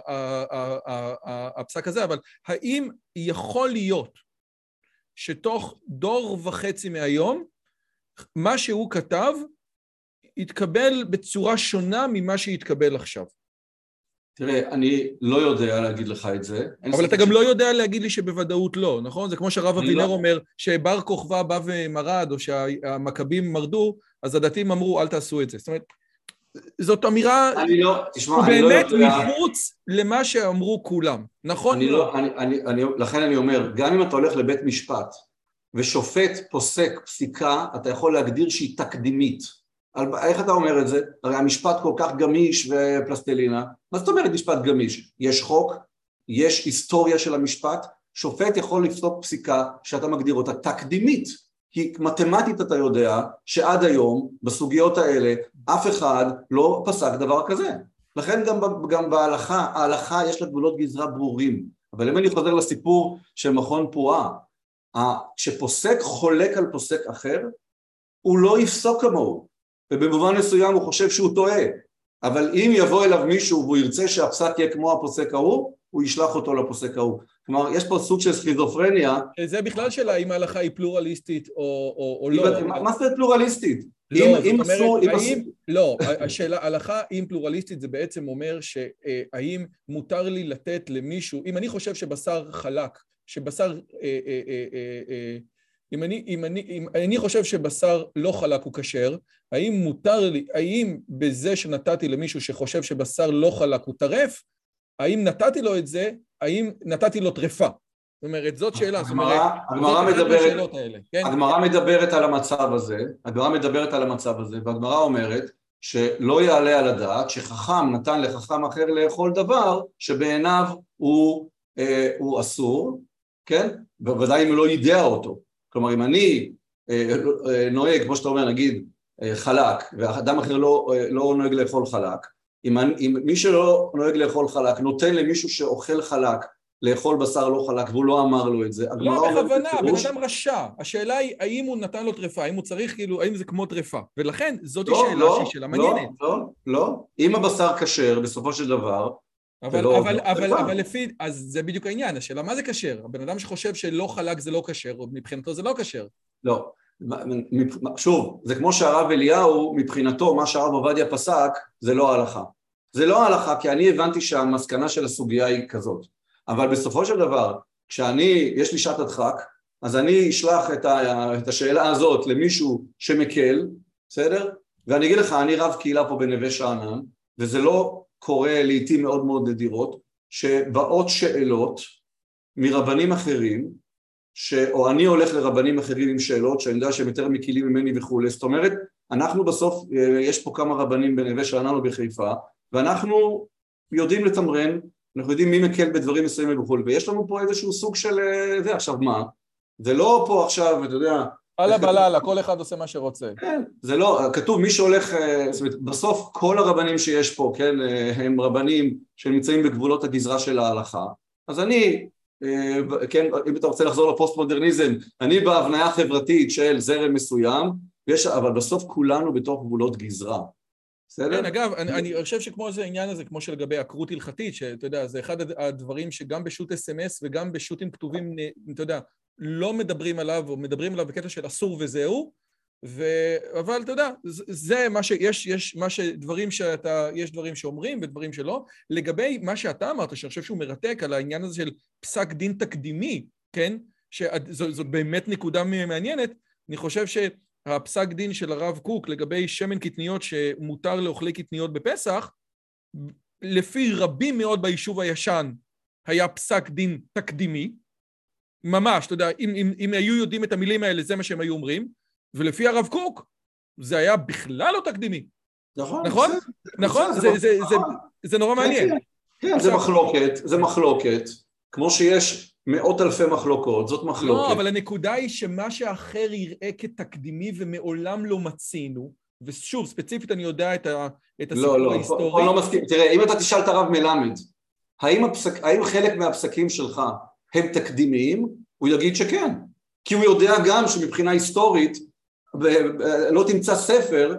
הפסק הזה, אבל האם יכול להיות שתוך דור וחצי מהיום, מה שהוא כתב, יתקבל בצורה שונה ממה שיתקבל עכשיו? תראה, אני לא יודע להגיד לך את זה. אבל אתה גם לא יודע להגיד לי שבוודאות לא, נכון? זה כמו שהרב אבינר אומר, שבר כוכבא בא ומרד, או שהמכבים מרדו, אז הדתיים אמרו, אל תעשו את זה. זאת אומרת, זאת אמירה, הוא באמת מחוץ למה שאמרו כולם, נכון? לכן אני אומר, גם אם אתה הולך לבית משפט, ושופט פוסק פסיקה, אתה יכול להגדיר שהיא תקדימית. איך אתה אומר את זה? הרי המשפט כל כך גמיש ופלסטלינה. מה זאת אומרת משפט גמיש? יש חוק, יש היסטוריה של המשפט, שופט יכול לפסוק פסיקה שאתה מגדיר אותה תקדימית, כי מתמטית אתה יודע שעד היום בסוגיות האלה אף אחד לא פסק דבר כזה. לכן גם ההלכה יש לה גבולות גזרה ברורים. אבל אם אני חוזר לסיפור של מכון פועה, כשפוסק חולק על פוסק אחר, הוא לא יפסוק כמוהו, ובמובן מסוים הוא חושב שהוא טועה, אבל אם יבוא אליו מישהו והוא ירצה שהפסק יהיה כמו הפוסק ההוא, הוא ישלח אותו לפוסק ההוא. כלומר, יש פה סוג של סכיזופרניה. זה בכלל שאלה אם ההלכה היא פלורליסטית או לא. מה זה פלורליסטית? לא, השאלה, ההלכה אם פלורליסטית זה בעצם אומר שהאם מותר לי לתת למישהו, אם אני חושב שבשר חלק, אם אני חושב שבשר לא חלק הוא כשר, האם מותר לי, האם בזה שנתתי למישהו שחושב שבשר לא חלק הוא טרף, האם נתתי לו את זה, האם נתתי לו טרפה? זאת אומרת, זאת שאלה, זאת אומרת, הגמרא מדברת על המצב הזה, והגמרא אומרת שלא יעלה על הדעת שחכם נתן לחכם אחר לאכול דבר שבעיניו הוא אסור, כן? בוודאי אם הוא לא ידע אותו. כלומר, אם אני נוהג, כמו שאתה אומר, נגיד, חלק, ואדם אחר לא נוהג לאכול חלק, אם מי שלא נוהג לאכול חלק, נותן למישהו שאוכל חלק, לאכול בשר לא חלק, והוא לא אמר לו את זה. לא, בכוונה, בן אדם רשע. השאלה היא, האם הוא נתן לו טרפה, האם הוא צריך, כאילו, האם זה כמו טרפה. ולכן, זאת שאלה שהיא שאלה מעניינת. לא. אם הבשר כשר, בסופו של דבר, אבל לפי, אז זה בדיוק העניין, השאלה מה זה כשר? הבן אדם שחושב שלא חלק זה לא כשר, או מבחינתו זה לא כשר. לא, שוב, זה כמו שהרב אליהו, מבחינתו, מה שהרב עובדיה פסק, זה לא ההלכה. זה לא ההלכה, כי אני הבנתי שהמסקנה של הסוגיה היא כזאת. אבל בסופו של דבר, יש לי שעת הדחק, אז אני אשלח את השאלה הזאת למישהו שמקל, בסדר? ואני אגיד לך, אני רב קהילה פה בנווה שאנן, וזה לא קורה לעתים מאוד מאוד נדירות, שבאות שאלות מרבנים אחרים, או אני הולך לרבנים אחרים עם שאלות, שאני יודע שהם יותר מקילים ממני וכו'. זאת אומרת, אנחנו בסוף, יש פה כמה רבנים בנווה שאנן או בחיפה, ואנחנו יודעים לתמרן, אנחנו יודעים מי מקל בדברים מסוימים וכו', ויש לנו פה איזשהו סוג של זה. עכשיו מה? זה לא פה עכשיו, אתה יודע... אללה בללה, כל אחד עושה מה שרוצה. כן, זה לא, כתוב מי שהולך, זאת אומרת, בסוף כל הרבנים שיש פה, כן, הם רבנים שנמצאים בגבולות הגזרה של ההלכה, אז אני, כן, אם אתה רוצה לחזור לפוסט-מודרניזם, אני בהבניה החברתית של זרם מסוים, אבל בסוף כולנו בתוך גבולות גזרה. כן, אגב, אני חושב שכמו זה העניין הזה, כמו שלגבי עקרות הלכתית, שאתה יודע, זה אחד הדברים שגם בשו"ת SMS וגם בשו"תים כתובים, אתה יודע, לא מדברים עליו, או מדברים עליו בקטע של אסור וזהו, אבל אתה יודע, זה מה שיש, יש דברים שאומרים ודברים שלא. לגבי מה שאתה אמרת, שאני חושב שהוא מרתק על העניין הזה של פסק דין תקדימי, כן? שזאת באמת נקודה מעניינת, אני חושב שהפסק דין של הרב קוק לגבי שמן קטניות שמותר לאוכלי קטניות בפסח, לפי רבים מאוד ביישוב הישן, היה פסק דין תקדימי, ממש, אתה יודע, אם היו יודעים את המילים האלה, זה מה שהם היו אומרים, ולפי הרב קוק, זה היה בכלל לא תקדימי. נכון? נכון? נכון? זה נורא מעניין. כן, זה מחלוקת, כמו שיש מאות אלפי מחלוקות, זאת מחלוקת. לא, אבל הנקודה היא שמה שאחר יראה כתקדימי ומעולם לא מצינו, ושוב, ספציפית אני יודע את הסיפור ההיסטורי. לא מסכים. תראה, אם אתה תשאל את הרב מלמד, האם חלק מהפסקים שלך הם תקדימיים? הוא יגיד שכן, כי הוא יודע גם שמבחינה היסטורית לא תמצא ספר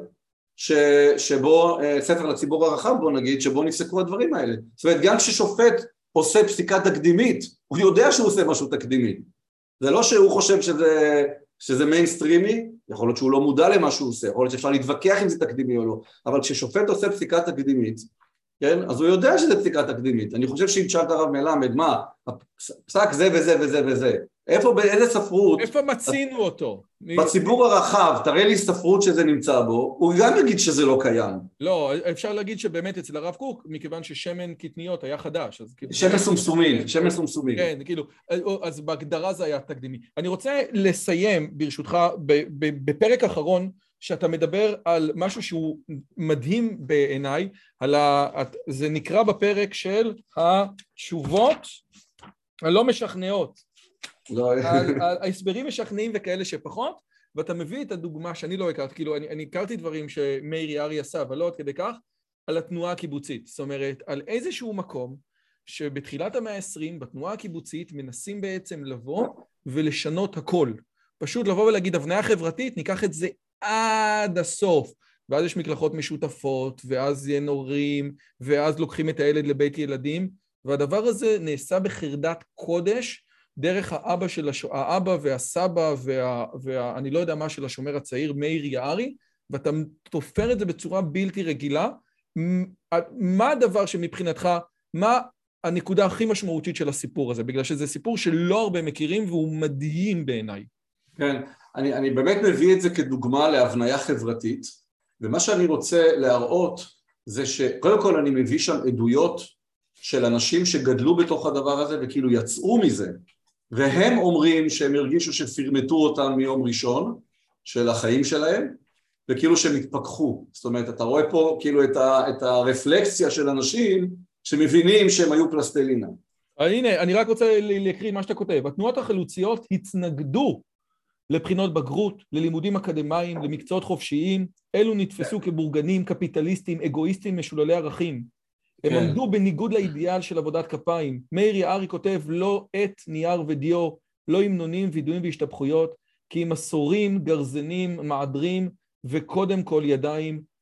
שבו, ספר לציבור הרחב בו נגיד, שבו נפסקו הדברים האלה. זאת אומרת, גם כששופט עושה פסיקה תקדימית, הוא יודע שהוא עושה משהו תקדימי. זה לא שהוא חושב שזה מיינסטרימי, יכול להיות שהוא לא מודע למה שהוא עושה, יכול להיות שאפשר להתווכח אם זה תקדימי או לא, אבל כששופט עושה פסיקה תקדימית, כן? אז הוא יודע שזה פסיקה תקדימית. אני חושב שאם תשאל את הרב מלמד, מה, פסק זה וזה וזה וזה, באיזה ספרות? איפה מצינו אותו? בציבור הרחב, תראה לי ספרות שזה נמצא בו, הוא גם יגיד שזה לא קיים. לא, אפשר להגיד שבאמת אצל הרב קוק, מכיוון ששמן קטניות היה חדש. שמן סומסומין. כן, כאילו, אז בהגדרה זה היה תקדימי. אני רוצה לסיים, ברשותך, בפרק האחרון, שאתה מדבר על משהו שהוא מדהים בעיניי, זה נקרא בפרק של התשובות הלא משכנעות. על ההסברים משכנעים וכאלה שפחות, ואתה מביא את הדוגמה שאני לא הכרתי, כאילו אני הכרתי דברים שמאיר יערי עשה, אבל לא עד כדי כך, על התנועה הקיבוצית. זאת אומרת, על איזשהו מקום שבתחילת המאה ה-20, בתנועה הקיבוצית, מנסים בעצם לבוא ולשנות הכל. פשוט לבוא ולהגיד, הבניה חברתית, ניקח את זה עד הסוף, ואז יש מקלחות משותפות, ואז יהיה נורים, ואז לוקחים את הילד לבית ילדים, והדבר הזה נעשה בחרדת קודש, דרך האבא והסבא ואני לא יודע מה של השומר הצעיר, מאיר יערי, ואתה תופר את זה בצורה בלתי רגילה. מה הדבר שמבחינתך, מה הנקודה הכי משמעותית של הסיפור הזה? בגלל שזה סיפור שלא הרבה מכירים והוא מדהים בעיניי. כן, אני באמת מביא את זה כדוגמה להבניה חברתית, ומה שאני רוצה להראות זה שקודם כל אני מביא שם עדויות של אנשים שגדלו בתוך הדבר הזה וכאילו יצאו מזה, והם אומרים שהם הרגישו שפרמטו אותם מיום ראשון של החיים שלהם, וכאילו שהם התפכחו. זאת אומרת, אתה רואה פה כאילו את הרפלקסיה של אנשים שמבינים שהם היו פלסטלינה. הנה, אני רק רוצה להקריא מה שאתה כותב. התנועות החלוציות התנגדו לבחינות בגרות, ללימודים אקדמיים, למקצועות חופשיים, אלו נתפסו כבורגנים, קפיטליסטים, אגואיסטים, משוללי ערכים. הם עמדו בניגוד לאידיאל של עבודת כפיים. מאיר יערי כותב, לא עת, נייר ודיו, לא המנונים, וידועים והשתפכויות, כי אם מסורים, גרזנים, מעדרים, וקודם כל ידיים,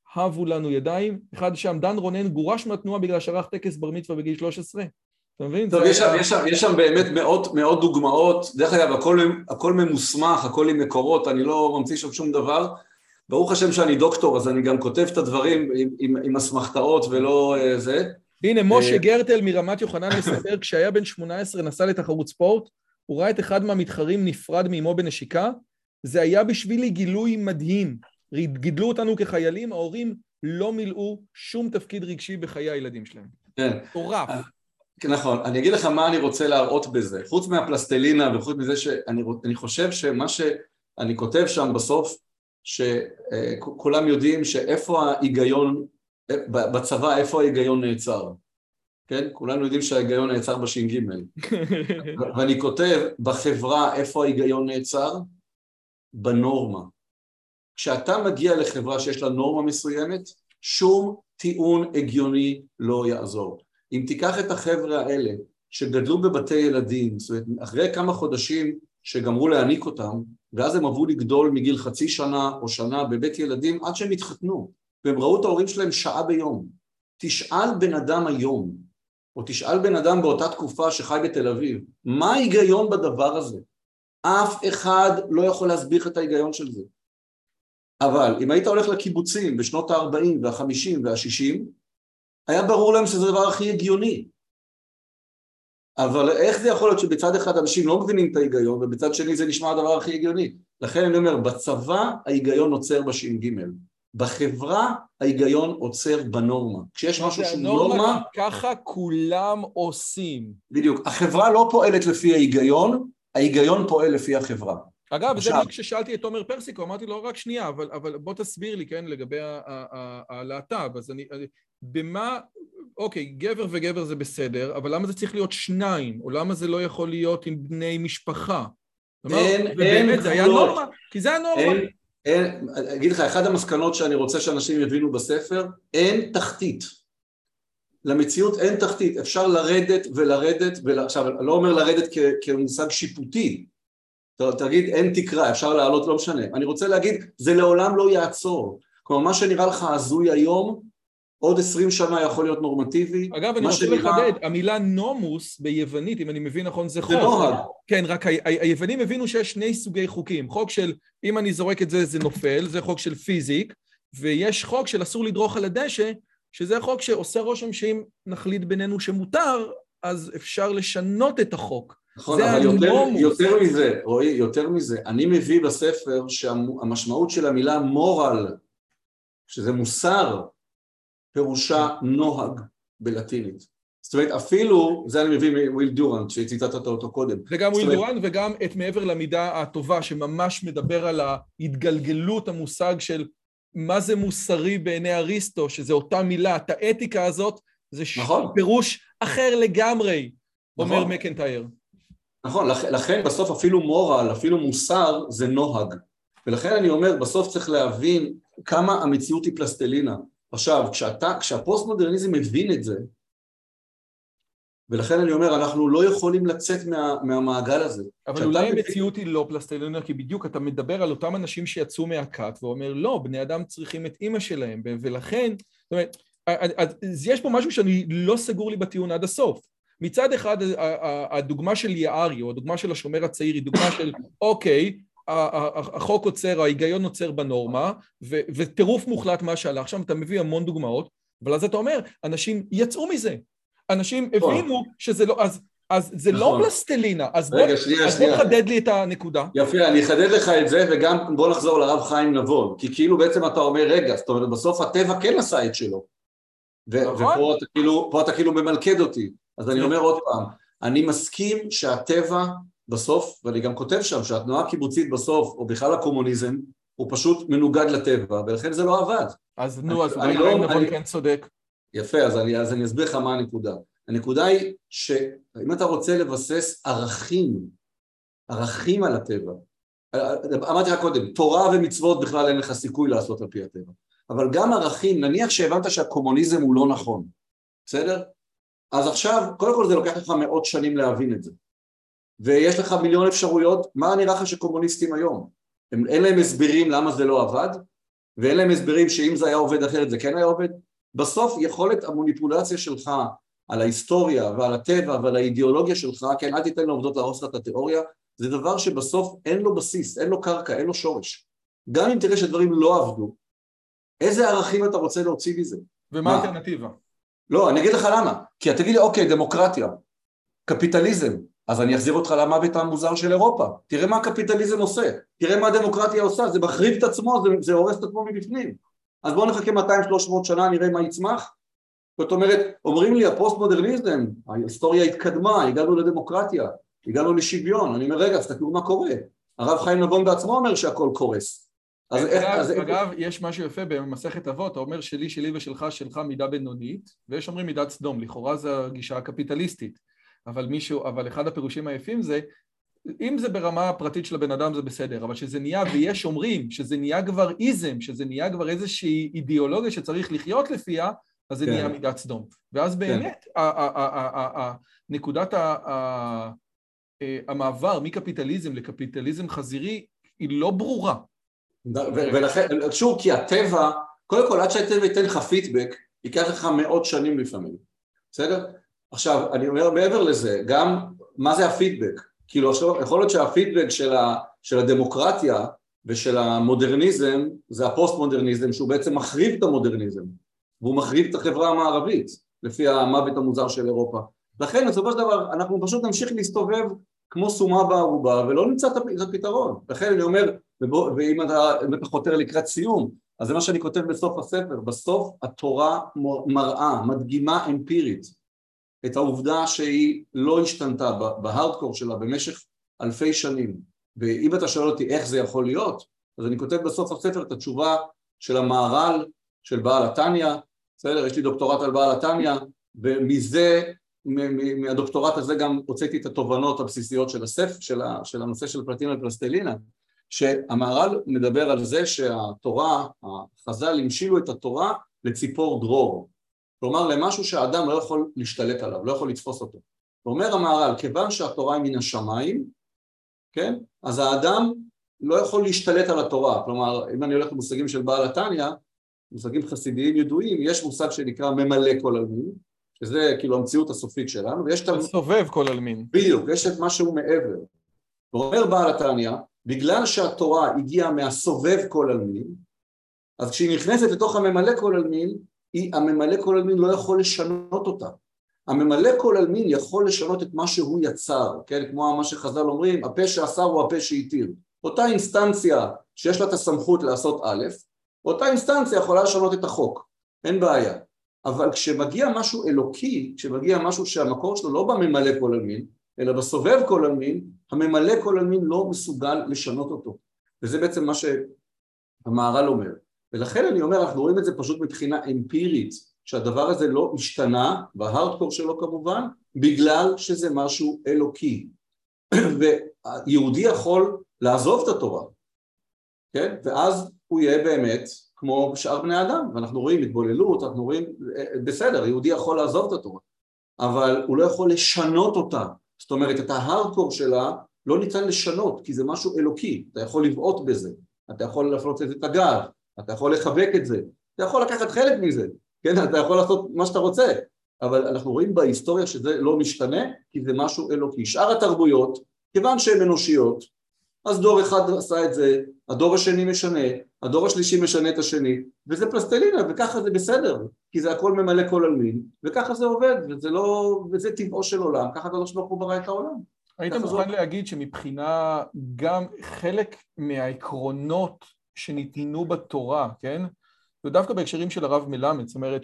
הבו לנו ידיים, אחד שם, דן רונן גורש מהתנועה בגלל שערך טקס בר מצווה בגיל 13, אתה מבין? טוב, יש שם באמת מאות דוגמאות, דרך אגב, הכל ממוסמך, הכל עם מקורות, אני לא ממציא שם שום דבר, ברוך השם שאני דוקטור, אז אני גם כותב את הדברים עם אסמכתאות ולא זה. הנה, משה גרטל מרמת יוחנן מספר, כשהיה בן 18 נסע לתחרות ספורט, הוא ראה את אחד מהמתחרים נפרד מאמו בנשיקה, זה היה בשבילי גילוי מדהים, גידלו אותנו כחיילים, ההורים לא מילאו שום תפקיד רגשי בחיי הילדים שלהם. כן. טורף. נכון, אני אגיד לך מה אני רוצה להראות בזה, חוץ מהפלסטלינה וחוץ מזה שאני חושב שמה שאני כותב שם בסוף, שכולם יודעים שאיפה ההיגיון, בצבא איפה ההיגיון נעצר, כן? כולנו יודעים שההיגיון נעצר בש"ג, ואני כותב בחברה איפה ההיגיון נעצר, בנורמה. כשאתה מגיע לחברה שיש לה נורמה מסוימת, שום טיעון הגיוני לא יעזור. אם תיקח את החבר'ה האלה שגדלו בבתי ילדים, זאת אומרת, אחרי כמה חודשים שגמרו להעניק אותם, ואז הם עברו לגדול מגיל חצי שנה או שנה בבית ילדים עד שהם התחתנו, והם ראו את ההורים שלהם שעה ביום. תשאל בן אדם היום, או תשאל בן אדם באותה תקופה שחי בתל אביב, מה ההיגיון בדבר הזה? אף אחד לא יכול להסביר את ההיגיון של זה. אבל אם היית הולך לקיבוצים בשנות ה-40 וה-50 וה-60, היה ברור להם שזה הדבר הכי הגיוני. אבל איך זה יכול להיות שבצד אחד אנשים לא מבינים את ההיגיון, ובצד שני זה נשמע הדבר הכי הגיוני? לכן אני אומר, בצבא ההיגיון עוצר בש"ג. בחברה ההיגיון עוצר בנורמה. כשיש משהו שהוא נורמה... ככה כולם עושים. בדיוק. החברה לא פועלת לפי ההיגיון פועל לפי החברה. אגב, זה בדיוק כששאלתי את תומר פרסיקו, אמרתי לו רק שנייה, אבל בוא תסביר לי, כן, לגבי הלהט"ב, אז במה, אוקיי, גבר וגבר זה בסדר, אבל למה זה צריך להיות שניים, או למה זה לא יכול להיות עם בני משפחה? ובאמת זה היה נורמה, כי זה היה נורמה. אגיד לך, אחד המסקנות שאני רוצה שאנשים יבינו בספר, אין תחתית. למציאות אין תחתית, אפשר לרדת ולרדת, עכשיו, אני לא אומר לרדת כמושג שיפוטי, תגיד אין תקרה, אפשר לעלות, לא משנה. אני רוצה להגיד, זה לעולם לא יעצור. כלומר, מה שנראה לך הזוי היום, עוד 20 שנה יכול להיות נורמטיבי. אגב, אני רוצה לחדד, המילה נומוס ביוונית, אם אני מבין נכון, זה חוק. זה נוהג. כן, רק היוונים הבינו שיש שני סוגי חוקים. חוק של, אם אני זורק את זה, זה נופל, זה חוק של פיזיק, ויש חוק של אסור לדרוך על הדשא, שזה חוק שעושה רושם שאם נחליט בינינו שמותר, אז אפשר לשנות את החוק. נכון, אבל יותר מזה, רואי, יותר מזה, אני מביא בספר שהמשמעות של המילה מורל, שזה מוסר, פירושה נוהג בלטינית. זאת אומרת, אפילו, זה אני מביא מוויל דורנט, שציטטת אותו קודם. וגם וויל דורנט וגם את מעבר למידה הטובה, שממש מדבר על ההתגלגלות המושג של מה זה מוסרי בעיני אריסטו, שזה אותה מילה, את האתיקה הזאת, זה פירוש אחר לגמרי, אומר מקנטייר. נכון, לכן בסוף אפילו מורל, אפילו מוסר, זה נוהג. ולכן אני אומר, בסוף צריך להבין כמה המציאות היא פלסטלינה. עכשיו, כשהפוסט-מודרניזם מבין את זה, ולכן אני אומר, אנחנו לא יכולים לצאת מהמעגל הזה. אבל אולי המציאות היא לא פלסטלינה, כי בדיוק אתה מדבר על אותם אנשים שיצאו מהכת, ואומר, לא, בני אדם צריכים את אמא שלהם, ולכן, זאת אומרת, אז יש פה משהו שאני לא סגור לי בטיעון עד הסוף. מצד אחד, הדוגמה של יערי, או הדוגמה של השומר הצעיר, היא דוגמה של, אוקיי, החוק עוצר, ההיגיון עוצר בנורמה, וטירוף מוחלט מה שעלה. עכשיו אתה מביא המון דוגמאות, אבל אז אתה אומר, אנשים יצאו מזה. אנשים הבינו שזה לא, אז זה לא פלסטלינה, אז בוא תחדד לי את הנקודה. יפה, אני אחדד לך את זה, וגם בוא נחזור לרב חיים נבון, כי כאילו בעצם אתה אומר, רגע, זאת אומרת, בסוף הטבע כן עשה את שלו, ופה אתה כאילו ממלכד אותי, אז אני אומר עוד פעם, אני מסכים שהטבע בסוף, ואני גם כותב שם, שהתנועה הקיבוצית בסוף, או בכלל הקומוניזם, הוא פשוט מנוגד לטבע, ולכן זה לא עבד. אז נו, אז רב חיים נבון כן צודק. יפה, אז אני אסביר לך מה הנקודה. הנקודה היא שאם אתה רוצה לבסס ערכים על הטבע, אמרתי לך קודם, תורה ומצוות בכלל אין לך סיכוי לעשות על פי הטבע, אבל גם ערכים, נניח שהבנת שהקומוניזם הוא לא נכון, בסדר? אז עכשיו, קודם כל זה לוקח לך מאות שנים להבין את זה, ויש לך מיליון אפשרויות, מה נראה לך שקומוניסטים היום? אין להם הסברים למה זה לא עבד, ואין להם הסברים שאם זה היה עובד אחרת זה כן היה עובד, בסוף יכולת המוניפולציה שלך על ההיסטוריה ועל הטבע ועל האידיאולוגיה שלך, כן, אל תיתן לעובדות להרוס לך את התיאוריה, זה דבר שבסוף אין לו בסיס, אין לו קרקע, אין לו שורש. גם אם תראה שדברים לא עבדו, איזה ערכים אתה רוצה להוציא מזה? ומה האלטרנטיבה? לא, אני אגיד לך למה. כי אתה תגיד לי, אוקיי, דמוקרטיה, קפיטליזם, אז אני אחזיר אותך למוות המוזר של אירופה. תראה מה הקפיטליזם עושה, תראה מה הדמוקרטיה עושה, זה מחריב את עצמו, זה הורס את עצמו מבפנים. אז בואו נחכה 200-300 שנה, נראה מה יצמח. זאת אומרת, אומרים לי, הפוסט-מודרניזם, ההיסטוריה התקדמה, הגענו לדמוקרטיה, הגענו לשוויון. אני אומר, רגע, תסתכלו מה קורה. הרב חיים נבון בעצמו אומר שהכל קורס. אגב, יש משהו יפה במסכת אבות, אתה אומר שלי, שלי ושלך, שלך מידה בינונית, ויש אומרים מידת סדום, לכאורה זה הגישה הקפיטליסטית, אבל אחד הפירושים היפים זה, אם זה ברמה הפרטית של הבן אדם זה בסדר, אבל שזה נהיה, ויש אומרים שזה נהיה כבר איזם, שזה נהיה כבר איזושהי אידיאולוגיה שצריך לחיות לפיה, אז זה נהיה מידת סדום. ואז באמת, נקודת המעבר מקפיטליזם לקפיטליזם חזירי היא לא ברורה. ולכן, שוב, כי הטבע, קודם כל, עד שהטבע ייתן לך פידבק, ייקח לך מאות שנים לפעמים, בסדר? עכשיו, אני אומר מעבר לזה, גם מה זה הפידבק? כאילו, יכול להיות שהפידבק של הדמוקרטיה ושל המודרניזם, זה הפוסט-מודרניזם, שהוא בעצם מחריב את המודרניזם, והוא מחריב את החברה המערבית, לפי המוות המוזר של אירופה. לכן, בסופו של דבר, אנחנו פשוט נמשיך להסתובב כמו סומה בערובה, ולא נמצא את הפתרון. לכן אני אומר, ואם אתה חותר לקראת סיום, אז זה מה שאני כותב בסוף הספר. בסוף התורה מראה, מדגימה אמפירית, את העובדה שהיא לא השתנתה בהארדקור שלה במשך אלפי שנים. ואם אתה שואל אותי איך זה יכול להיות, אז אני כותב בסוף הספר את התשובה של המהר"ל, של בעל התניא, בסדר? יש לי דוקטורט על בעל התניא, ומזה, מהדוקטורט הזה גם הוצאתי את התובנות הבסיסיות של הספר, של הנושא של פלטינה ופלסטלינה, שהמהר"ל מדבר על זה שהתורה, החז"ל המשילו את התורה לציפור דרור. כלומר, למשהו שהאדם לא יכול להשתלט עליו, לא יכול לתפוס אותו. ואומר המהר"ל, כיוון שהתורה היא מן השמיים, כן? אז האדם לא יכול להשתלט על התורה. כלומר, אם אני הולך למושגים של בעל התניא, מושגים חסידיים ידועים, יש מושג שנקרא ממלא כל עלמין, שזה כאילו המציאות הסופית שלנו, ויש את סובב כל עלמין. בדיוק, יש את משהו מעבר. ואומר בעל התניא, בגלל שהתורה הגיעה מהסובב כל עלמין, אז כשהיא נכנסת לתוך הממלא כל עלמין, הממלא כל עלמין לא יכול לשנות אותה. הממלא כל עלמין יכול לשנות את מה שהוא יצר, כן? כמו מה שחז"ל אומרים, הפה שאסר הוא הפה שהתיר. אותה אינסטנציה שיש לה את הסמכות לעשות א', אותה אינסטנציה יכולה לשנות את החוק, אין בעיה. אבל כשמגיע משהו אלוקי, כשמגיע משהו שהמקור שלו לא בממלא כל עלמין, אלא בסובב כל עלמין, הממלא כל עלמין לא מסוגל לשנות אותו. וזה בעצם מה שהמהר"ל אומר. ולכן אני אומר, אנחנו רואים את זה פשוט מבחינה אמפירית, שהדבר הזה לא השתנה, בהארדקור שלו כמובן, בגלל שזה משהו אלוקי. ויהודי יכול לעזוב את התורה, כן? ואז הוא יהיה באמת כמו שאר בני אדם, ואנחנו רואים התבוללות, אנחנו רואים, בסדר, יהודי יכול לעזוב את התורה, אבל הוא לא יכול לשנות אותה. זאת אומרת, את ההארדקור שלה לא ניתן לשנות, כי זה משהו אלוקי, אתה יכול לבעוט בזה, אתה יכול להפנות את הגב, אתה יכול לחבק את זה, אתה יכול לקחת חלק מזה, כן? אתה יכול לעשות מה שאתה רוצה, אבל אנחנו רואים בהיסטוריה שזה לא משתנה, כי זה משהו אלוקי. שאר התרבויות, כיוון שהן אנושיות, אז דור אחד עשה את זה, הדור השני משנה, הדור השלישי משנה את השני, וזה פלסטלינה, וככה זה בסדר, כי זה הכל ממלא כל עלמין, וככה זה עובד, וזה טבעו של עולם, ככה הקדוש ברוך הוא ברא את העולם. היית מוכן להגיד שמבחינה גם חלק מהעקרונות שניתנו בתורה, כן? ודווקא בהקשרים של הרב מלמד, זאת אומרת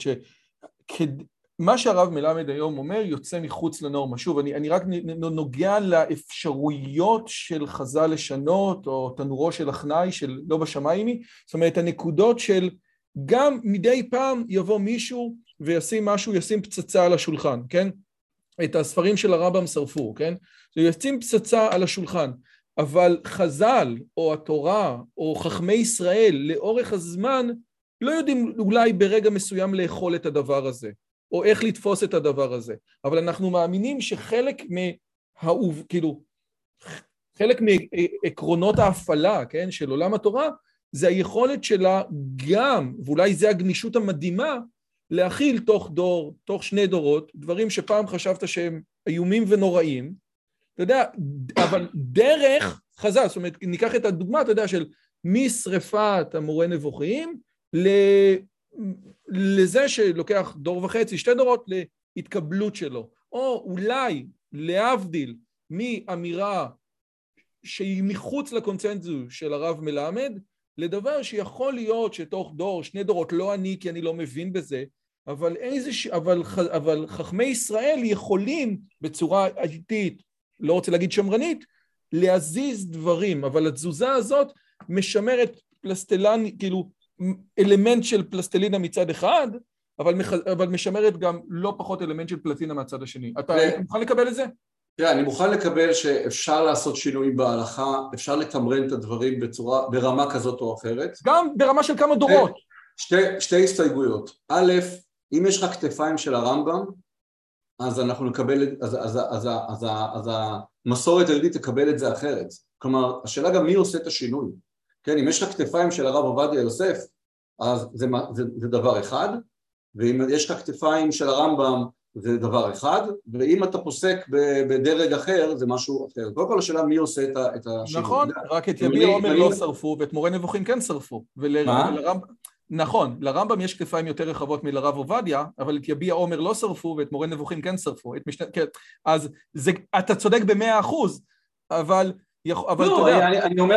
מה שהרב מלמד היום אומר יוצא מחוץ לנורמה. שוב, אני רק נוגע לאפשרויות של חז"ל לשנות, או תנורו של הכנאי של לא בשמיימי, זאת אומרת, הנקודות של גם מדי פעם יבוא מישהו וישים משהו, ישים פצצה על השולחן, כן? את הספרים של הרמב"ם שרפו, כן? ישים פצצה על השולחן, אבל חז"ל, או התורה, או חכמי ישראל, לאורך הזמן, לא יודעים אולי ברגע מסוים לאכול את הדבר הזה, או איך לתפוס את הדבר הזה. אבל אנחנו מאמינים שחלק חלק מעקרונות ההפעלה, כן, של עולם התורה, זה היכולת שלה גם, ואולי זה הגמישות המדהימה, להכיל תוך דור, תוך 2 דורות, דברים שפעם חשבת שהם איומים ונוראים, אתה יודע, אבל דרך חז"ל, זאת אומרת, ניקח את הדוגמה, אתה יודע, של משרפת המורה נבוכים, לזה שלוקח 1.5 דור, 2 דורות, להתקבלות שלו, או אולי להבדיל מאמירה שהיא מחוץ לקונצנזוס של הרב מלמד, לדבר שיכול להיות שתוך 1 דור, 2 דורות, לא אני כי אני לא מבין בזה, אבל חכמי ישראל יכולים בצורה איטית, לא רוצה להגיד שמרנית, להזיז דברים, אבל התזוזה הזאת משמרת פלסטלן, כאילו אלמנט של פלסטלינה מצד אחד, אבל משמרת גם לא פחות אלמנט של פלטינה מהצד השני. אתה מוכן לקבל את זה? תראה, אני מוכן לקבל שאפשר לעשות שינויים בהלכה, אפשר לתמרן את הדברים ברמה כזאת או אחרת. גם ברמה של כמה דורות. שתי הסתייגויות. א', אם יש לך כתפיים של הרמב"ם, אז אנחנו נקבל, אז המסורת היהודית תקבל את זה אחרת. כלומר, השאלה גם מי עושה את השינוי. כן, אם יש לך כתפיים של הרב עובדיה יוסף, אז זה דבר אחד, ואם יש לך כתפיים של הרמב"ם, זה דבר אחד, ואם אתה פוסק בדרג אחר, זה משהו אחר. קודם כל השאלה מי עושה את השינוי. נכון, רק את יביע עומר לא שרפו, ואת מורה נבוכים כן שרפו. מה? נכון, לרמב"ם יש כתפיים יותר רחבות מלרב עובדיה, אבל את יביע עומר לא שרפו, ואת מורה נבוכים כן שרפו. אז אתה צודק ב100%, אבל אתה יודע...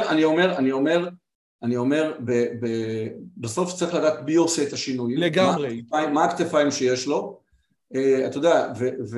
אני אומר, בסוף צריך לדעת מי עושה את השינוי. לגמרי. מה הכתפיים שיש לו. אתה יודע,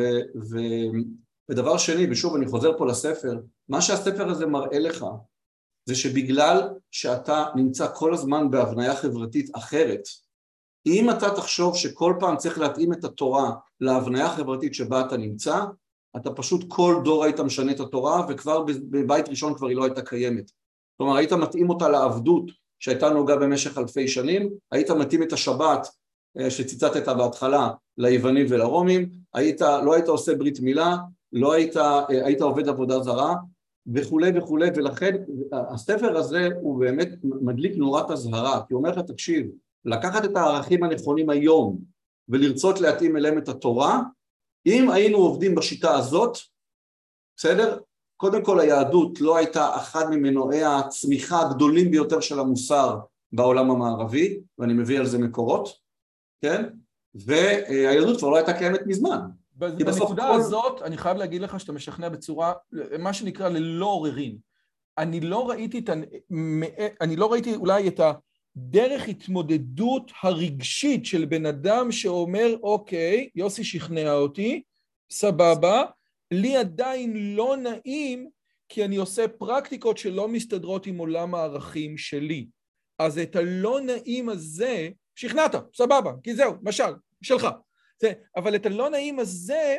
ודבר שני, ושוב אני חוזר פה לספר, מה שהספר הזה מראה לך, זה שבגלל שאתה נמצא כל הזמן בהבניה חברתית אחרת, אם אתה תחשוב שכל פעם צריך להתאים את התורה להבניה החברתית שבה אתה נמצא, אתה פשוט כל דור היית משנה את התורה, וכבר בבית ראשון כבר היא לא הייתה קיימת. כלומר, היית מתאים אותה לעבדות שהייתה נהוגה במשך אלפי שנים, היית מתאים את השבת שציטטת בהתחלה ליוונים ולרומים, לא היית עושה ברית מילה, לא היית עובד עבודה זרה, וכו' וכו', ולכן הספר הזה הוא באמת מדליק נורת אזהרה, כי הוא אומר לך, תקשיב, לקחת את הערכים הנכונים היום, ולרצות להתאים אליהם את התורה, אם היינו עובדים בשיטה הזאת, בסדר? קודם כל היהדות לא הייתה אחד ממנועי הצמיחה הגדולים ביותר של המוסר בעולם המערבי, ואני מביא על זה מקורות, כן? והיהדות כבר לא הייתה קיימת מזמן. בנקודה הזאת אני חייב להגיד לך שאתה משכנע בצורה, מה שנקרא ללא עוררין. אני לא ראיתי אולי את הדרך התמודדות הרגשית של בן אדם שאומר, אוקיי, יוסי שכנע אותי, סבבה, לי עדיין לא נעים, כי אני עושה פרקטיקות שלא מסתדרות עם עולם הערכים שלי. אז את הלא נעים הזה, שכנעת, סבבה, כי זהו, משל, שלך. אבל את הלא נעים הזה...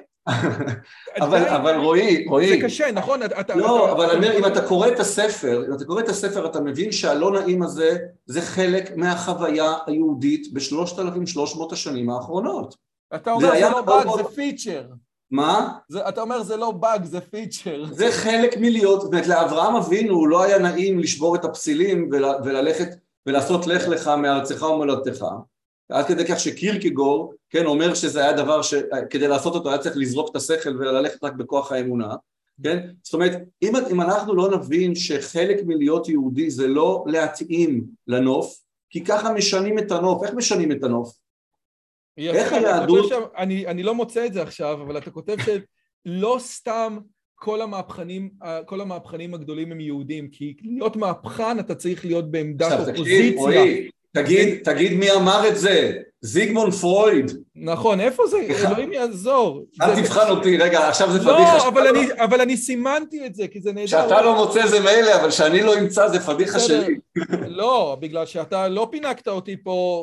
אבל רועי... זה קשה, נכון? לא, אבל אם אתה קורא את הספר, אתה מבין שהלא נעים הזה, זה חלק מהחוויה היהודית ב3,300 השנים האחרונות. אתה אומר זה לא באג, זה פיצ'ר. מה? אתה אומר זה לא באג, זה פיצ'ר. זה חלק מלהיות, זאת אומרת, לאברהם אבינו לא היה נעים לשבור את הפסילים וללכת ולעשות לך לך מארצך ומולדתך. עד כדי כך שקירקגור, כן, אומר שזה היה דבר שכדי לעשות אותו היה צריך לזרוק את השכל וללכת רק בכוח האמונה, כן? זאת אומרת, אם אנחנו לא נבין שחלק מלהיות יהודי זה לא להתאים לנוף, כי ככה משנים את הנוף. איך משנים את הנוף? איך היהדות... אני לא מוצא את זה עכשיו, אבל אתה כותב שלא סתם כל המהפכנים הגדולים הם יהודים, כי להיות מהפכן אתה צריך להיות בעמדת אופוזיציה. תגיד מי אמר את זה, זיגמונד פרויד. נכון, איפה זה? אלוהים יעזור. אל תבחן אותי, רגע, עכשיו זה פדיחה. לא, אבל אני סימנתי את זה, כי זה נהדר. שאתה לא מוצא זה מילא, אבל שאני לא אמצא זה פדיחה שלי. לא, בגלל שאתה לא פינקת אותי פה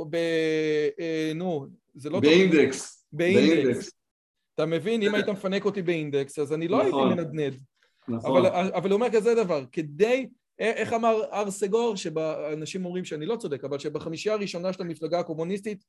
באינדקס. באינדקס. אתה מבין, אם היית מפנק אותי באינדקס, אז אני לא הייתי מנדנד. אבל הוא אומר כזה דבר, כדי... איך אמר ארסגור, שאנשים אומרים שאני לא צודק, אבל שבחמישייה הראשונה של המפלגה הקומוניסטית,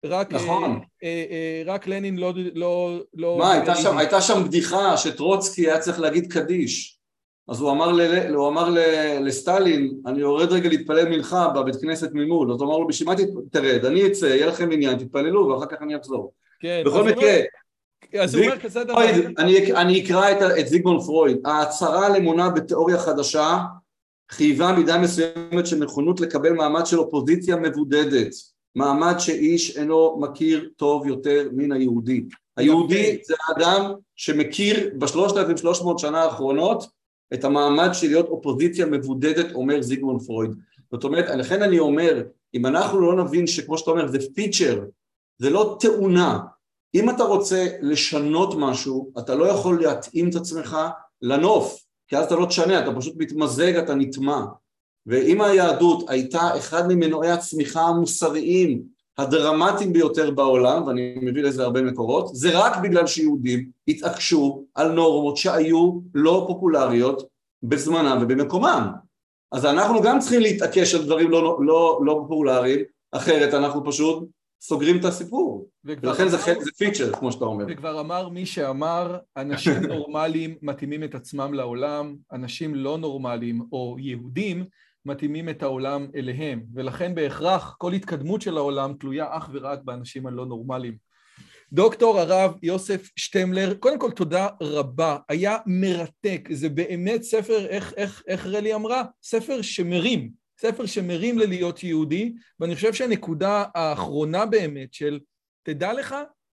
רק לנין לא... מה, הייתה שם בדיחה שטרוצקי היה צריך להגיד קדיש. אז הוא אמר לסטלין, אני יורד רגע להתפלל מנחה בבית כנסת ממול, אז הוא אמר לו, בשביל מה תרד, אני אצא, יהיה לכם עניין, תתפללו, ואחר כך אני אחזור. כן, בכל מקרה, אז הוא אומר כזה דבר. אני אקרא את זיגמונד פרויד, ההצהרה על אמונה בתיאוריה חדשה, חייבה מידה מסוימת של נכונות לקבל מעמד של אופוזיציה מבודדת, מעמד שאיש אינו מכיר טוב יותר מן היהודי. היהודי זה האדם שמכיר ב-3,300 שנה האחרונות את המעמד של להיות אופוזיציה מבודדת, אומר זיגמונד פרויד. זאת אומרת, לכן אני אומר, אם אנחנו לא נבין שכמו שאתה אומר, זה פיצ'ר, זה לא תאונה. אם אתה רוצה לשנות משהו, אתה לא יכול להתאים את עצמך לנוף, כי אז אתה לא תשנה, אתה פשוט מתמזג, אתה נטמע. ואם היהדות הייתה אחד ממנועי הצמיחה המוסריים, הדרמטיים ביותר בעולם, ואני מביא לזה הרבה מקורות, זה רק בגלל שיהודים התעקשו על נורמות שהיו לא פופולריות בזמנם ובמקומם. אז אנחנו גם צריכים להתעקש על דברים לא פופולריים, אחרת אנחנו פשוט סוגרים את הסיפור. ולכן זה פיצ'ר, כמו שאתה אומר. וכבר אמר מי שאמר, אנשים נורמליים מתאימים את עצמם לעולם, אנשים לא נורמליים או יהודים, מתאימים את העולם אליהם, ולכן בהכרח כל התקדמות של העולם תלויה אך ורק באנשים הלא נורמליים. דוקטור הרב יוסף שטמלר, קודם כל תודה רבה, היה מרתק, זה באמת ספר, איך רלי אמרה? ספר שמרים ללהיות יהודי, ואני חושב שהנקודה האחרונה באמת של, תדע לך,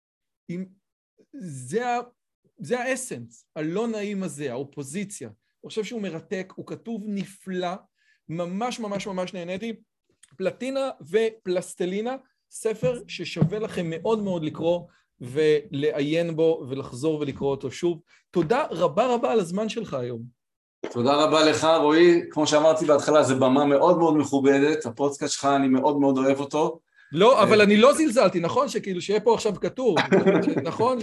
זה האסנס, הלא נעים הזה, האופוזיציה, אני חושב שהוא מרתק, הוא כתוב נפלא, ממש ממש ממש נהניתי, פלטינה ופלסטלינה, ספר ששווה לכם מאוד מאוד לקרוא ולעיין בו ולחזור ולקרוא אותו שוב. תודה רבה רבה על הזמן שלך היום. תודה רבה לך רועי, כמו שאמרתי בהתחלה, זו במה מאוד מאוד מכובדת, הפודקאסט שלך אני מאוד מאוד אוהב אותו. לא, אבל אני לא זלזלתי, נכון? שכאילו שיהיה פה עכשיו כתוב, נכון?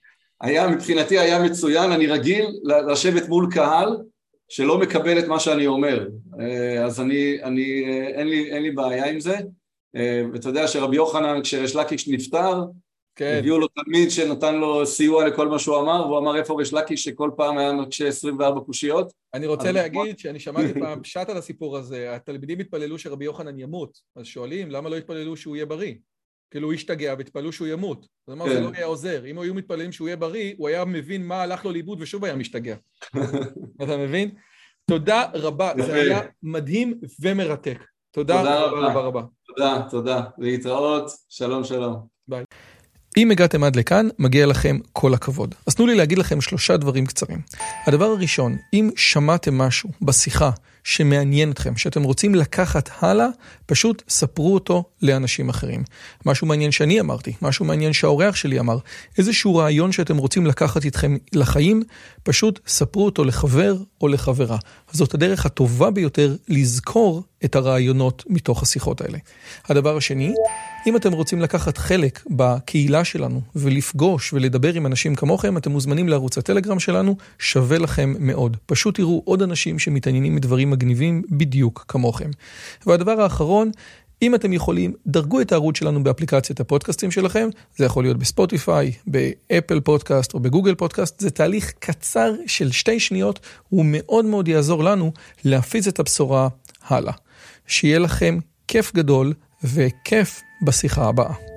מבחינתי היה מצוין, אני רגיל לשבת מול קהל, שלא מקבל את מה שאני אומר, אז אין לי בעיה עם זה, ואתה יודע שרבי יוחנן כשריש לקיש נפטר, הביאו לו תלמיד שנתן לו סיוע לכל מה שהוא אמר, והוא אמר איפה ריש לקיש שכל פעם היה מקשה 24 קושיות. אני רוצה להגיד שאני שמעתי פעם פשט על הסיפור הזה, התלמידים התפללו שרבי יוחנן ימות, אז שואלים למה לא התפללו שהוא יהיה בריא? כאילו הוא השתגע והתפללו שהוא ימות, זאת אומרת זה לא היה עוזר, אם היו מתפללים שהוא יהיה בריא, הוא היה מבין מה הלך לו לאיבוד ושוב היה משתגע. אתה מבין? תודה רבה, זה היה מדהים ומרתק. תודה רבה. תודה, להתראות, שלום. ביי. אם הגעתם עד לכאן, מגיע לכם כל הכבוד. אז תנו לי להגיד לכם 3 דברים קצרים. הדבר הראשון, אם שמעתם משהו בשיחה שמעניין אתכם, שאתם רוצים לקחת הלאה, פשוט ספרו אותו לאנשים אחרים. משהו מעניין שאני אמרתי, משהו מעניין שהאורח שלי אמר, איזשהו רעיון שאתם רוצים לקחת איתכם לחיים, פשוט ספרו אותו לחבר או לחברה. אז זאת הדרך הטובה ביותר לזכור את הרעיונות מתוך השיחות האלה. הדבר השני, אם אתם רוצים לקחת חלק בקהילה שלנו ולפגוש ולדבר עם אנשים כמוכם, אתם מוזמנים לערוץ הטלגרם שלנו, שווה לכם מאוד. פשוט תראו עוד אנשים שמתעניינים מדברים מגניבים בדיוק כמוכם. והדבר האחרון, אם אתם יכולים, דרגו את הערוץ שלנו באפליקציית הפודקאסטים שלכם, זה יכול להיות בספוטיפיי, באפל פודקאסט או בגוגל פודקאסט, זה תהליך קצר של 2 שניות, הוא מאוד מאוד יעזור לנו להפיץ את הבשורה הלאה. שיהיה לכם כיף גדול וכיף בשיחה הבאה.